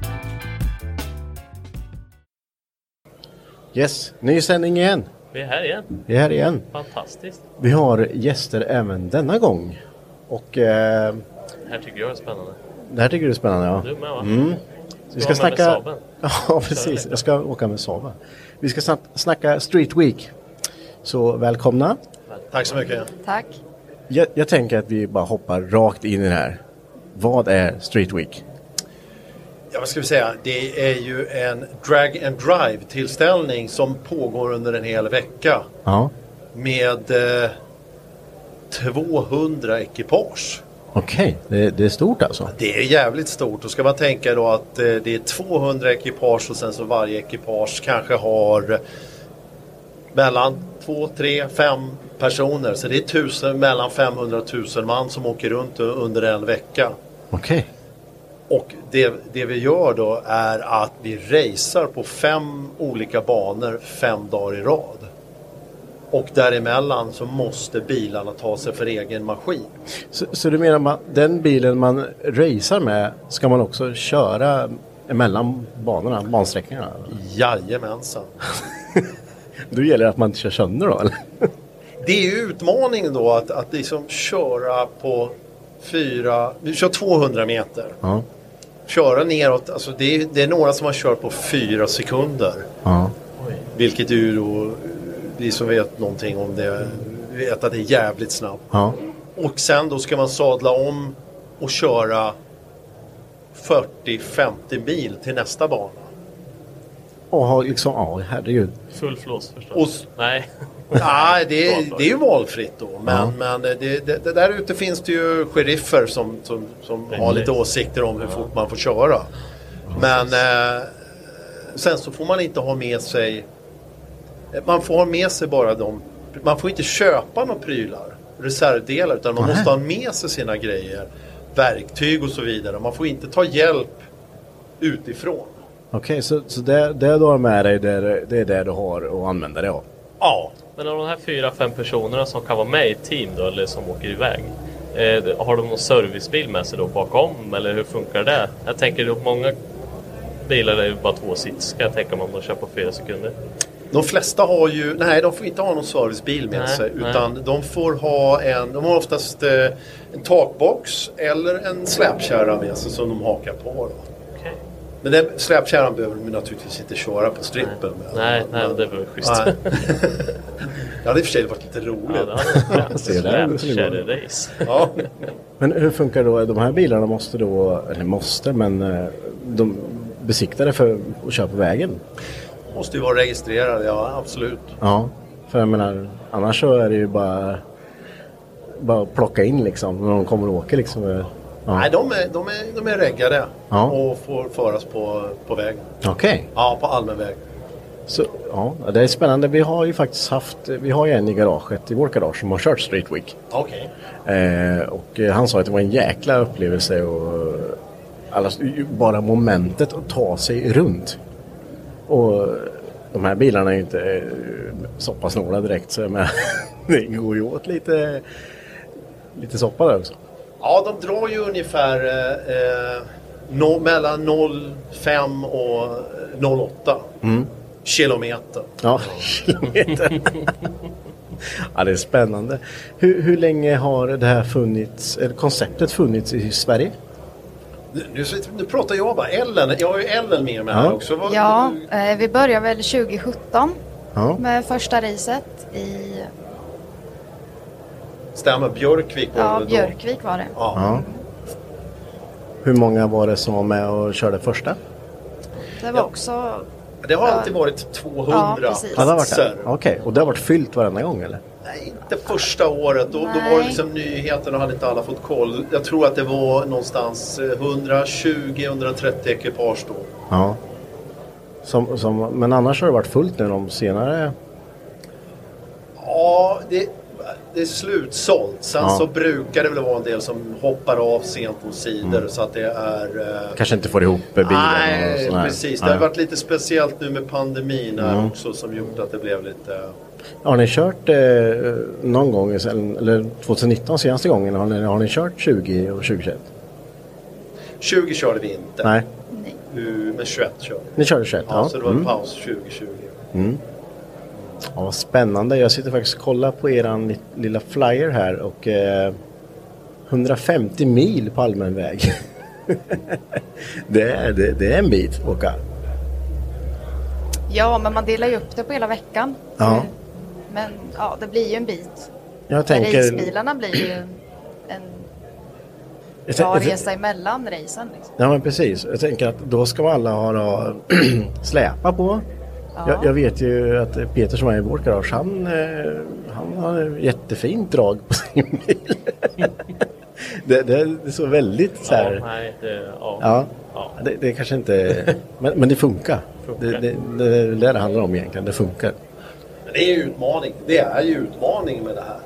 Yes, ny sändning igen. Vi är här igen. Vi är här igen. Fantastiskt. Vi har gäster även denna gång. Och eh, Det här tycker jag är spännande. det här tycker du är spännande, ja. Du med, va? Mm. Vi ska vara med med snacka... Saaben. Ja, precis. Jag ska åka med Saaben. Vi ska snack- snacka Street Week. Så välkomna. Tack så mycket. Tack. Jag, jag tänker att vi bara hoppar rakt in i det här. Vad är Street Week? Ja, vad ska vi säga? Det är ju en drag and drive tillställning som pågår under en hel vecka. Ja. med eh, tvåhundra ekipage. Okej, okay. det, det är stort alltså? Det är jävligt stort. Och ska man tänka då att eh, det är tvåhundra ekipage och sen så varje ekipage kanske har mellan två, tre, fem personer. Så det är tusen, mellan femhundra och tusen man som åker runt under en vecka. Okej. Okay. Och det, det vi gör då är att vi racear på fem olika banor fem dagar i rad. Och däremellan så måste bilarna ta sig för egen maskin. Så, så du menar att den bilen man racear med ska man också köra mellan banorna, bansträckningarna? Jajamensan. Då gäller det att man inte kör sönder då, eller? Det är ju utmaningen då att, att liksom köra på fyra, vi kör tvåhundra meter. Ja. Köra neråt, alltså det är, det är några som har kört på fyra sekunder. Ja. Vilket är ju då, vi som vet någonting om det, vet att det är jävligt snabbt. Ja. Och sen då ska man sadla om och köra fyrtio till femtio mil till nästa bana. Och ha liksom, ja herregud. Full flås förstås. Och, nej. Nej, det är, det är ju valfritt då. Men, ja. men det, det, det där ute finns det ju sheriffer som, som, som har lite åsikter om hur ja. fort man får köra. Men eh, sen så får man inte ha med sig, man får ha med sig bara de, man får inte köpa några prylar, reservdelar, utan man Nej. måste ha med sig sina grejer, verktyg och så vidare. Man får inte ta hjälp utifrån. Okej, okay, så, så det, det du har med dig, det, det är det du har att använda dig av? Ja. Men av de här fyra, fem personerna som kan vara med i team då, eller som åker iväg, eh, har de någon servicebil med sig då bakom, eller hur funkar det? Jag tänker att många bilar är ju bara två sits, ska jag tänka mig, om de kör på fyra sekunder. De flesta har ju, nej de får inte ha någon servicebil med nej, sig, utan nej. de får ha en, de har oftast eh, en takbox eller en släpkärra med sig som de hakar på då. Okay. Men den släpkärran behöver de naturligtvis inte köra på strippen nej. med. Nej, nej, men, det var schysst. Det hade i och för sig varit lite roligt. Ja, släpkärre-race. Ja. Men hur funkar då, de här bilarna måste då, eller måste, men de besiktade för att köra på vägen? Måste ju vara registrerade, ja absolut. Ja, för jag menar, annars så är det ju bara bara plocka in liksom, när de kommer och åker liksom. Ja. Nej, de är, de är, de är reggade ja. och får föras på, på vägen. Okej. Okay. Ja, på allmän väg. Så, ja, det är spännande. Vi har ju faktiskt haft, vi har ju en i garaget, i vårt garage som har kört Street Week. Okej. Okay. Eh, och han sa att det var en jäkla upplevelse och alla, bara momentet att ta sig runt. Och de här bilarna är ju inte soppasnåla direkt, så men det går ju åt lite, lite soppa där också. Ja, de drar ju ungefär eh, no, mellan noll komma fem och noll komma åtta mm. kilometer. Ja, kilometer. Ja, det är spännande. Hur, hur länge har det här funnits, eller konceptet funnits i Sverige? Nu, nu pratar jag bara. Ellen, jag har ju Ellen med mig här ja. också. Vad, ja, eh, vi börjar väl tjugo sjutton ja. med första racet i... Stämmer, Björkvik var ja, det då? Björkvik var det. Ja. Ja. Hur många var det som var med och körde första? Det var ja. också... Det har alltid varit tvåhundra ja, platser. Okej, okay. Och det har varit fyllt varenda gång eller? Nej, inte första året. Då, då var det liksom nyheten och hade inte alla fått koll. Jag tror att det var någonstans hundratjugo till hundratrettio ekipage då. Ja. Som, som, men annars har det varit fullt nu de senare... Ja, det, det är slutsålt. Sen ja. så brukar det väl vara en del som hoppar av sent på sidor mm. så att det är... Eh... Kanske inte får ihop bilen. Nej, och precis. Det har varit lite speciellt nu med pandemin här mm. också som gjort att det blev lite... Har ni kört eh, någon gång, eller tjugonitton senaste gången, har ni, har ni kört tjugo och tjugohundratjugoett? tjugo körde vi inte. Nej. Uh, men tjugoett körde vi. Ni körde tjugoett, ja. Ja, så det var en mm. paus tjugo tjugo. Mm. Ja, vad spännande. Jag sitter faktiskt och kollar på eran lilla flyer här och eh, hundrafemtio mil på allmän väg. det, är, det, det är en bit, åka. Ja, men man delar ju upp det på hela veckan. Ja. Men ja, det blir ju en bit. Jag tänker... Racebilarna blir ju en bra resa emellan racen. Liksom. Ja, men precis. Jag tänker att då ska alla ha släpa på. Ja. Jag, jag vet ju att Peter som är i vårt garage, han, han har jättefint drag på sin bil. det, det, det är så väldigt så här... Ja, nej, det, ja. Ja, ja. Det, det kanske inte... Men, men det funkar. funkar. Det, det, det är det det handlar om egentligen. Det funkar. Det är ju utmaning. Det är ju utmaning med det här.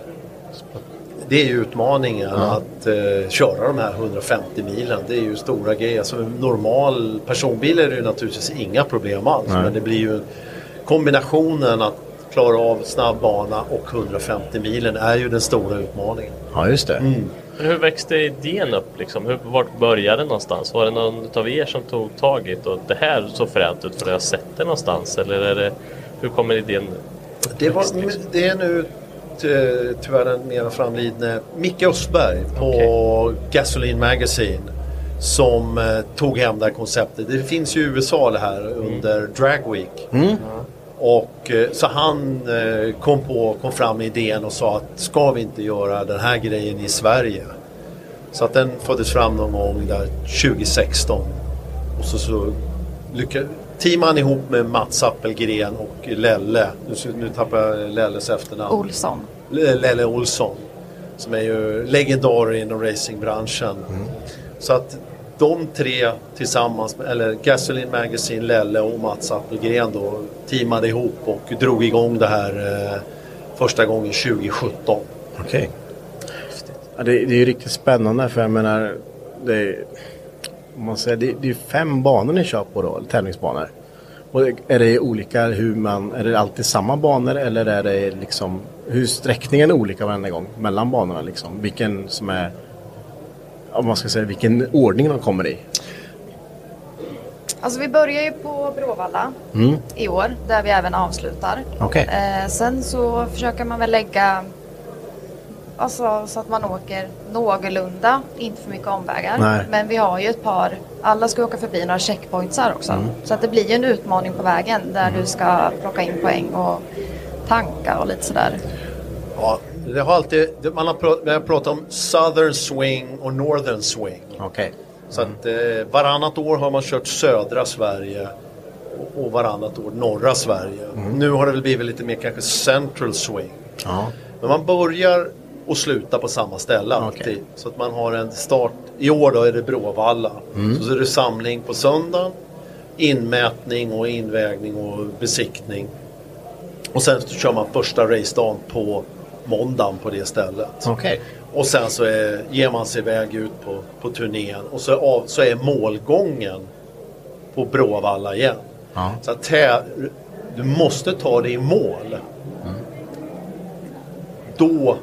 Det är ju utmaningen ja. att uh, köra de här hundrafemtio milen. Det är ju stora grejer. Alltså, normal personbil är det ju naturligtvis inga problem alls. Nej. Men det blir ju kombinationen att klara av snabb bana och hundrafemtio milen är ju den stora utmaningen. Ja, just det. Mm. Men hur växte idén upp? Liksom? Hur, vart började det någonstans? Var det någon av er som tog tag i det? Och det här så fränt ut för att jag har sett det någonstans? Eller är det, hur kommer idén? Det, var, det är nu tyvärr den mera framlidne Micke Östberg på okay. Gasoline Magazine som eh, tog hem det här konceptet. Det finns ju i U S A det här mm. under Drag Week. Mm. Och eh, så han eh, kom på kom fram med idén och sa att ska vi inte göra den här grejen i Sverige? Så att den föddes fram någon gång där tjugo sexton. Och så, så lyckades teamade ihop med Mats Appelgren och Lelle. Nu, nu tappar jag Lelles efternamn. Olsson. Lelle Olsson. Som är ju legendar inom racingbranschen. Mm. Så att de tre tillsammans, eller Gasoline Magazine, Lelle och Mats Appelgren då teamade ihop och drog igång det här eh, första gången tjugo sjutton. Okej. Okay. Ja, det, det är ju riktigt spännande för jag menar det är, om man säger, det, det är fem banor ni kör på då, tävlingsbanor. Och är det olika hur man, är det alltid samma banor eller är det liksom hur sträckningen är olika varenda gång mellan banorna liksom? Vilken som är, om man ska säga, vilken ordning de kommer i? Alltså vi börjar ju på Bråvalla mm. i år där vi även avslutar. Okay. Eh, sen så försöker man väl lägga alltså, så att man åker någorlunda, inte för mycket omvägar. Nej. Men vi har ju ett par, alla ska åka förbi några checkpoints här också. Mm. Så att det blir ju en utmaning på vägen där mm. du ska plocka in poäng och tanka och lite sådär. Ja, det har alltid, man har pratat, man har pratat om Southern Swing och Northern Swing. Okej. Okay. Så att eh, varannat år har man kört södra Sverige och, och varannat år norra Sverige. Mm. Nu har det väl blivit lite mer kanske Central Swing. Ja. Men man börjar och slutar på samma ställe alltid. Okay. Så att man har en start, i år då är det Bråvalla. Mm. Så är det samling på söndagen, inmätning och invägning och besiktning. Och sen så kör man första racedagen på måndagen på det stället. Okay. Och sen så är, ger man sig iväg ut på, på turnén. Och så, av, så är målgången på Bråvalla igen. Ja. Så att tä, du måste ta det i mål. Mm. Då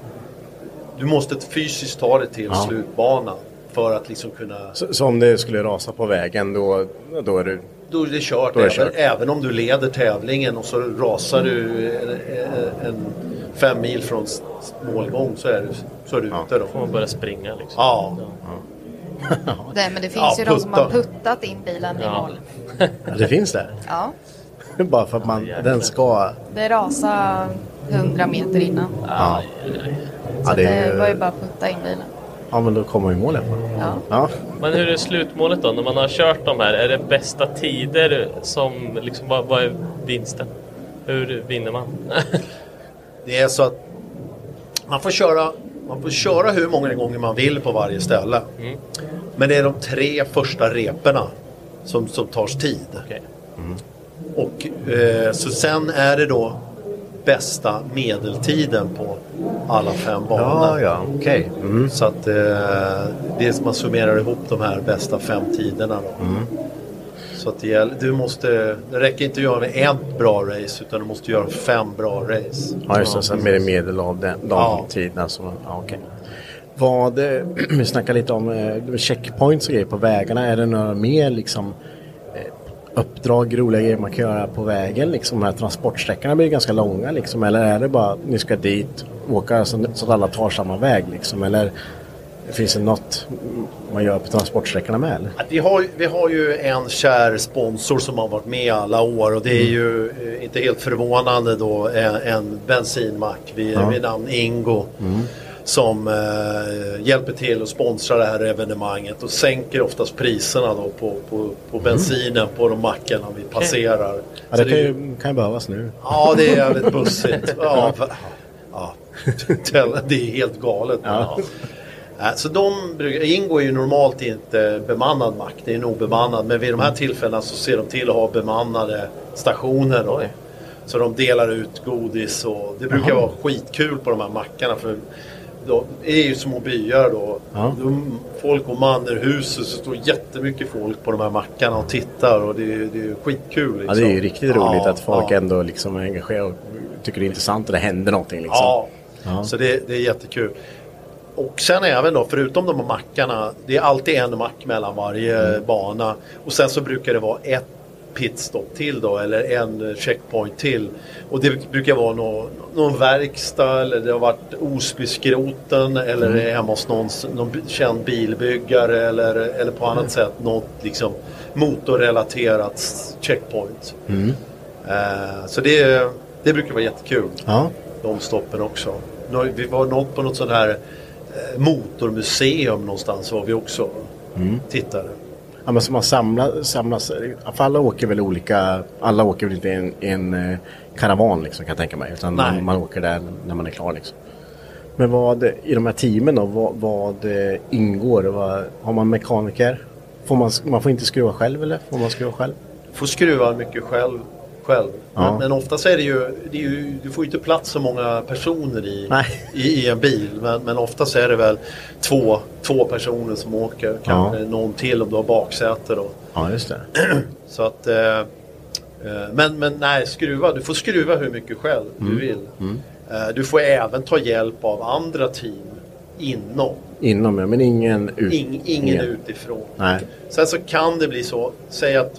du måste fysiskt ta det till ja. slutbanan för att liksom kunna... Så, så om det skulle rasa på vägen då, då är det... Då är det kört. Då är det kört. Även, även om du leder tävlingen och så rasar mm. du en, en fem mil från målgång så är du, så är du ja. ute då. Får man börja springa liksom. Ja. ja. Det, men det finns ja, ju putta. de som har puttat in bilen ja. i mål. Ja, det finns det? Ja. Bara för att man, ja, den ska... Det rasar hundra meter innan. Ja. Så ja, det, det var ju bara att putta in bilen. Ja, men då kommer vi i mål. Ja. Ja. Men hur är slutmålet då? När man har kört de här, är det bästa tider som, liksom, vad, vad är vinsten? Hur vinner man? Det är så att man får köra, man får köra hur många gånger man vill på varje ställe. Mm. Men det är de tre första reperna som, som tar tid. Okay. Mm. Och eh, så sen är det då bästa medeltiden på alla fem banor. Ja, ja, okej. Okay. Mm. Så att eh, det är som man summerar ihop de här bästa fem tiderna då. Mm. Så att det, du måste, det räcker inte att göra med ett bra race utan du måste göra fem bra race. Ja, just det. Sen med det medel av den, de ja. tiderna. Så, ja, okej. Okay. Vad, vi snackar lite om eh, checkpoints och grejer på vägarna. Är det några mer liksom uppdrag, roliga grejer man kan göra på vägen liksom, de här transportsträckorna blir ganska långa liksom, eller är det bara att ni ska dit åka så, så att alla tar samma väg liksom, eller finns det något man gör på transportsträckorna med eller? Vi har, vi har ju en kär sponsor som har varit med alla år och det är mm. ju inte helt förvånande då en, en bensinmack vid, ja. vid namn Ingo mm. som eh, hjälper till att sponsra det här evenemanget och sänker oftast priserna då på, på, på bensinen mm. på de mackarna vi passerar. Ja, det, kan ju, kan ju behövas nu. Ja, det är jävligt bussigt. Ja, Ja, det är helt galet. Ja. Så de ingår ju normalt inte bemannad mack, det är nog bemannad, men vid de här tillfällena så ser de till att ha bemannade stationer då. Så de delar ut godis och det brukar Aha. vara skitkul på de här mackarna, för då är ju små byar då. Ja. De, folk och mannerhuset, så står jättemycket folk på de här mackarna och tittar, och det, det är ju skitkul liksom. Ja, det är ju riktigt roligt ja, att folk ja. ändå liksom engagerar och tycker det är intressant och det händer någonting liksom. Ja, ja. Så det, det är jättekul. Och sen även då, förutom de här mackarna, det är alltid en mack mellan varje mm. bana. Och sen så brukar det vara ett pitstop till då, eller en checkpoint till. Och det brukar vara någon, någon verkstad, eller det har varit Osbyskroten, eller mm. hemma hos någon, någon känd bilbyggare, eller, eller på annat mm. sätt något liksom motorrelaterat checkpoint. Mm. Uh, så det, det brukar vara jättekul. Ja. De stoppen också. Vi var något på något sånt här motormuseum någonstans, var vi också mm. tittade. Ja, men så man samlar, samlas, för alla åker väl olika, alla åker väl inte i en, en karavan liksom, kan jag tänka mig, utan man, man åker där när man är klar liksom. Men vad, i de här teamen då, vad, vad ingår? Vad, har man mekaniker? Får man, man får inte skruva själv, eller får man skruva själv? Får skruva mycket själv. själv. Ja. Men, men oftast är det, ju, det är ju, du får ju inte plats så många personer i, i, i en bil, men, men oftast är det väl två, två personer som åker, kanske ja. någon till om du har baksäte då. Ja, just det. Så att eh, men, men nej, skruva, du får skruva hur mycket själv mm. du vill. Mm. Eh, du får även ta hjälp av andra team inom. Inom, ja, men ingen, ut, In, ingen, ingen utifrån. Nej. Sen så kan det bli så, säg att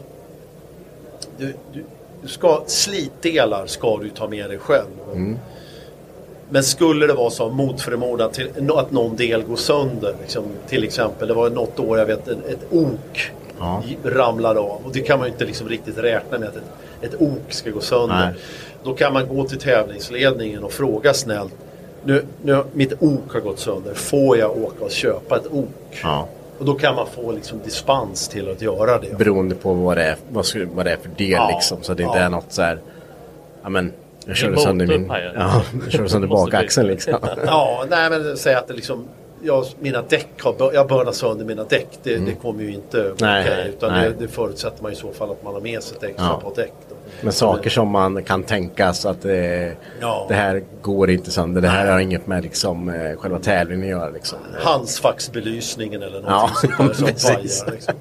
du, du Du ska, slitdelar ska du ta med dig själv. Mm. Men skulle det vara så mot förmodan till att någon del går sönder, liksom, till exempel, det var något år jag vet ett, ett ok ja. ramlade av, och det kan man ju inte liksom riktigt räkna med att ett, ett ok ska gå sönder. Nej. Då kan man gå till tävlingsledningen och fråga snällt, nu, nu mitt ok har gått sönder, får jag åka och köpa ett ok? Ja. Och då kan man få liksom dispens till att göra det. Beroende på vad det är, vad, vad det är för del ja, liksom. Så det inte ja. är något så här, ja men jag körde sönder min, ja, jag körde sönder bakaxeln liksom. Ja, nej men säg att det liksom, jag, mina däck har, jag börjar sönder mina däck. Det, mm. det kommer ju inte nej, okej, utan nej. Det, det förutsätter man i så fall att man har med sig ett extra ja. på däck då. Men saker som man kan tänkas att eh, ja. det här går inte sönder. Det här har inget med liksom, eh, själva tävlingen att göra. Liksom. Handfacksbelysningen eller någonting ja, som pajar. Liksom.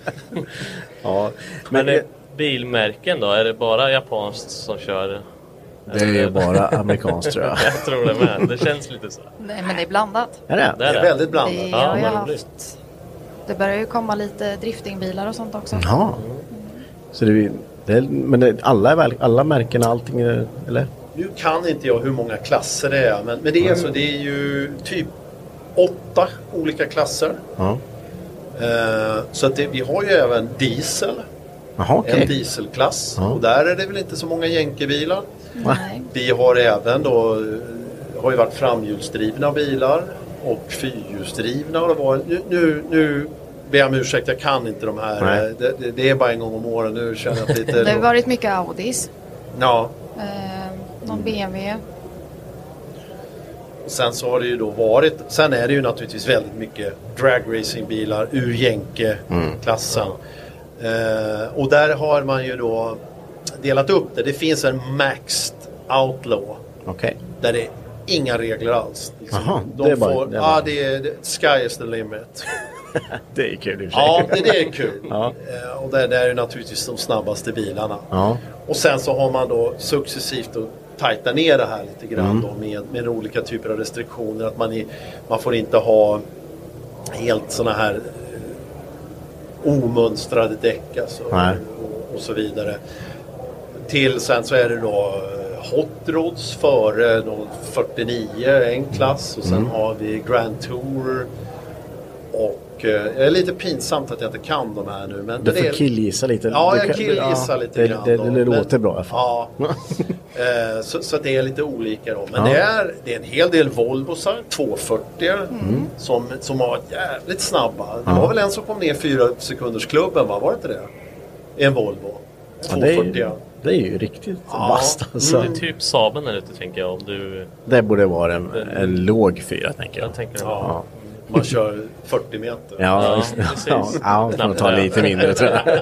Ja. Men, Men är bilmärken då? Är det bara japanskt som kör? Det är ju bara amerikanskt tror jag. Jag tror det med. Det känns lite så. Nej, men det är blandat. Är det? Det är, det är väldigt blandat. Det, ja, jag haft, det börjar ju komma lite driftingbilar och sånt också. Ja. Mm. Så det, det är, men det, alla, är väl, alla märken, allting, eller? Nu kan inte jag hur många klasser det är, men, men det, är mm. så, det är ju typ åtta olika klasser. Ja. Uh, så att det, vi har ju även diesel. Aha, okay. En dieselklass. Ja. Och där är det väl inte så många jänkebilar. Nej. Vi har även då, har ju varit framhjulsdrivna bilar och fyrhjulsdrivna. Och det var, nu, nu, nu ber jag om ursäkt, jag kan inte de här. Det, det, det är bara en gång om året nu. Känner jag lite, det har varit mycket Audis. Ja. Eh, någon B M W. Sen så har det ju då varit, sen är det ju naturligtvis väldigt mycket dragracingbilar ur jänkeklassen. Mm. Uh, och där har man ju då delat upp det. Det finns en maxed outlaw. Okay. Där det är inga regler alls. Liksom. Aha, de det är får, bara, det är ja, det är, det, sky is the limit. Det är kul i och för sig. Ja, det, det är kul. Ja. Uh, och där, där är ju naturligtvis de snabbaste bilarna. Ja. Och sen så har man då successivt då tajta ner det här lite grann mm. då med, med olika typer av restriktioner. Att man, i, man får inte ha helt såna här omönstrade däck alltså, och, och så vidare. Till sen så är det då Hot Rods före då fyrtionio, en klass, och sen mm. har vi Grand Tour och eh, det är lite pinsamt att jag inte kan de här nu, men du får det är, killgissa lite. Ja, jag killgissar ja, lite det, grann. Det, det, det låter bra i alla fall. Ja. eh, så, så det är lite olika då. Men ja. det, är, det är en hel del Volvosar, tvåhundrafyrtio mm. som, som har varit jävligt snabba. Det ja. var väl en som kom ner fyra sekunders klubben, va? Var det inte det? En Volvo. tvåhundrafyrtio. Ja, Det är ju riktigt ja. vast. Alltså. Mm. Det är typ Saben där ute, tänker jag. Om du... Det borde vara en, en låg fyra, tänker jag. jag tänker ja. Ja. Man kör fyrtio meter. Ja, ja, precis. Ja, ja, får man ta lite mindre, tror jag.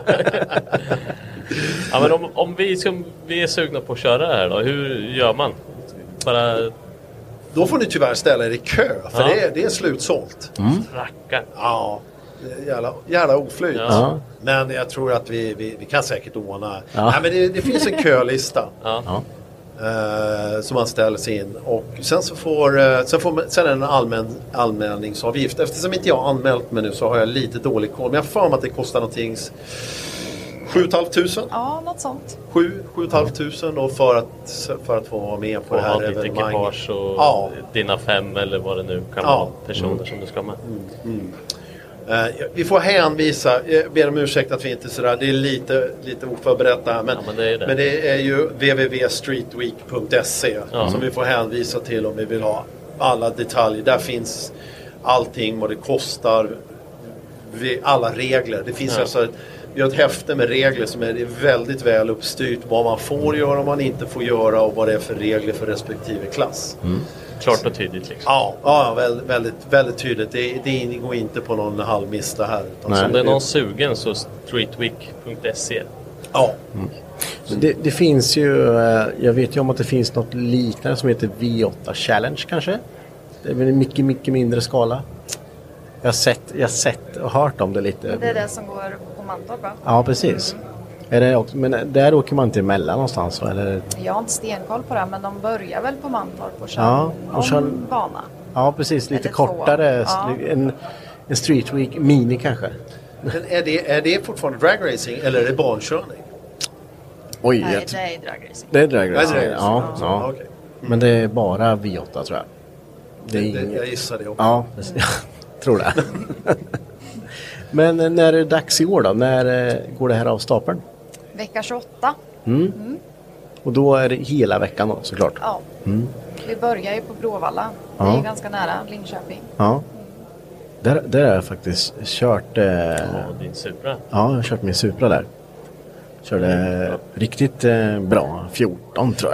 Ja, men om, om vi, som, vi är sugna på att köra det här då, hur gör man? Bara... Då får ni tyvärr ställa er i kö, för ja. det, är, det är slutsålt. Mm. Racka. Ja, jävla, jävla oflyt. Ja. Men jag tror att vi, vi, vi kan säkert ordna. Ja. Nej, men det, det finns en kölista. Ja. Ja. Eh, som man ställer sig in. Och sen så får, eh, sen får man, sen är det en allmän anmälningsavgift. Eftersom inte jag har anmält mig nu så har jag lite dålig koll. Men jag får mig att det kostar någonting sju och ett halvt tusen. Ja, något sånt. Sju, sju och ett halvt tusen då för att, för att få vara med på och det här ha ditt evenemanget. ekipage och ja. dina fem eller vad det nu kan ja. vara personer mm. som du ska med. Mm. Mm. Uh, vi får hänvisa, jag ber om ursäkt att vi inte är sådär, det är lite, lite oförberett här, men, ja, men, det är det. men det är ju w w w punkt streetweek punkt se ja. som vi får hänvisa till om vi vill ha alla detaljer. Där finns allting, vad det kostar, alla regler. Det finns ja. alltså, vi har ett häfte med regler som är väldigt väl uppstyrt, vad man får göra och man inte får göra och vad det är för regler för respektive klass. Mm. Klart och tydligt liksom. Ja, ja väldigt, väldigt, väldigt tydligt. Det, det går inte på någon halvmista här. Utan om det är någon sugen så streetweek punkt se. Ja. Mm. Det, det finns ju, jag vet ju om att det finns något liknande som heter V åtta Challenge kanske. Det är väl en mycket, mycket mindre skala. Jag har sett, jag har sett och hört om det lite. Det är det som går på Mantorp, va? Ja, precis. Mm. Är det också, men där åker man inte emellan någonstans, eller? Jag har inte stenkoll på det, men de börjar väl på Mantorp och kör ja, och kör, en bana. Ja, precis. Lite eller kortare. Ja. En, en Street Week Mini kanske. Men är det, är det fortfarande dragracing eller är det barnkörning? Oj, nej, jag, det är dragracing. Det är dragracing, ja. ja. ja. ja. Okay. Mm. Men det är bara V åtta, tror jag. Det är det, det, jag gissar det också. Ja, tror det. Men när är det dags i år då? När går det här av stapeln? Vecka tjugoåtta. Mm. Mm. Och då är det hela veckan då, såklart? Ja. Mm. Vi börjar ju på Bråvalla. Ja. Det är ganska nära Linköping. Ja. Mm. Där, där har jag faktiskt kört... Eh... Ja, din Supra. Ja, jag har kört min Supra där. Körde mm. riktigt eh, bra. fjorton tror jag.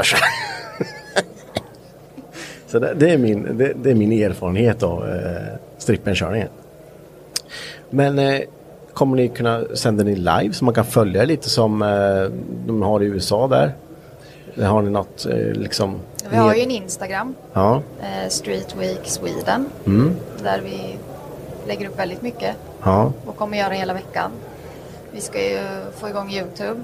Så det, det, är min, det, det är min erfarenhet av eh, strippenkörningen. Men eh, kommer ni kunna sända ni live så man kan följa lite som eh, de har i U S A där? Eller har ni något eh, liksom... Vi har ju en Instagram. Ja. Eh, Street Week Sweden. Mm. Där vi lägger upp väldigt mycket. Ja. Och kommer göra hela veckan. Vi ska ju få igång YouTube.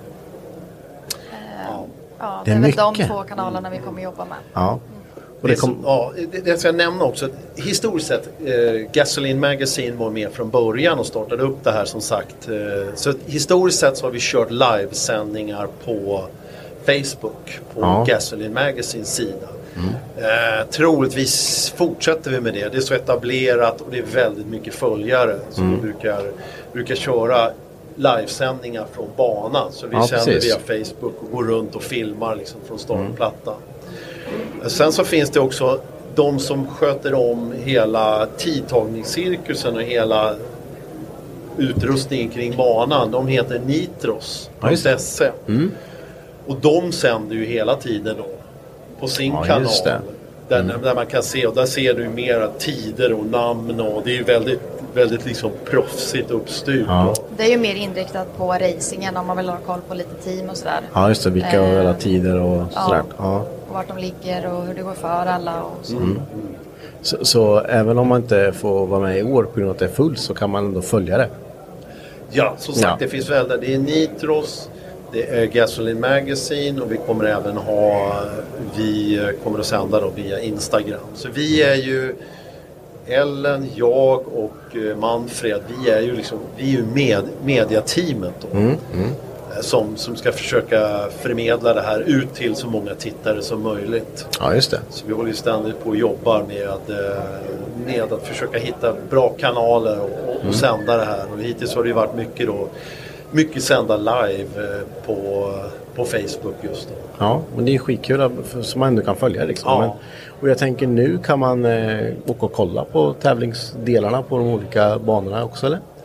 Eh, ja. Ja, det, det är, är väl de två kanalerna vi kommer jobba med. Ja. Och det, kom... ja, det, det ska jag nämna också. Historiskt sett, eh, Gasoline Magazine var med från början och startade upp det här som sagt. Eh, så historiskt sett så har vi kört livesändningar på Facebook, på ja. Gasoline Magazines sida. Mm. Eh, troligtvis fortsätter vi med det. Det är så etablerat och det är väldigt mycket följare. Så mm. vi brukar, brukar köra livesändningar från banan. Så vi ja, sänder via Facebook och går runt och filmar liksom från startplattan. Mm. Sen så finns det också de som sköter om hela tidtagningscirkusen och hela utrustningen kring banan. De heter Nitros punkt se. Mm. Och de sänder ju hela tiden då på sin ja, kanal. Där, mm. där man kan se, och där ser du mera tider och namn och det är ju väldigt, väldigt liksom proffsigt uppstyrt. Ja. Det är ju mer inriktat på racingen om man vill ha koll på lite team och sådär. Ja, just det. Vilka eh, alla tider och ja, sådär. Ja. Och vart de ligger och hur det går för alla och så. Mm. Så, så även om man inte får vara med i år på grund av att det är fullt så kan man ändå följa det? Ja, som sagt, ja. det finns väl där. Det är Nitros, det är Gasoline Magazine och vi kommer även ha, vi kommer att sända då via Instagram. Så vi är ju, Ellen, jag och Manfred, vi är ju liksom, vi är ju med, mediateamet då. Mm, mm. Som, som ska försöka förmedla det här ut till så många tittare som möjligt. Ja, just det. Så vi håller ju ständigt på och jobbar med, med att försöka hitta bra kanaler och, och mm. sända det här. Och hittills har det ju varit mycket då, mycket sända live på, på Facebook just då. Ja, men det är skitkul så man ändå kan följa liksom. Ja. Men, och jag tänker nu kan man eh, åka och kolla på tävlingsdelarna på de olika banorna också, eller?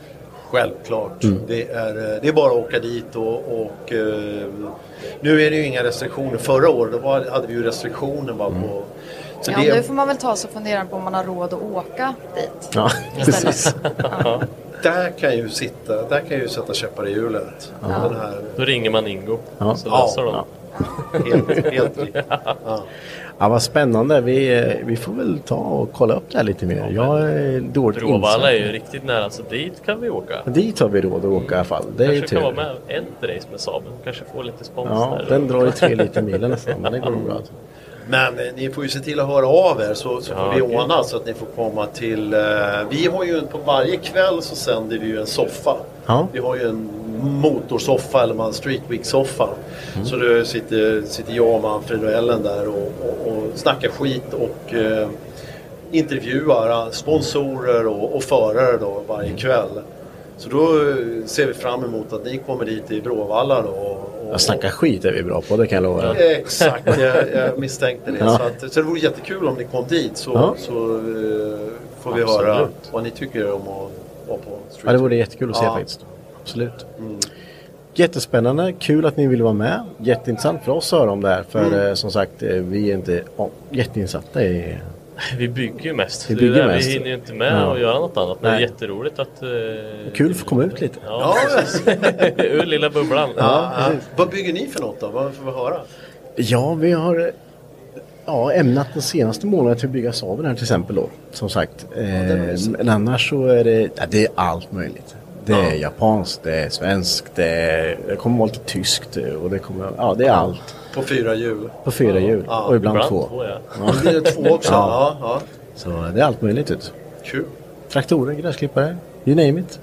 Självklart. Mm. Det, är, det är bara att åka dit och, och uh, nu är det ju inga restriktioner. Förra året då var, hade vi ju restriktioner bara mm. på... Så ja, det... nu får man väl ta sig och fundera på om man har råd att åka dit. Ja, precis. Ja. Där kan ju sitta, där kan ju sätta käppar i hjulet. Ja. Den här... Då ringer man Ingo. Ja. Så löser de. Ja. Helt, helt ja. Ja, vad spännande. Vi, vi får väl ta och kolla upp det här lite mer. Jag är dåligt insatt. Bråvalla är ju riktigt nära, så dit kan vi åka. Dit har vi råd att åka i alla fall. Det är kanske ju kan tur. vara med en race med Saben. Kanske få lite spons ja, där. Den drar ju tre liter milen nästan, men det går bra. Men eh, ni får ju se till att höra av er så, så ja, får vi ordna så att ni får komma till... Eh, vi har ju på varje kväll så sänder vi ju en soffa. Ja. Vi har ju en motorsoffa eller man Street Week-soffa. Mm. Så då sitter, sitter jag, Manfred och Ellen där och, och, och snackar skit och eh, intervjuar sponsorer och, och förare då varje kväll. Så då ser vi fram emot att ni kommer dit i Bråvalla då. Och, och, jag snackar skit är vi bra på, det kan jag lova. Exakt, jag, jag misstänkte det. Ja. Så, att, så det vore jättekul om ni kom dit så, ja. så uh, får vi Absolut. höra vad ni tycker om att vara på Street. Ja, det vore jättekul att se ja. faktiskt. Absolut. Mm. Jättespännande, kul att ni vill vara med. Jätteintressant för oss att höra om det här. För mm. eh, som sagt, vi är inte oh, jätteinsatta i... Vi bygger ju mest. Vi, bygger det där, mest. vi hinner ju inte med ja. att göra något annat. Men Nej. det är jätteroligt att... Eh, kul att få komma ut lite. Ja, ur lilla bubblan. Ja, ja. Vad bygger ni för något då? Vad får vi höra? Ja, vi har ja, ämnat den senaste månaden till att bygga Saben här till exempel då. Som sagt. Eh, ja, men annars så är det, ja, det är allt möjligt. Det är ja. japanskt, det är svenskt, det, är, det kommer vara lite tyskt och det kommer, ja det är allt. På fyra hjul. På fyra hjul ja. och ibland, ibland två. två ja. Ja. Det är två också. Ja. Ja. Så det är allt möjligt ut. Kul. Traktorer, gräsklippare, you name it.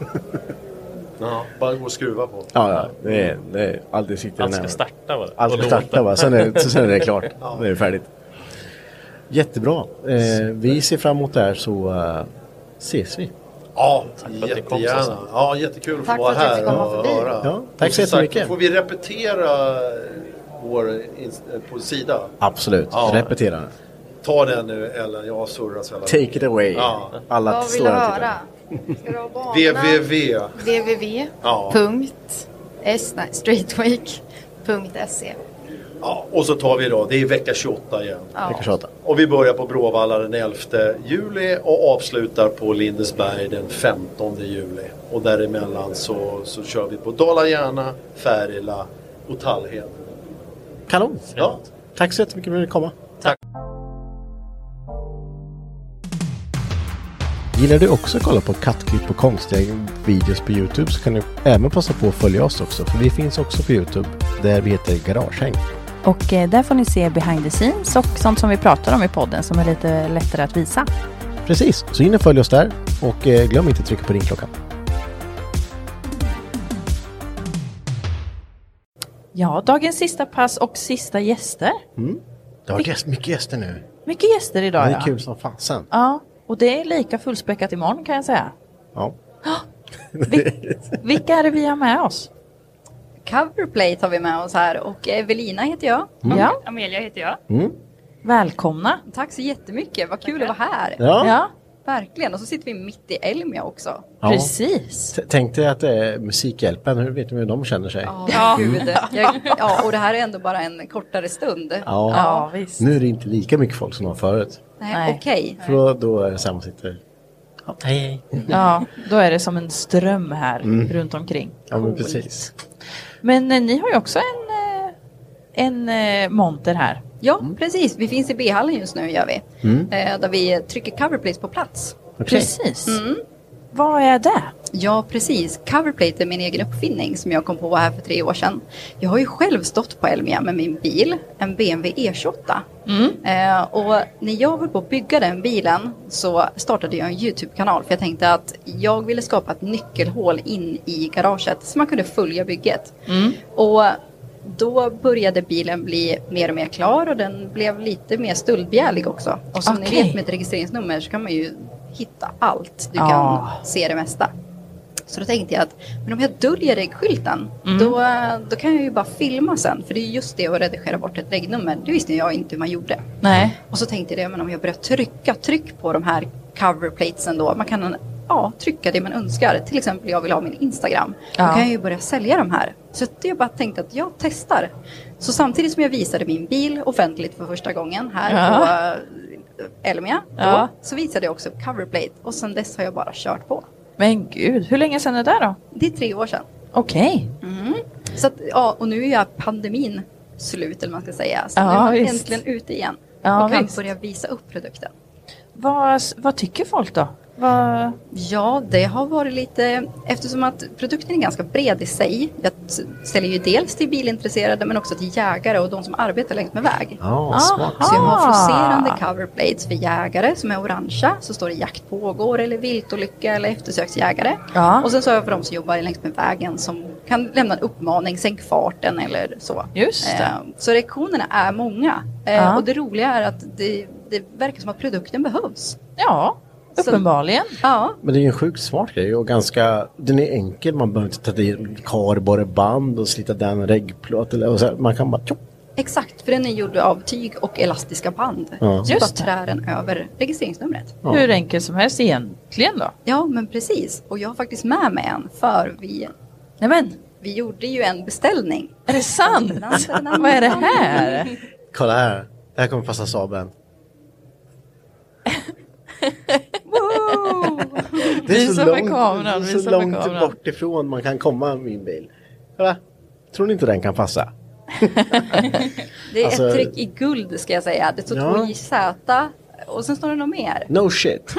Ja, bara gå och skruva på. Ja, ja det är, det är alltid sitter allt ska starta va? Allt ska starta va? Sen är, sen är det klart. Ja. Det är färdigt. Jättebra. Eh, vi ser fram emot det här så uh, ses vi. Ja, jättegärna. Ja, jättekul att få vara här och höra. Ja, tack så jättemycket. Får vi repetera vår på sida? Absolut, ja. Repetera. Ta den nu Ellen, jag har surrat så. Take it away. Ja. Alla vad vill du höra? Ska du ha banan? www www punkt streetweek punkt se. Ja, och så tar vi då, det är vecka tjugoåtta igen. Ja. Vecka tjugoåtta. Och vi börjar på Bråvalla den elfte juli och avslutar på Lindesberg den femtonde juli. Och däremellan så, så kör vi på Dala-Järna, Färila och Tallhed. Kanon. Ja. Tack så jättemycket för att ni komma. Tack. Gillar du också att kolla på kattklipp och konstiga videos på YouTube så kan du även passa på att följa oss också. För vi finns också på YouTube där vi heter Garagehäng. Och eh, där får ni se behind the scenes och sånt som vi pratar om i podden som är lite lättare att visa. Precis, så in och följ oss där och eh, glöm inte att trycka på ringklockan. Ja, dagens sista pass och sista gäster. Mm. Det har varit mycket gäster nu. Mycket gäster idag, ja. Det är kul som fasen. Ja, och det är lika fullspäckat imorgon kan jag säga. Ja. Vil- vilka är det vi har med oss? Coverplate har vi med oss här och Evelina heter jag. Mm. Ja. Amelia heter jag. Mm. Välkomna. Tack så jättemycket, vad kul att vara här. Ja. Ja. Verkligen, och så sitter vi mitt i Elmia också. Ja. Precis. T- Tänk dig att det är Musikhjälpen, hur vet du hur de känner sig? Ja, ja. Gud. Jag, ja, och det här är ändå bara en kortare stund. Ja, ja visst. Nu är det inte lika mycket folk som var förut. Nej, Nej. okej. Okay. För då, då är det samma sitter. Ja, hej. Ja, då är det som en ström här mm. runt omkring. Ja, men precis. Men eh, ni har ju också en, eh, en eh, monter här. Ja, mm. precis. Vi finns i B-hallen just nu, gör vi. Mm. Eh, där vi trycker coverplates på plats. Okay. Precis. Mm. Vad är det? Ja, precis. Coverplate är min egen uppfinning som jag kom på här för tre år sedan. Jag har ju själv stått på Elmia med min bil, en B M W E tjugoåtta. Mm. Eh, och när jag var på att bygga den bilen så startade jag en YouTube-kanal. För jag tänkte att jag ville skapa ett nyckelhål in i garaget så man kunde följa bygget. Mm. Och då började bilen bli mer och mer klar och den blev lite mer stöldbegärlig också. Och som okay. ni vet med ett registreringsnummer så kan man ju hitta allt. Du kan ah. se det mesta. Så då tänkte jag att men om jag döljer regskylten mm. då, då kan jag ju bara filma sen. För det är just det att redigera bort ett regnummer. Det visste jag inte hur man gjorde. Nej. Och så tänkte jag det, men om jag börjar trycka tryck på de här coverplatesen då. Man kan ja, trycka det man önskar. Till exempel jag vill ha min Instagram. Ja. Då kan jag ju börja sälja de här. Så det jag bara tänkte att jag testar. Så samtidigt som jag visade min bil offentligt för första gången här Ja. på Elmia. Då, Ja. så visade jag också coverplate. Och sen dess har jag bara kört på. Men gud, hur länge sedan är det då? Det är tre år sedan. Okej. Mm. Så att, ja, och nu är jag pandemin slut eller man ska säga. Så Ja, nu är man visst. äntligen ute igen. Ja, och kan visst. börja visa upp produkten. Vad, vad tycker folk då? Vad... Ja, det har varit lite, eftersom att produkten är ganska bred i sig. Jag t- säljer ju dels till bilintresserade men också till jägare och de som arbetar längs med väg. Ja, smart. Så jag har fluorescerande coverplates för jägare som är orangea. Så står det jakt pågår eller viltolycka eller eftersöksjägare. Ja. Och sen så har jag för de som jobbar längs med vägen som kan lämna en uppmaning, sänk farten eller så. Just det. Eh, så reaktionerna är många. Eh, Ja. Och det roliga är att det, det verkar som att produkten behövs. Ja, uppenbarligen. Så, ja. Men det är ju en sjukt smart grej och ganska, den är enkel, man behöver inte ta dit kardborreband och slita den reggplåt eller och så här, man kan bara tjopp. Exakt, för den är gjord av tyg och elastiska band. Ja. Så Just bara trär den över registreringsnumret. Ja. Hur enkelt som helst egentligen då. Ja, men precis. Och jag har faktiskt med mig en för vi, Nämen, vi gjorde ju en beställning. är det sant? Vad är det här? Kolla här, det här kommer passa Saaben. Wow. Det är Visa så med långt, kameran, det är visa så med långt kameran. bort ifrån man kan komma min bil. Kolla, tror ni inte den kan passa? Det är Alltså- ett tryck i guld ska jag säga. Det står Ja. två J Z och sen står det något mer. No shit.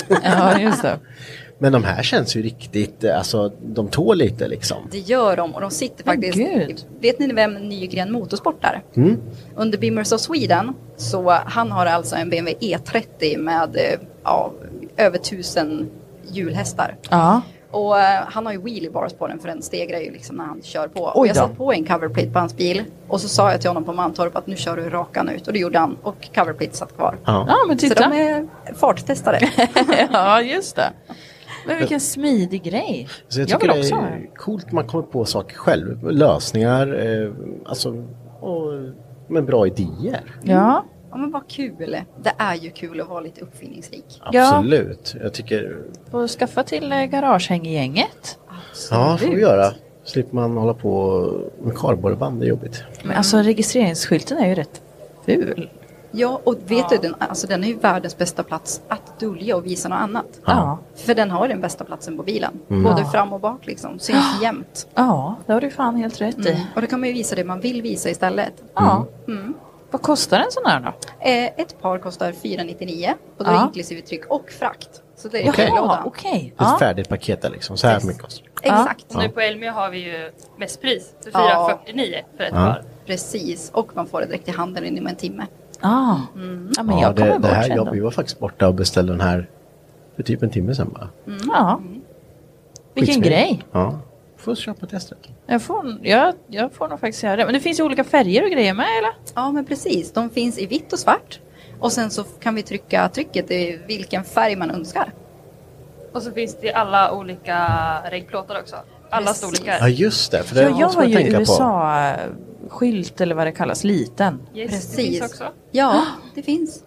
Ja, just det. Men de här känns ju riktigt, alltså de tål lite liksom. Det gör de och de sitter Men faktiskt. gud. Vet ni vem Nygren Motorsport är? Mm. Under Beamers of Sweden så han har alltså en B M W E trettio med eh, ja, över tusen hjulhästar. Ja. Och eh, han har ju wheelie bars på den för den stegrar ju liksom när han kör på. Oj Och jag då. satt på en coverplate på hans bil och så sa jag till honom på Mantorp att nu kör du rakan ut och det gjorde han och coverplate satt kvar. Ja. Ja, men Så de titta. är farttestare. Ja, just det. Men vilken smidig grej. Så jag Jag tycker vill det också ha är den. coolt att man kommer på saker själv. Lösningar, eh, alltså, och, med bra idéer. Ja. Ja men vad kul. Det är ju kul att vara lite uppfinningsrik. Ja. Absolut. Jag tycker, Får skaffa till eh, garagehänggänget. ja, får vi göra. Slipper man hålla på med kardborreband, det är jobbigt. Men alltså registreringsskylten är ju rätt ful. Ja och vet du, den, alltså, den är ju världens bästa plats att dölja och visa något annat. Ja. För den har den bästa platsen på bilen. Mm. Både Ja. fram och bak liksom. Syns jämt. Ja, det har du fan helt rätt i. Mm. Och då kan man ju visa det man vill visa istället. Ja. Mm. Vad kostar en sån här då? Eh, ett par kostar fyra nittionio och då Ja. inklusive tryck och frakt. Så det är Okej. okay. Jaha, lådan. okej. Ett Ja. färdigt paket där liksom, så här mycket kostar. Exakt. Och nu på Elmia har vi ju mästpris för Ja. fyra fyrtionio för ett Ja. par. Precis. Och man får det direkt i handen inom en timme. Ah. Mm. Ja, men Ja, jag kommer det, bort det här, sen jag, då. vi var faktiskt borta och beställde den här för typ en timme sedan bara. Ja. Vilken Skitsmidigt. grej. Ja, får köpa testet. Jag får, jag, jag får nog faktiskt göra det. Men det finns ju olika färger och grejer med, eller? Ja men precis. De finns i vitt och svart. Och sen så kan vi trycka trycket i vilken färg man önskar. Och så finns det alla olika reggplåtar också. Alla Precis. storlekar. Ja, just det. För det Ja, jag måste har man ju tänka U S A-skylt eller vad det kallas, liten. Yes, Precis. det finns också. Ja, det finns.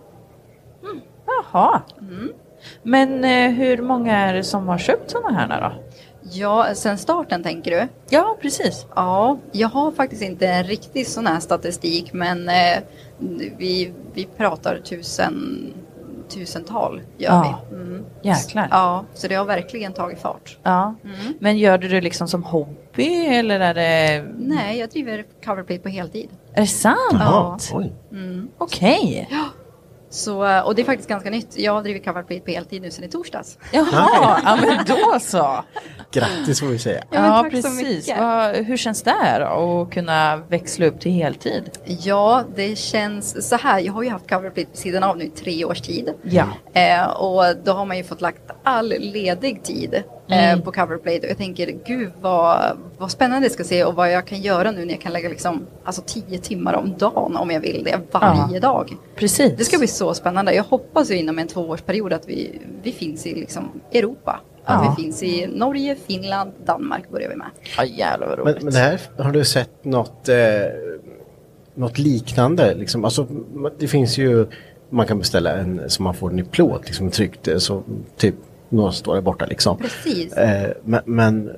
Jaha. Men eh, hur många är det som har köpt sådana här då? Ja, sen starten tänker du? Ja, precis. Ja, jag har faktiskt inte en riktig sån här statistik men eh, vi, vi pratar tusen, tusental gör Ja. vi. Mm. Jäklar. Ja, så det har verkligen tagit fart. Ja. Mm. Men gör du det liksom som hobby eller är det... Nej, jag driver coverplate på heltid. Är det sant? Ja. Oj. Mm. Okej. Så, och det är faktiskt ganska nytt. Jag har drivit coverplate på heltid nu sedan i torsdags. Jaha, ja men då så. Grattis får vi säga. Ja, men Ja, tack så precis. mycket. Vad, hur känns det då att kunna växla upp till heltid? Ja, det känns så här. Jag har ju haft coverplate på sidan av nu i tre års tid. Ja. Eh, och då har man ju fått lagt all ledig tid eh, Mm. på coverplate. Och jag tänker, gud vad, vad spännande det ska se och vad jag kan göra nu när jag kan lägga liksom, alltså tio timmar om dagen om jag vill det varje Ja. dag. Precis. Det ska bli så spännande. Jag hoppas ju inom en tvåårsperiod att vi, vi finns i liksom Europa. Att Ja. vi finns i Norge, Finland, Danmark börjar vi med. Ja, jävlar vad Men, roligt. men det här, har du sett något, eh, något liknande? Liksom? Alltså, det finns ju, man kan beställa en som man får den i plåt, liksom tryckt, så typ några står där borta liksom. Precis. Eh, men, men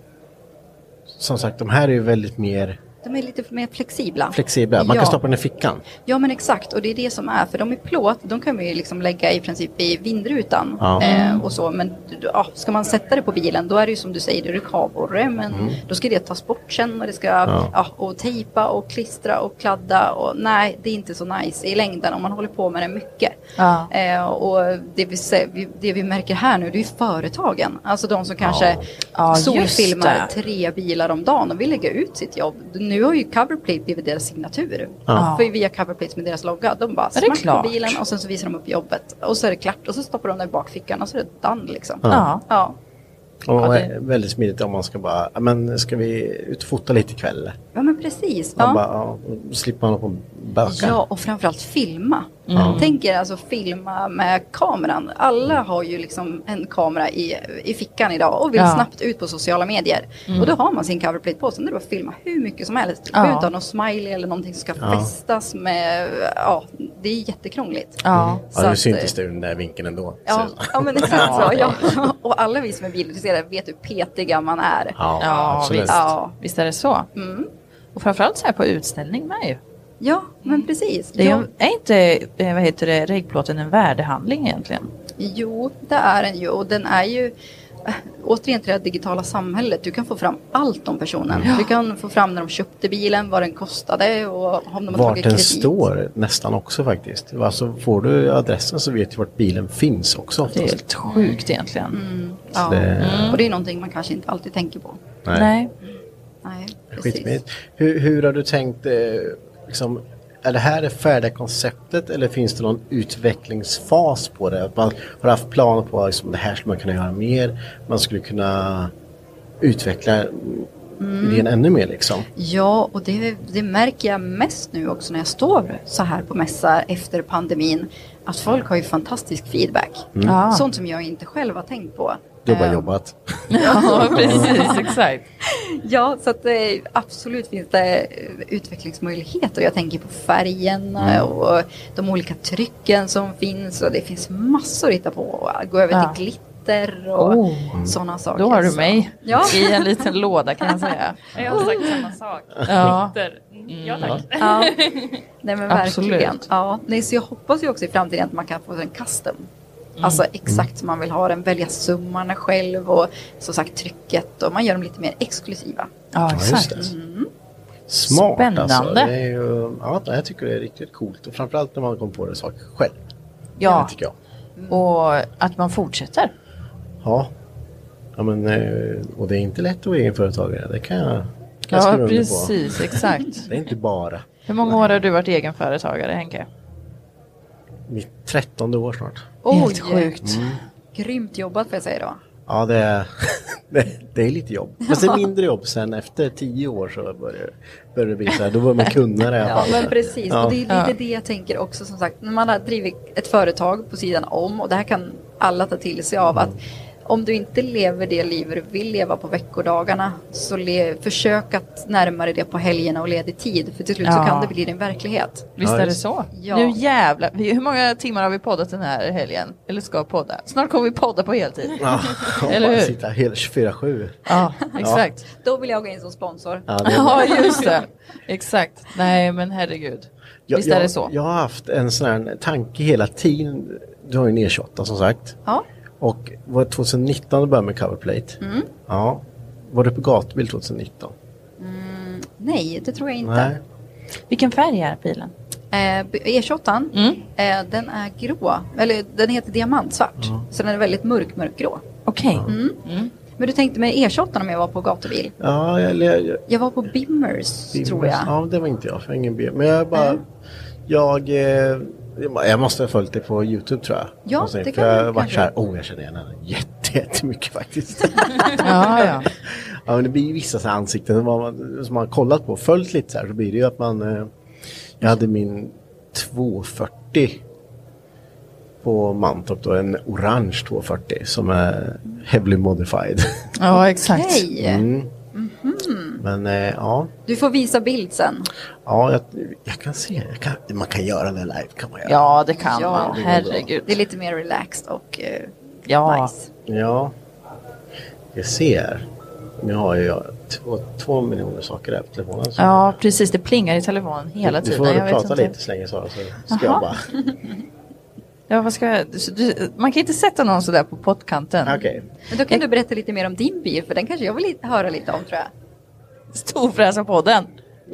som sagt, de här är ju väldigt mer de är lite mer flexibla. Flexibla, man ja. kan stoppa den i fickan. Ja men exakt, och det är det som är, för de är plåt, de kan vi ju liksom lägga i princip i vindrutan ja. eh, och så, men ja, ska man sätta det på bilen då är det ju som du säger, det är kavborre, men mm. då ska det tas bort sen och det ska ja. Ja, och tejpa och klistra och kladda och nej, det är inte så nice i längden om man håller på med det mycket. Ja. Eh, och det vi, det vi märker här nu, det är företagen, alltså de som kanske ja. solfilmar tre bilar om dagen och vill lägga ut sitt jobb. Nu har ju Coverplate blivit deras signatur. Ja. För via Coverplate med deras logga. De bara smackar på bilen och sen så visar de upp jobbet. Och så är det klart. Och så stoppar de den i bakfickan och så är det done liksom. Ja. Ja. Och ja, det... väldigt smidigt om man ska bara, men ska vi ut och fota lite ikväll? Ja men precis. Man Ja. bara, ja, slipper man på böka. Ja, och framförallt filma. Mm. Tänk er alltså filma med kameran. Alla har ju liksom en kamera i, i fickan idag och vill Ja. snabbt ut på sociala medier. Mm. Och då har man sin coverplate på sig. Då är det bara att filma hur mycket som helst. Ja. Utan någon smiley eller någonting som ska Ja. festas med. Ja, det är jättekrångligt. Ja. Ja, det att, syntes det i den där vinkeln ändå. Ja, Så. ja men exakt så. Ja. Och alla vi som är bilintresserade vet hur petiga man är. Ja, Ja, absolut. visst. Ja. Visst är det så. Mm. Och framförallt så här på utställning med ju. Ja, men precis. Det är, Ja. ju, är inte, eh, vad heter det, regplåten en värdehandling egentligen? Jo, det är den ju. Och den är ju äh, återigen till det digitala samhället. Du kan få fram allt om personen. Ja. Du kan få fram när de köpte bilen, vad den kostade och om de har Vart tagit den kredit. står nästan också faktiskt. Alltså får du adressen så vet du vart bilen finns också. Det är helt sjukt egentligen. Mm, ja. det- Mm. Och det är någonting man kanske inte alltid tänker på. Nej. Nej. Nej, precis. Skitsmidigt. Hur, hur har du tänkt, eh, liksom, är det här det färdiga konceptet eller finns det någon utvecklingsfas på det? Att man har haft planer på att liksom, det här skulle man kunna göra mer. Man skulle kunna utveckla Mm. idén ännu mer liksom. Ja, och det, det märker jag mest nu också när jag står så här på mässa efter pandemin. Att folk har ju fantastisk feedback. Mm. Ja. Sånt som jag inte själv har tänkt på. Du har bara Eh, jobbat. Ja, precis, exakt. Ja, så att det, absolut finns det eh, utvecklingsmöjligheter. Jag tänker på färgerna Mm. och de olika trycken som finns. Och det finns massor att hitta på. Gå över Ja. till glitter och Oh. sådana saker. Då har du Så- mig Ja. i en liten låda kan jag säga. Jag har sagt samma sak. Ja. Glitter. Mm, ja tack. Ja. Nej men Absolut. verkligen. Ja. Nej, så jag hoppas ju också i framtiden att man kan få en custom. Mm. Alltså exakt som man vill ha den. Välja summarna själv och som sagt trycket. Och man gör dem lite mer exklusiva. Ja, Ja, just exakt. det. Mm. Smart Spännande. alltså. Det är ju, ja, jag tycker det är riktigt coolt. Och framförallt när man kommer på det saker själv. Ja, Det tycker jag. och att man fortsätter. Ja. Ja men, eh, och det är inte lätt att vara egenföretagare. Det kan jag, kan jag Ja, skriva under precis, på. exakt. Det är inte bara. Hur många år har du varit egenföretagare, Henke? Mitt trettonde år snart. Helt sjukt. Mm. Grymt jobbat får jag säga då. Ja, det är, det, det är lite jobb. Men sen mindre jobb sen efter tio år så börjar, börjar det bli så här. Då börjar man kunna det i alla Ja fall. men precis. Ja. Och det är lite Ja. det jag tänker också som sagt. När man har drivit ett företag på sidan om. Och det här kan alla ta till sig av. Att om du inte lever det liv du vill leva på veckodagarna. Så le- försök att närma dig det på helgerna och ledig tid. För till slut så Ja. kan det bli din verklighet. Visst Ja, är det just. så? Ja. Nu jävlar. Vi- Hur många timmar har vi poddat den här helgen? Eller ska podda? Snart kommer vi podda på heltid. Ja, Eller hur? Sitta hela tjugofyra sju. Ja, exakt. Då vill jag gå in som sponsor. Ja, det- Ja, just det. Exakt. Nej, men herregud. Jag, Visst är jag, det så? Jag har haft en sån här tanke hela tiden. Du har ju en E tjugoåtta som sagt. Ja. Och var det tjugonitton du började med coverplate? Mm. Ja. Var du på gatubil tjugonitton? Mm, nej, det tror jag inte. Nej. Vilken färg är bilen? Eh, E tjugoåtta, Mm. eh, den är grå. Eller den heter diamantsvart. Så den är väldigt mörk, mörkgrå. Okej. Mm. Mm. Men du tänkte med E tjugoåtta om jag var på gatubil? Ja, jag, jag, jag, Jag var på Bimmers, tror jag. Ja, det var inte jag. För ingen bil. Men jag bara... Mm. Jag... Eh, jag måste ha följt det på YouTube tror jag. Ja, Och sen, det för kan jag du har varit kanske. så här, oh jag känner igen henne jätte, jättemycket faktiskt. Ja, ja. Ja, men det blir ju vissa så här ansikten som man, som man har kollat på, följt lite så här, så blir det ju att man... Eh, jag hade min tvåhundrafyrtio på Mantorp då, en orange tvåhundrafyrtio som är heavily modified. Ja, exakt. Hej! Mm. Mhm. Men eh, ja, Du får visa bild sen. ja jag, jag kan se, jag kan, man kan göra det live kan man göra. Ja, det kan Ja, man. Herregud. Det är lite mer relaxed och eh, Ja, nice. Ja, jag ser. Nu har jag två, två miljoner saker där på telefonen. Så. Ja, precis. Det plingar i telefonen hela du, tiden. Du får jag prata vet lite inte. så länge Sara, så ska jag bara... Ja, vad ska jag... Du, man kan inte sätta någon sådär på pottkanten. Okej. Okay. Men då kan jag... du berätta lite mer om din bil, för den kanske jag vill höra lite om, tror jag. Storfräsa på den.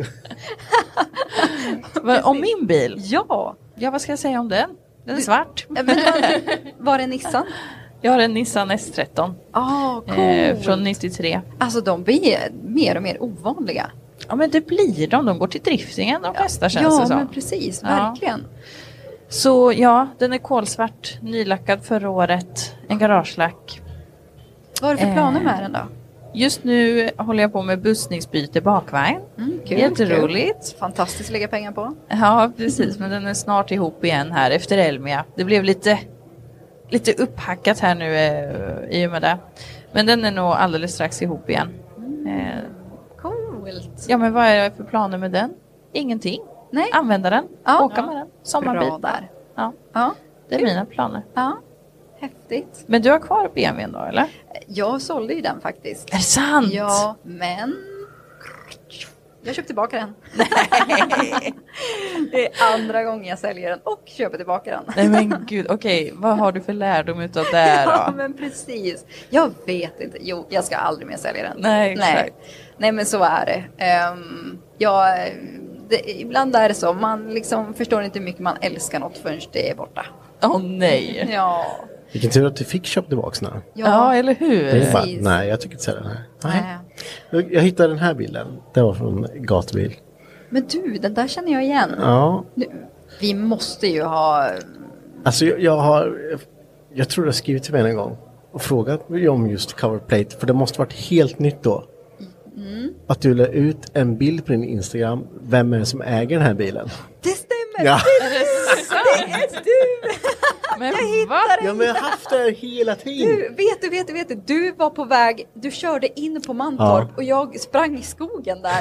Om min bil? Ja. Ja, vad ska jag säga om den? Den är svart. Men var, var det Nissan? Jag har en Nissan S tretton. Ah, cool. eh, från nittiotre. Alltså de blir mer och mer ovanliga. Ja, men det blir de. De går till driftingen de flesta, ja, känns ja, det som. Ja, men precis. Verkligen. Ja. Så ja, den är kolsvart. Nylackad förra året. En garagelack. Vad är det för planer med den då? Just nu håller jag på med bussningsbyte bakvagn. Mm, kul, Jätteroligt. Kul. Fantastiskt att lägga pengar på. Ja, precis. Men den är snart ihop igen här efter Elmia. Det blev lite, lite upphackat här nu eh, i och med det. Men den är nog alldeles strax ihop igen. Mm. Eh, Coolt. Ja, men vad är det för planer med den? Ingenting. Nej. Använda den. Ja. Åka med den. Sommarbil. Bra där. Ja. Ja. Det är mina planer. Ja. Häftigt. Men du har kvar B M W:n då, eller? Jag sålde ju den faktiskt. Är det sant? Ja, men jag köpte tillbaka den. Det är andra gången jag säljer den och köper tillbaka den. Nej men gud, okej. Okay. Vad har du för lärdom utav det här då? Ja, men precis. Jag vet inte. Jo, jag ska aldrig mer sälja den. Nej, exakt. Nej, Nej men så är det. Um, jag, det. Ibland är det så. Man liksom förstår inte hur mycket man älskar något förrän det är borta. Åh oh, nej. Ja. Vilken tur att du fick köpa tillbaka den. Ja, ja, eller hur? Det är bara, nej, jag tycker inte sälja den här. Nej. Nej. Jag hittade den här bilden. Det var från gatubil. Men du, den där känner jag igen. Ja. Nu, vi måste ju ha... Alltså jag, jag har... Jag tror jag har skrivit till mig en gång och frågat mig om just coverplate. För det måste varit helt nytt då. Mm. Att du la ut en bild på din Instagram. Vem är det som äger den här bilen? Det stämmer! Ja. Det är du! Men jag hittade den! Ja, men jag har haft det hela tiden. Du, vet du, vet du, vet du. Du var på väg, du körde in på Mantorp ja. Och jag sprang i skogen där.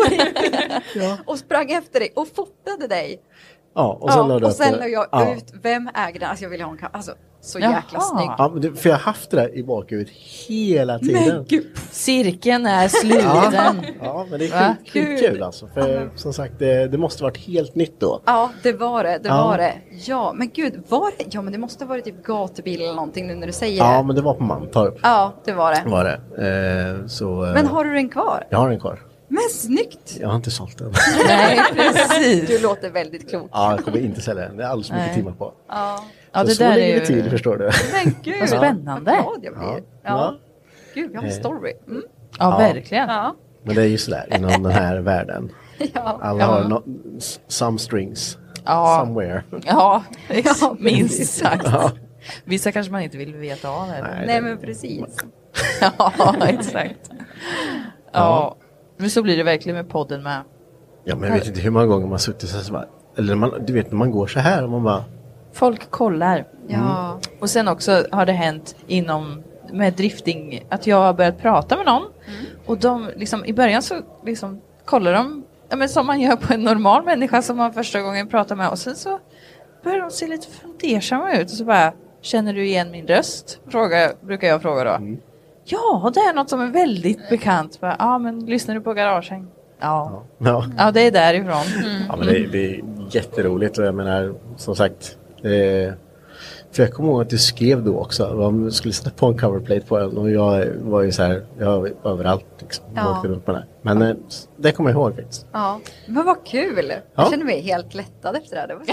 ja. Och sprang efter dig och fotade dig. Ja, och sen, ja, la, och sen la jag ja. ut, vem ägde den? Alltså jag ville ha en kam- alltså så Jaha. jäkla snygg. Ja, men det, för jag har haft det där i bakhuvudet hela tiden. Men gud. Cirkeln är sluten. ja. ja, men det är sjukt sjuk kul alltså. För mm. som sagt, det, det måste varit helt nytt då. Ja, det var det, det ja. var det. Ja, men gud, var det? Ja, men det måste ha varit typ gatubil eller någonting nu när du säger ja, det. Ja, men det var på Mantorp. Ja, det var det. Var det. Eh, så, men har du den kvar? Jag har den kvar. Men snyggt! Jag har inte sålt den. Nej, precis. Du låter väldigt klok. Ja, jag kommer inte sälja den. Det är alldeles mycket timmar på. Ja. Ja, det så där så ligger är det till, förstår du. Men gud, vad spännande. Vad glad jag blir. Ja. Ja. Ja. Gud, vi har en story. Mm. Ja, ja, verkligen. Ja. Men det är ju sådär inom den här världen. Ja. Alla ja. har no- some strings. Ja. Somewhere. Ja, ja minst sagt. Ja. Vissa kanske man inte vill veta av. Eller? Nej, Nej, men precis. ja, exakt. Ja. ja. Men så blir det verkligen med podden med. Ja, men jag vet inte hur många gånger man har suttit så här. Eller man, du vet när man går så här och man bara... Folk kollar. Ja. Mm. Och sen också har det hänt inom med drifting att jag har börjat prata med någon. Mm. Och de liksom i början så liksom kollar de ja, men som man gör på en normal människa som man första gången pratar med. Och sen så börjar de se lite fundersamma ut. Och så bara, känner du igen min röst? Fråga, brukar jag fråga då. Mm. Ja, det är något som är väldigt bekant. Ja, ah, men lyssnar du på Garagehäng? Ja. Ja. Ja, det är därifrån. Mm. Ja, men det, det är jätteroligt och jag menar, som sagt, eh, för jag kommer ihåg att du skrev då också, man skulle sätta på en coverplate på den och jag var ju så här, jag var överallt liksom, ja. runt på den. Men eh, det kommer jag ihåg faktiskt. Ja, men vad kul! Ja. Jag känner mig helt lättad efter det här. Det var,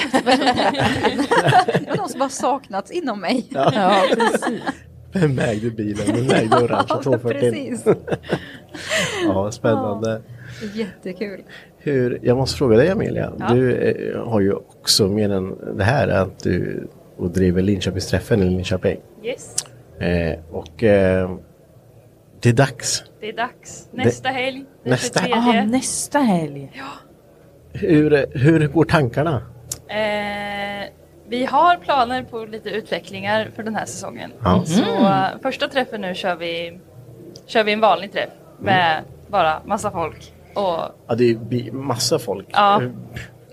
det var någon som bara saknats inom mig. Ja, ja precis. Vem ägde bilen? Vem ägde orangea tvåhundrafyrtio? Precis. Ja, spännande. Ja, jättekul. Hur, jag måste fråga dig Amelia, Ja. du eh, har ju också mer än det här att du och driver Linköpingsträffen i Linköping. Yes, Eh, och eh, det är dags. det är dags. Nästa helg. Den Nästa- tjugotredje. Ah, nästa helg. Hur, hur går tankarna? Eh, vi har planer på lite utvecklingar för den här säsongen. Ja. Så uh, första träffen nu kör vi, kör vi en vanlig träff med bara massa folk. Och, Ja, det är bi- massa folk. Ja.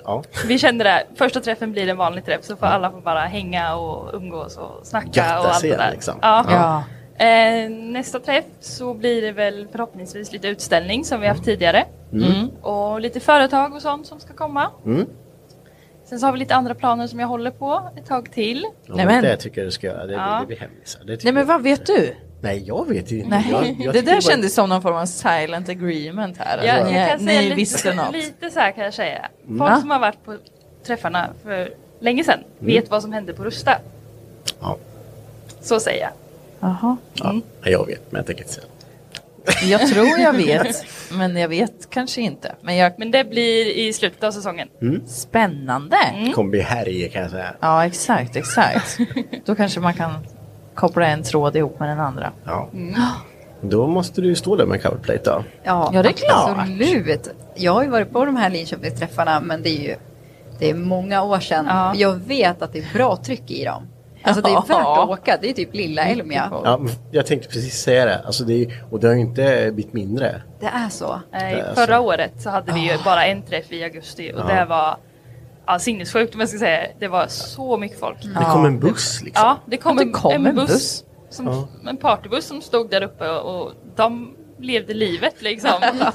Ja. Vi kände det, första träffen blir en vanlig träff så får alla får bara hänga och umgås och snacka Götta och allt sig, det där. liksom. Ja. Ja. Eh, nästa träff så blir det väl förhoppningsvis lite utställning som vi haft tidigare. Mm. Och lite företag och sånt som ska komma. Mm. Sen så har vi lite andra planer som jag håller på ett tag till. Ja, Nej, men- Det tycker jag du ska göra. Det, Ja. det blir hemlisar. Det tycker Nej men jag. vad vet du? Nej, jag vet ju inte. Nej, Jag, jag det tycker där bara- kändes som någon form av silent agreement här. Ja, Alltså, jag kan ni säga ni lite, visste något. lite så här kan jag säga. Folk Ja. som har varit på träffarna för länge sedan vet vad som hände på Rusta. Ja. Så säger jag. Jaha. Ja, jag vet, men jag tänker inte säga. Jag tror jag vet, men jag vet kanske inte. Men, jag... Men det blir i slutet av säsongen. Mm. Spännande. Det kommer bli härje kan jag säga. Ja, exakt, exakt. Då kanske man kan koppla en tråd ihop med den andra. Ja. Då måste du ju stå där med coverplate då. Ja, Ja, det är klart. absolut. Jag har ju varit på de här Linköpingsträffarna, men det är ju det är många år sedan. Ja. Jag vet att det är bra tryck i dem. Alltså det är värt att åka. Det är typ lilla Elmia. Ja, men jag tänkte precis säga det. Alltså det är, och det har ju inte blivit mindre. Det är så. Nej, Det är förra så. året så hade vi ju bara en träff i augusti och Ja. det var ja, sinnessjukt om jag ska säga. Det var så mycket folk. Det kom en buss liksom. Ja, det kom, Ja, det en, kom en, en buss, buss. Som, Ja. en partybuss som stod där uppe och, och de levde livet liksom.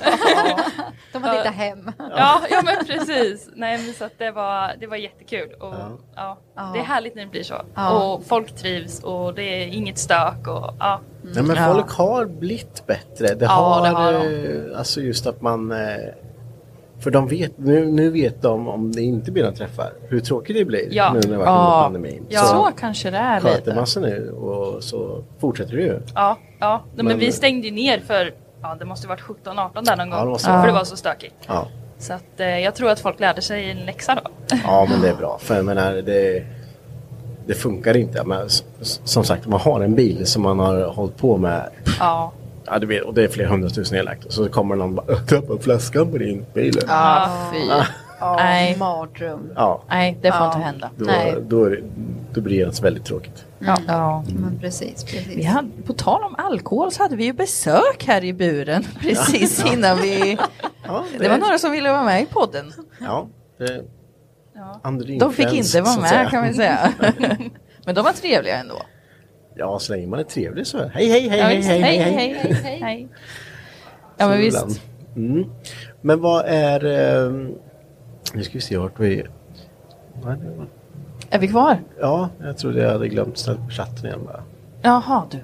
De hade hittat hem. ja, ja men precis. Nej, men så att det var det var jättekul och Ja. ja. Ja. Det är härligt när det blir så. Ja. Och folk trivs och det är inget stök och ja. Nej, men Ja. folk har blivit bättre. Det Ja, har, det har de. eh, alltså just att man... eh, För de vet, nu, nu vet de om det inte blir några träffar. Hur tråkigt det blir Ja. nu när det varit Ja. under pandemin. Ja. Så kanske det är Sköter lite. man sig nu och så fortsätter det ju. Ja, ja. Nej, men, Men- vi stängde ju ner för ja, det måste ha varit sjutton arton där någon gång. Ja, det måste det för vara. det var så stökigt. Ja. Så att, eh, jag tror att folk lärde sig en läxa då. Ja, men det är bra. För jag menar, det, det funkar inte. Men s- s- som sagt, man har en bil som man har hållit på med. Ja. Ja, det vet, och det är flera hundratusen nedlagt. Och så kommer någon bara tappa flaskan på din bil. Ja, fy. Ja, Nej. mardröm. Ja, Nej, det får Ja. inte hända. då, Nej. då, är det, då blir det väldigt tråkigt. Ja. Ja. Men precis, precis. Vi hade, på tal om alkohol så hade vi ju besök här i buren precis innan vi... Ja, Det var några som ville vara med i podden. Ja, det, Ja. Andra De fick influens, inte vara så att med säga. kan vi säga. Men de var trevliga ändå. Ja, så länge man är trevlig så. Hej, hej, hej, Ja, hej, visst. hej, hej, hej, hej, hej, hej. Ja, men Så visst. ibland. Mm. Men vad är... Eh, nu ska vi se vart vi... Nej, det var- Är vi kvar? Ja, jag trodde jag hade glömt ställa på chatten igen bara. Jaha, du.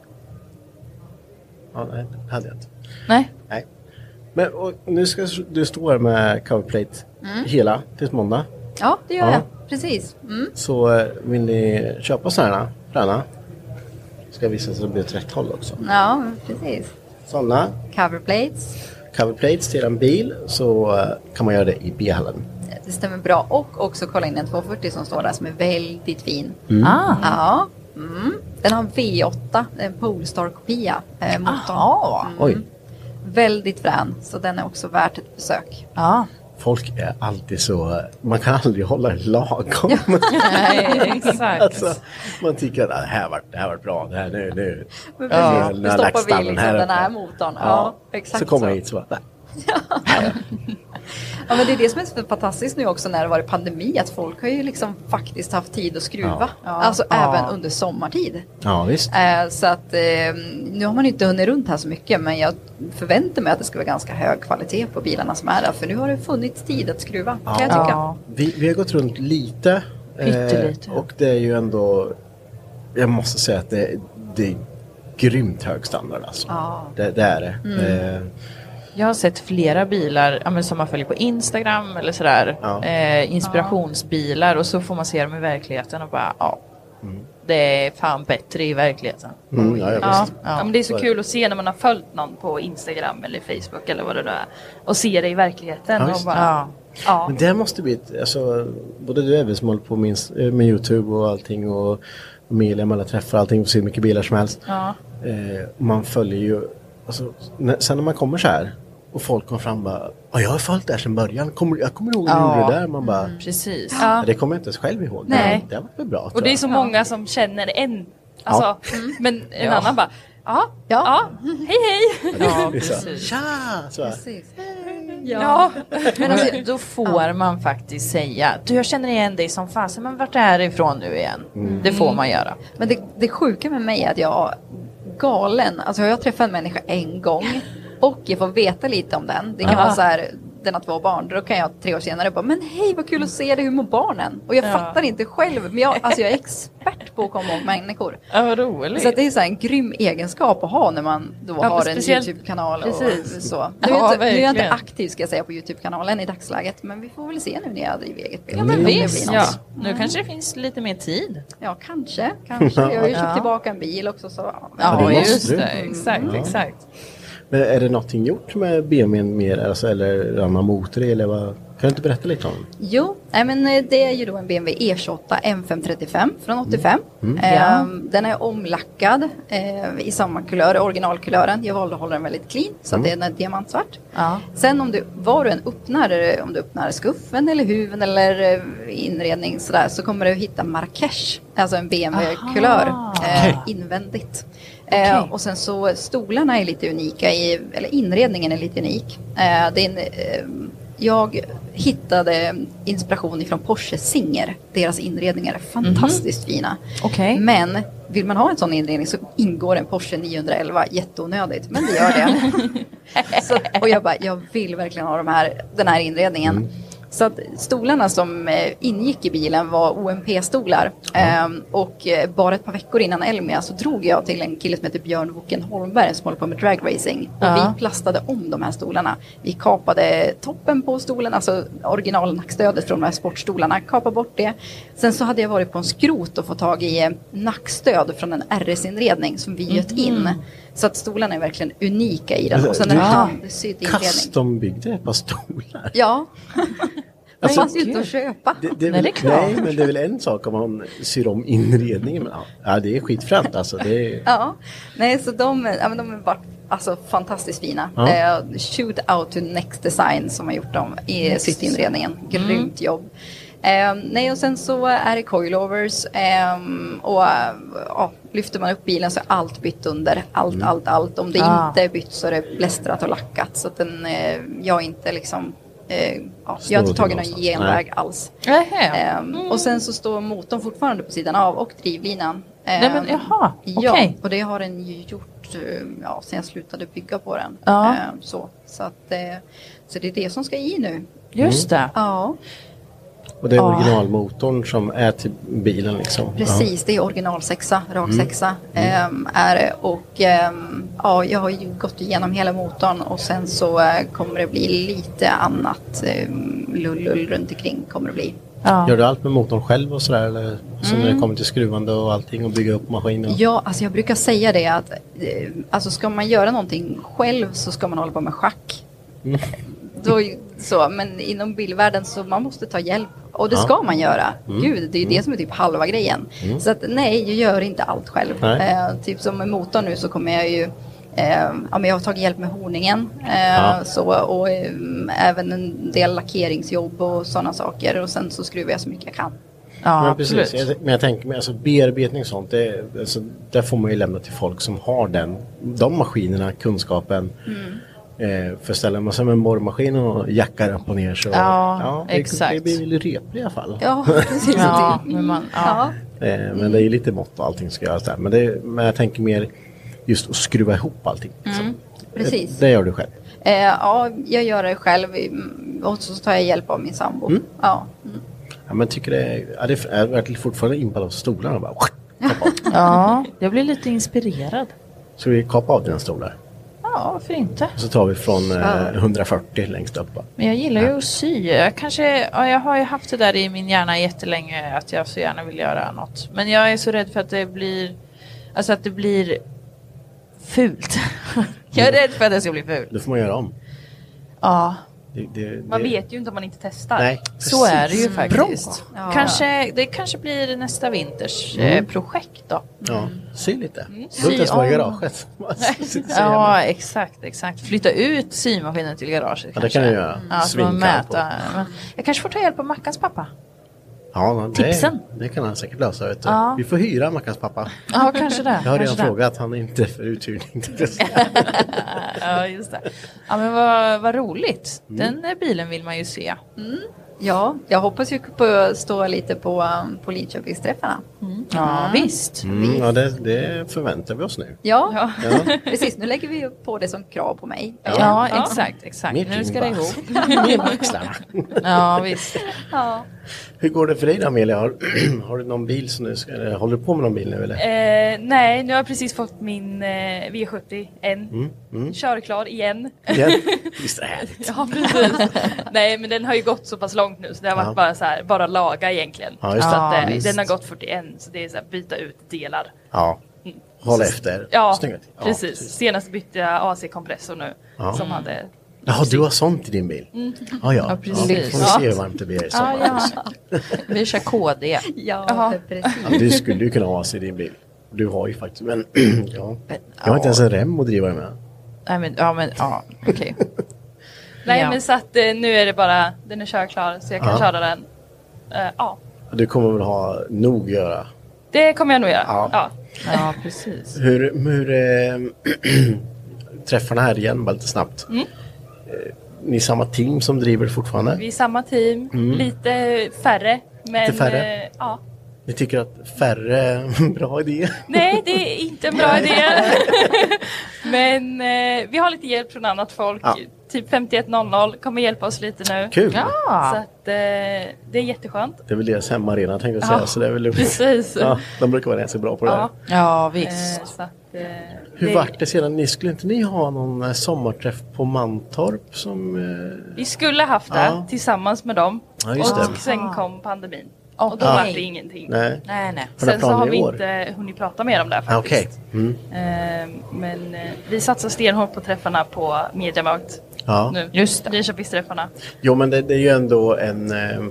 Ja, nej, det hade jag inte. Nej. Nej. Men och, nu ska du stå här med coverplate hela tills måndag. Ja, det gör Ja. jag. Precis. Mm. Så eh, vill ni köpa sådana här ska jag visa så det blir ett rätt håll också. Ja, precis. Sådana Coverplates. coverplates till en bil så eh, kan man göra det i B-hallen. Det stämmer bra. Och också kolla in en tvåhundrafyrtio som står där som är väldigt fin. Ah. Ja. Mm. Den har en V åtta, en Polestar-kopia. Eh, motorn. Aha. Oj, Väldigt frän. Så den är också värt ett besök. Ja. folk är alltid så, man kan aldrig hålla det lagom. Nej, exakt. Alltså, man tycker att ah, det här var det här var bra, det här nu nu. Men Ja. precis, Nu nu har jag lagt stoppar vi stallen liksom här den uppe. här motorn. Ja, Ja, exakt så kommer så. jag hit så bara, där. Ja, men det är det som är så fantastiskt nu också när det varit pandemi, att folk har ju liksom faktiskt haft tid att skruva. Ja. Alltså Ja. även under sommartid. Ja, visst. Eh, så att eh, nu har man inte hunnit runt här så mycket, men jag förväntar mig att det ska vara ganska hög kvalitet på bilarna som är där, för nu har det funnits tid att skruva, kan jag tycka. Ja. Vi, vi har gått runt lite. Pyttelite. Eh, och det är ju ändå, jag måste säga att det, det är grymt hög standard alltså. Ja. Det, det är det. Mm. Eh, Jag har sett flera bilar ja, men som man följer på Instagram eller sådär. Ja. Eh, inspirationsbilar och så får man se dem i verkligheten och bara ja. Det är fan bättre i verkligheten. mm, ja, ja, Ja. visst. Ja, men det är så Så är det. kul att se när man har följt någon på Instagram eller Facebook eller vad det är och se det i verkligheten. Ja, och visst. bara, Ja. ja. Men det måste bli ett, alltså, både du och Evi som håller på med, ins- med YouTube och allting och Emilia med alla träffar och allting och ser hur mycket bilar som helst. Ja. Eh, man följer ju, alltså, när, sen när man kommer så här och folk kommer fram och bara, "Ja, jag har följt det här sedan början, kommer, jag kommer ihåg när Ja. du gjorde det där." Man bara, Precis. Ja. det kommer jag inte ens själv ihåg. Nej. Det var väl bra. Och tror det är jag. så många som känner en. Alltså, mm. Men en Ja. annan bara, ja, ja, hej hej. Ja, Det är så här, precis. tja! Så här. Precis. Ja, men alltså, då får man faktiskt säga, du, jag känner igen dig som fasen, men vart är det ifrån nu igen? Mm. Det får man göra. Men det, det sjuka med mig är att jag är galen. Alltså jag har träffat en människa en gång och jag får veta lite om den. Det kan Aha. vara så här, den har två barn. Då kan jag tre år senare bara, men hej vad kul att se dig, hur mår barnen? Och jag Ja. fattar inte själv, men jag, alltså jag är expert på att komma ihåg människor. Ja, vad roligt. Så att det är så här en grym egenskap att ha när man då Ja, har en speciellt- YouTube-kanal och Precis. så. Ja, Nu är, jag inte, nu är jag inte verkligen. aktiv ska jag säga på YouTube-kanalen i dagsläget, men vi får väl se nu när jag driver eget bild. Ja, men Om det visst. blir Ja. något. Nu kanske det finns lite mer tid. Ja, kanske. kanske. Jag har ju Ja. köpt tillbaka en bil också. Så, Ja, Ja, det just måste det. du. Exakt, Ja. exakt. Men är det någonting gjort med B M W:n mer, alltså, eller annan motor i, eller vad? Kan du inte berätta lite om det? Jo, nej, men eh, det är ju då en B M W E tjugoåtta M fem trettiofem från åttiofem. Mm. Ehm, Den är omlackad eh, i samma kulör, originalkulören. Jag valde att hålla den väldigt clean så att Mm. den är diamantsvart. Ja. Sen om du, var du än öppnar, eh, om du öppnar skuffen eller huven eller eh, inredning sådär, så kommer du att hitta Marrakesh, alltså en B M W-kulör eh, invändigt. Eh, och sen så stolarna är lite unika, i, eller inredningen är lite unik. Eh, det är en, eh, jag hittade inspiration ifrån Porsche Singer. Deras inredningar är fantastiskt fina. Okej. Men vill man ha en sån inredning så ingår en Porsche niohundraelva. Jätteonödigt, men det gör det. så, och jag bara, jag vill verkligen ha de här, den här inredningen. Mm. Så att stolarna som eh, ingick i bilen var O M P-stolar. Ehm, och eh, bara ett par veckor innan Elmia så drog jag till en kille som heter Björn Woken Holmberg som håller på med dragracing. Och Ja. vi plastade om de här stolarna. Vi kapade toppen på stolen, alltså originalnackstödet från de här sportstolarna. Kapade bort det. Sen så hade jag varit på en skrot och fått tag i eh, nackstöd från en R S-inredning som vi göt in. Så att stolarna är verkligen unika i den. Och sen är det Ja. handsydd inredning. Custom-byggde ett par stolar. Ja. Det Alltså, fanns ju inte att köpa. Det, det är Nej, väl, det är klart. nej, men det är väl en sak om man syr om inredningen. Men, ja, ja, det är skitfränt alltså. Det är, Ja, nej så de, ja, men de är bara alltså, fantastiskt fina. Ja. Eh, shoot out to Next Design som har gjort dem i City-inredningen. Grymt jobb. Eh, nej och sen så är det coilovers eh, och eh, ja, lyfter man upp bilen så är allt bytt under. Allt, Mm. allt, allt. Om det Ah. inte är bytt så är det blästrat och lackat. Så att den, eh, jag inte liksom eh, ja, jag har inte Snor tagit någon någonstans. genväg Nej. alls. Nähä. Ehm, Och sen så står motorn fortfarande på sidan av och drivlinan. Nej, men Ehm, jaha, Ja, okej. och det har den ju gjort eh, ja, sen jag slutade bygga på den. Ja. Ehm, så, så, att, eh, så det är det som ska i nu. Just det. Ja, och det är Ja. originalmotorn som är till bilen liksom. precis. Det är originalsexa, rak Mm. sexa ehm, är det. Och ehm, ja, jag har ju gått igenom hela motorn och sen så eh, kommer det bli lite annat um, lull-lull runt omkring kommer det bli. Ja. Ja. Gör du allt med motorn själv och sådär? Eller så när det Mm. kommer till skruvande och allting och bygga upp maskinen? Ja, alltså jag brukar säga det att eh, alltså ska man göra någonting själv så ska man hålla på med schack. Mm. Då, så, men inom bilvärlden så man måste ta hjälp. Och det Ja. ska man göra. Mm. Gud, det är ju det som är typ halva grejen. Mm. Så att nej, jag gör inte allt själv. Nej. Eh, typ som med motorn nu så kommer jag ju eh, ja, men jag har tagit hjälp med horningen. Eh, Ja. så, och eh, även en del lackeringsjobb och sådana saker. Och sen så skruvar jag så mycket jag kan. Ja, men, precis. absolut. Jag, men jag tänker mig, alltså bearbetning och sånt, det, alltså, där får man ju lämna till folk som har den, de maskinerna, kunskapen. Mm. Eh, för ställer man sig med en borrmaskin och jackar upp och ner så Ja, det, exakt. det blir väl repligt i alla fall. Ja, precis. Ja, men man, ja. Ja. Eh, men det är ju lite mått och allting ska göras där. Men, det, men jag tänker mer just att skruva ihop allting. liksom. Mm, precis. Det gör du själv. Eh, ja, jag gör det själv mm, och så tar jag hjälp av min sambo. Mm. Ja. Mm. Ja, men tycker det är, ja, det är verkligen fortfarande inpall av stolarna. Bara, Ja, jag blir lite inspirerad. så vi kapar av dina stolar. Ja, varför inte? Och så tar vi från eh, Ja. hundrafyrtio längst upp. va? Men jag gillar ju att sy. Jag, kanske, ja, jag har ju haft det där i min hjärna jättelänge att jag så gärna vill göra något. Men jag är så rädd för att det blir, alltså att det blir fult. Jag är rädd för att det ska bli fult. Då får man göra om. Ja. Det, det, Man det- vet ju inte om man inte testar. Nej, Så är det ju Mm. faktiskt. Bra. Ja. Kanske, det kanske blir nästa vinters Mm. eh, projekt då. Ja, sy lite. Mm. Du behöver inte ens vara i Sy om. garaget. Sitta så Ja, hemma. exakt, exakt. Flytta ut symaskinen till garaget. Ja, det kanske. kan du göra. Ja, så man Svinkallt mäta. Men jag kanske får ta hjälp av Mackans pappa. Ja, men Tipsen. Det, det kan han säkert lösa. Vet du. Ja. Vi får hyra Mackans pappa. Ja, kanske det. Jag har redan kanske det. frågat, han är inte för uthyrning. Ja, just det. Ja, men vad, vad roligt. Den mm. bilen vill man ju se. Mm. Ja, jag hoppas ju på att stå lite på, um, på Lidköpingsträffarna. Mm. Ja, mm. visst. Mm, ja, det, det förväntar vi oss nu. Ja, ja. ja, precis. Nu lägger vi på det som krav på mig. Ja, ja, ja. exakt. exakt. Nu ska det ihop. Med axlarna. Ja, visst. Ja. Hur går det för dig då, Amelia? Har, har du någon bil som du ska, eller håller du på med någon bil nu eller? Eh, nej, nu har jag precis fått min eh, V sjuttio N. Mm, mm. Körklar igen. Igen? Visst är det härligt. Ja, precis. Nej, men den har ju gått så pass långt nu så det har varit ja. bara så här, bara laga egentligen. Ja, just det. Så att, eh, den har gått fyrtioen så det är så här, byta ut delar. Ja. Mm. Hålla efter. Ja, ja precis. precis. Senast bytte jag A C-kompressor nu ja. som hade... Jaha, du har sånt i din bil? Mm. Ah, ja, ja, precis. Ja, får vi se hur varmt det blir i sommar. Ja, ja. Vi kör K D. Ja, Aha. precis. Ja, du skulle ju kunna ha A C i din bil. Du har ju faktiskt, men ja. Jag har inte ens en rem att driva med. Nej, men, ja, men, ja, okej. Okay. Nej, ja. men så att nu är det bara, den är körklar så jag kan ja. köra den. Uh, ja. Du kommer väl ha nog att göra? Det kommer jag nog göra, ja. Ja, ja precis. Hur, hur äh, träffarna här igen, bara lite snabbt. Mm. Ni är samma team som driver fortfarande? Vi är samma team, mm. lite färre. Men, lite färre? Eh, ja. Ni tycker att färre är en bra idé? Nej, det är inte en bra idé. Men eh, vi har lite hjälp från annat folk. Ja. Typ femtioett noll noll kommer hjälpa oss lite nu. Kul! Ja. Så att, eh, det är jätteskönt. Det är väl deras hemmarena tänkte jag säga. Ja, så det är väl precis. Ja, de brukar vara ganska bra på det ja. där. Ja, visst. Eh, så att, eh, Hur det... vart det sedan? Ni skulle inte ni ha någon sommarträff på Mantorp som... Eh... Vi skulle haft det ja. tillsammans med dem. Ja, just och det. sen kom pandemin. Och då ja. var det ingenting. Nej. Nej, nej. Sen så har vi inte hunnit prata mer om det här faktiskt. Ah, okay. mm. eh, men eh, vi satsar stenhårt på träffarna på Mediamarkt ja. nu. Just det. Lidköpingsträffarna. Jo, men det, det är ju ändå en... Eh...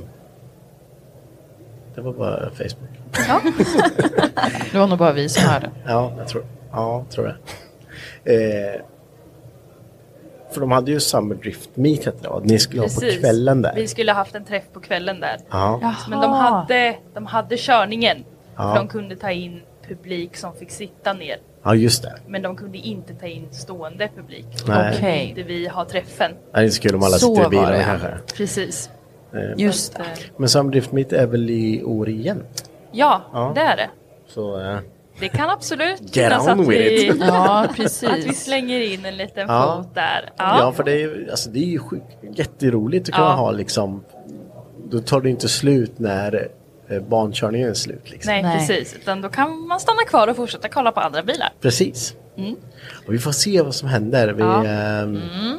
Det var bara Facebook. Ja. Det var nog bara vi som hörde. Ja, jag tror, ja, tror jag. Eh... För de hade ju Summer Drift Meet hette det. Ni skulle Precis. ha på kvällen där. Vi skulle ha haft en träff på kvällen där. Ja. Men de hade, de hade körningen. Ja. För de kunde ta in publik som fick sitta ner. Ja, just det. Men de kunde inte ta in stående publik. Nej. Okej. Inte vi har träffen. Nej, det är så kul om alla så sitter i bilen det, ja. kanske. Precis. Eh, just det. Men Summer Drift Meet är väl i år igen? Ja, ja. det är det. Så... Eh. Det kan absolut Get finnas on att with vi, it. Ja, precis. att vi slänger in en liten ja. fot där. Ja, ja för det är, alltså, det är ju sjuk, jätteroligt att kunna ja. ha liksom, då tar det inte slut när eh, bankörningen är slut. Liksom. Nej, Nej, precis. Utan då kan man stanna kvar och fortsätta kolla på andra bilar. Precis. Mm. Och vi får se vad som händer. Vi, ja. eh, mm.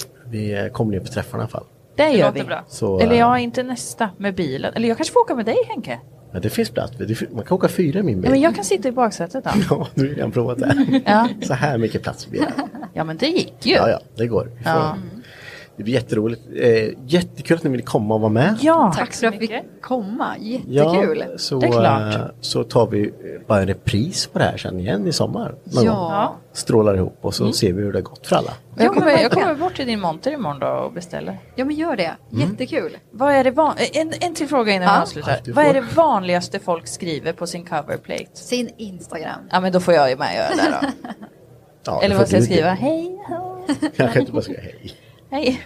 vi kommer ner på träffarna i alla fall. Det, det gör vi. Bra. Så, Eller jag är inte nästa med bilen. Eller jag kanske får åka med dig, Henke. Ja, det finns plats. Man kan åka fyra i min bil. Ja, men jag kan sitta i baksätet då. Ja, nu har jag provat det. Ja. Så här mycket plats blir det. Ja, men det gick ju. Ja, ja, det går. Vi får, ja. Det blir jätteroligt. Eh, jättekul att ni vill komma och vara med. Ja, tack så mycket. Fick komma. Jättekul. Ja, så, det är klart. Eh, så tar vi bara en repris på det här sen igen i sommar. Någon ja. Gång. Strålar ihop och så mm. ser vi hur det har gått för alla. Jag kommer, jag kommer bort till din monter imorgon då och beställer. Ja, men gör det. Jättekul. Mm. Vad är det van- en, en till fråga innan vi avslutar. Ja, Vad är det vanligaste folk skriver på sin coverplate? Sin Instagram. Ja, men då får jag ju med göra det då. Ja, eller vad ska jag skriva? Hej, hej. Kanske inte bara skriva hej. Hej.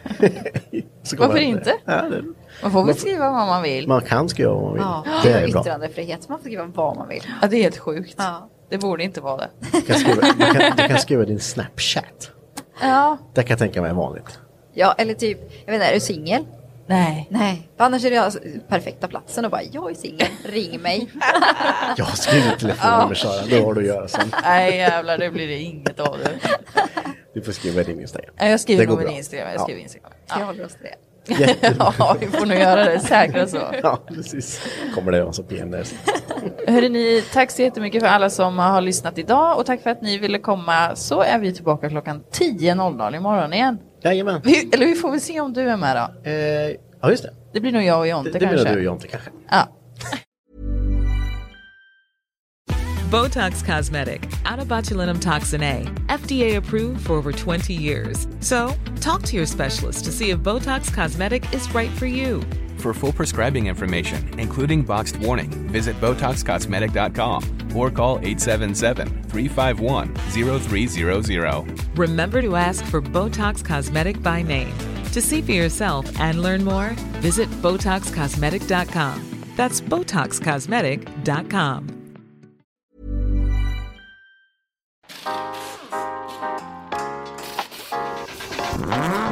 Varför inte? Ja, det... Man får väl skriva vad man vill. Man kan skriva vad man vill. Ja, det är bra. Yttrandefrihet, man får skriva vad man vill. Ja, det är helt sjukt. Ja. Det borde inte vara det. Du kan skriva, du kan, du kan skriva din Snapchat. Ja. Det kan jag tänka mig är vanligt. Ja, eller typ, jag vet inte, är du singel? Nej. Nej, för annars är det alltså perfekta platsen och bara, jag är singel, ring mig. Jag har skrivit telefonnummer, Sara, då har du att göra sen. Nej jävlar, det blir det inget av det. Du får skriva din Instagram. Ja, jag skriver på min Instagram, jag skriver ja. Instagram. Ja. Jag håller oss till det. Ja, vi får nog göra det säkert så. Ja, precis. Kommer det vara så P M där. Hörde ni, tack så jättemycket för alla som har lyssnat idag och tack för att ni ville komma. Så är vi tillbaka klockan tio noll noll imorgon igen. Jajamän. Vi, eller vi får väl se om du är med då. Eh, ja, just det. Det blir nog jag och Jonte det, kanske. Det blir nog du och Jonte kanske. Ja. Botox Cosmetic, out of botulinum toxin A, F D A approved for over twenty years. So, talk to your specialist to see if Botox Cosmetic is right for you. For full prescribing information, including boxed warning, visit Botox Cosmetic dot com or call eight seven seven, three five one, zero three zero zero. Remember to ask for Botox Cosmetic by name. To see for yourself and learn more, visit Botox Cosmetic dot com. That's Botox Cosmetic dot com. Mm-hmm.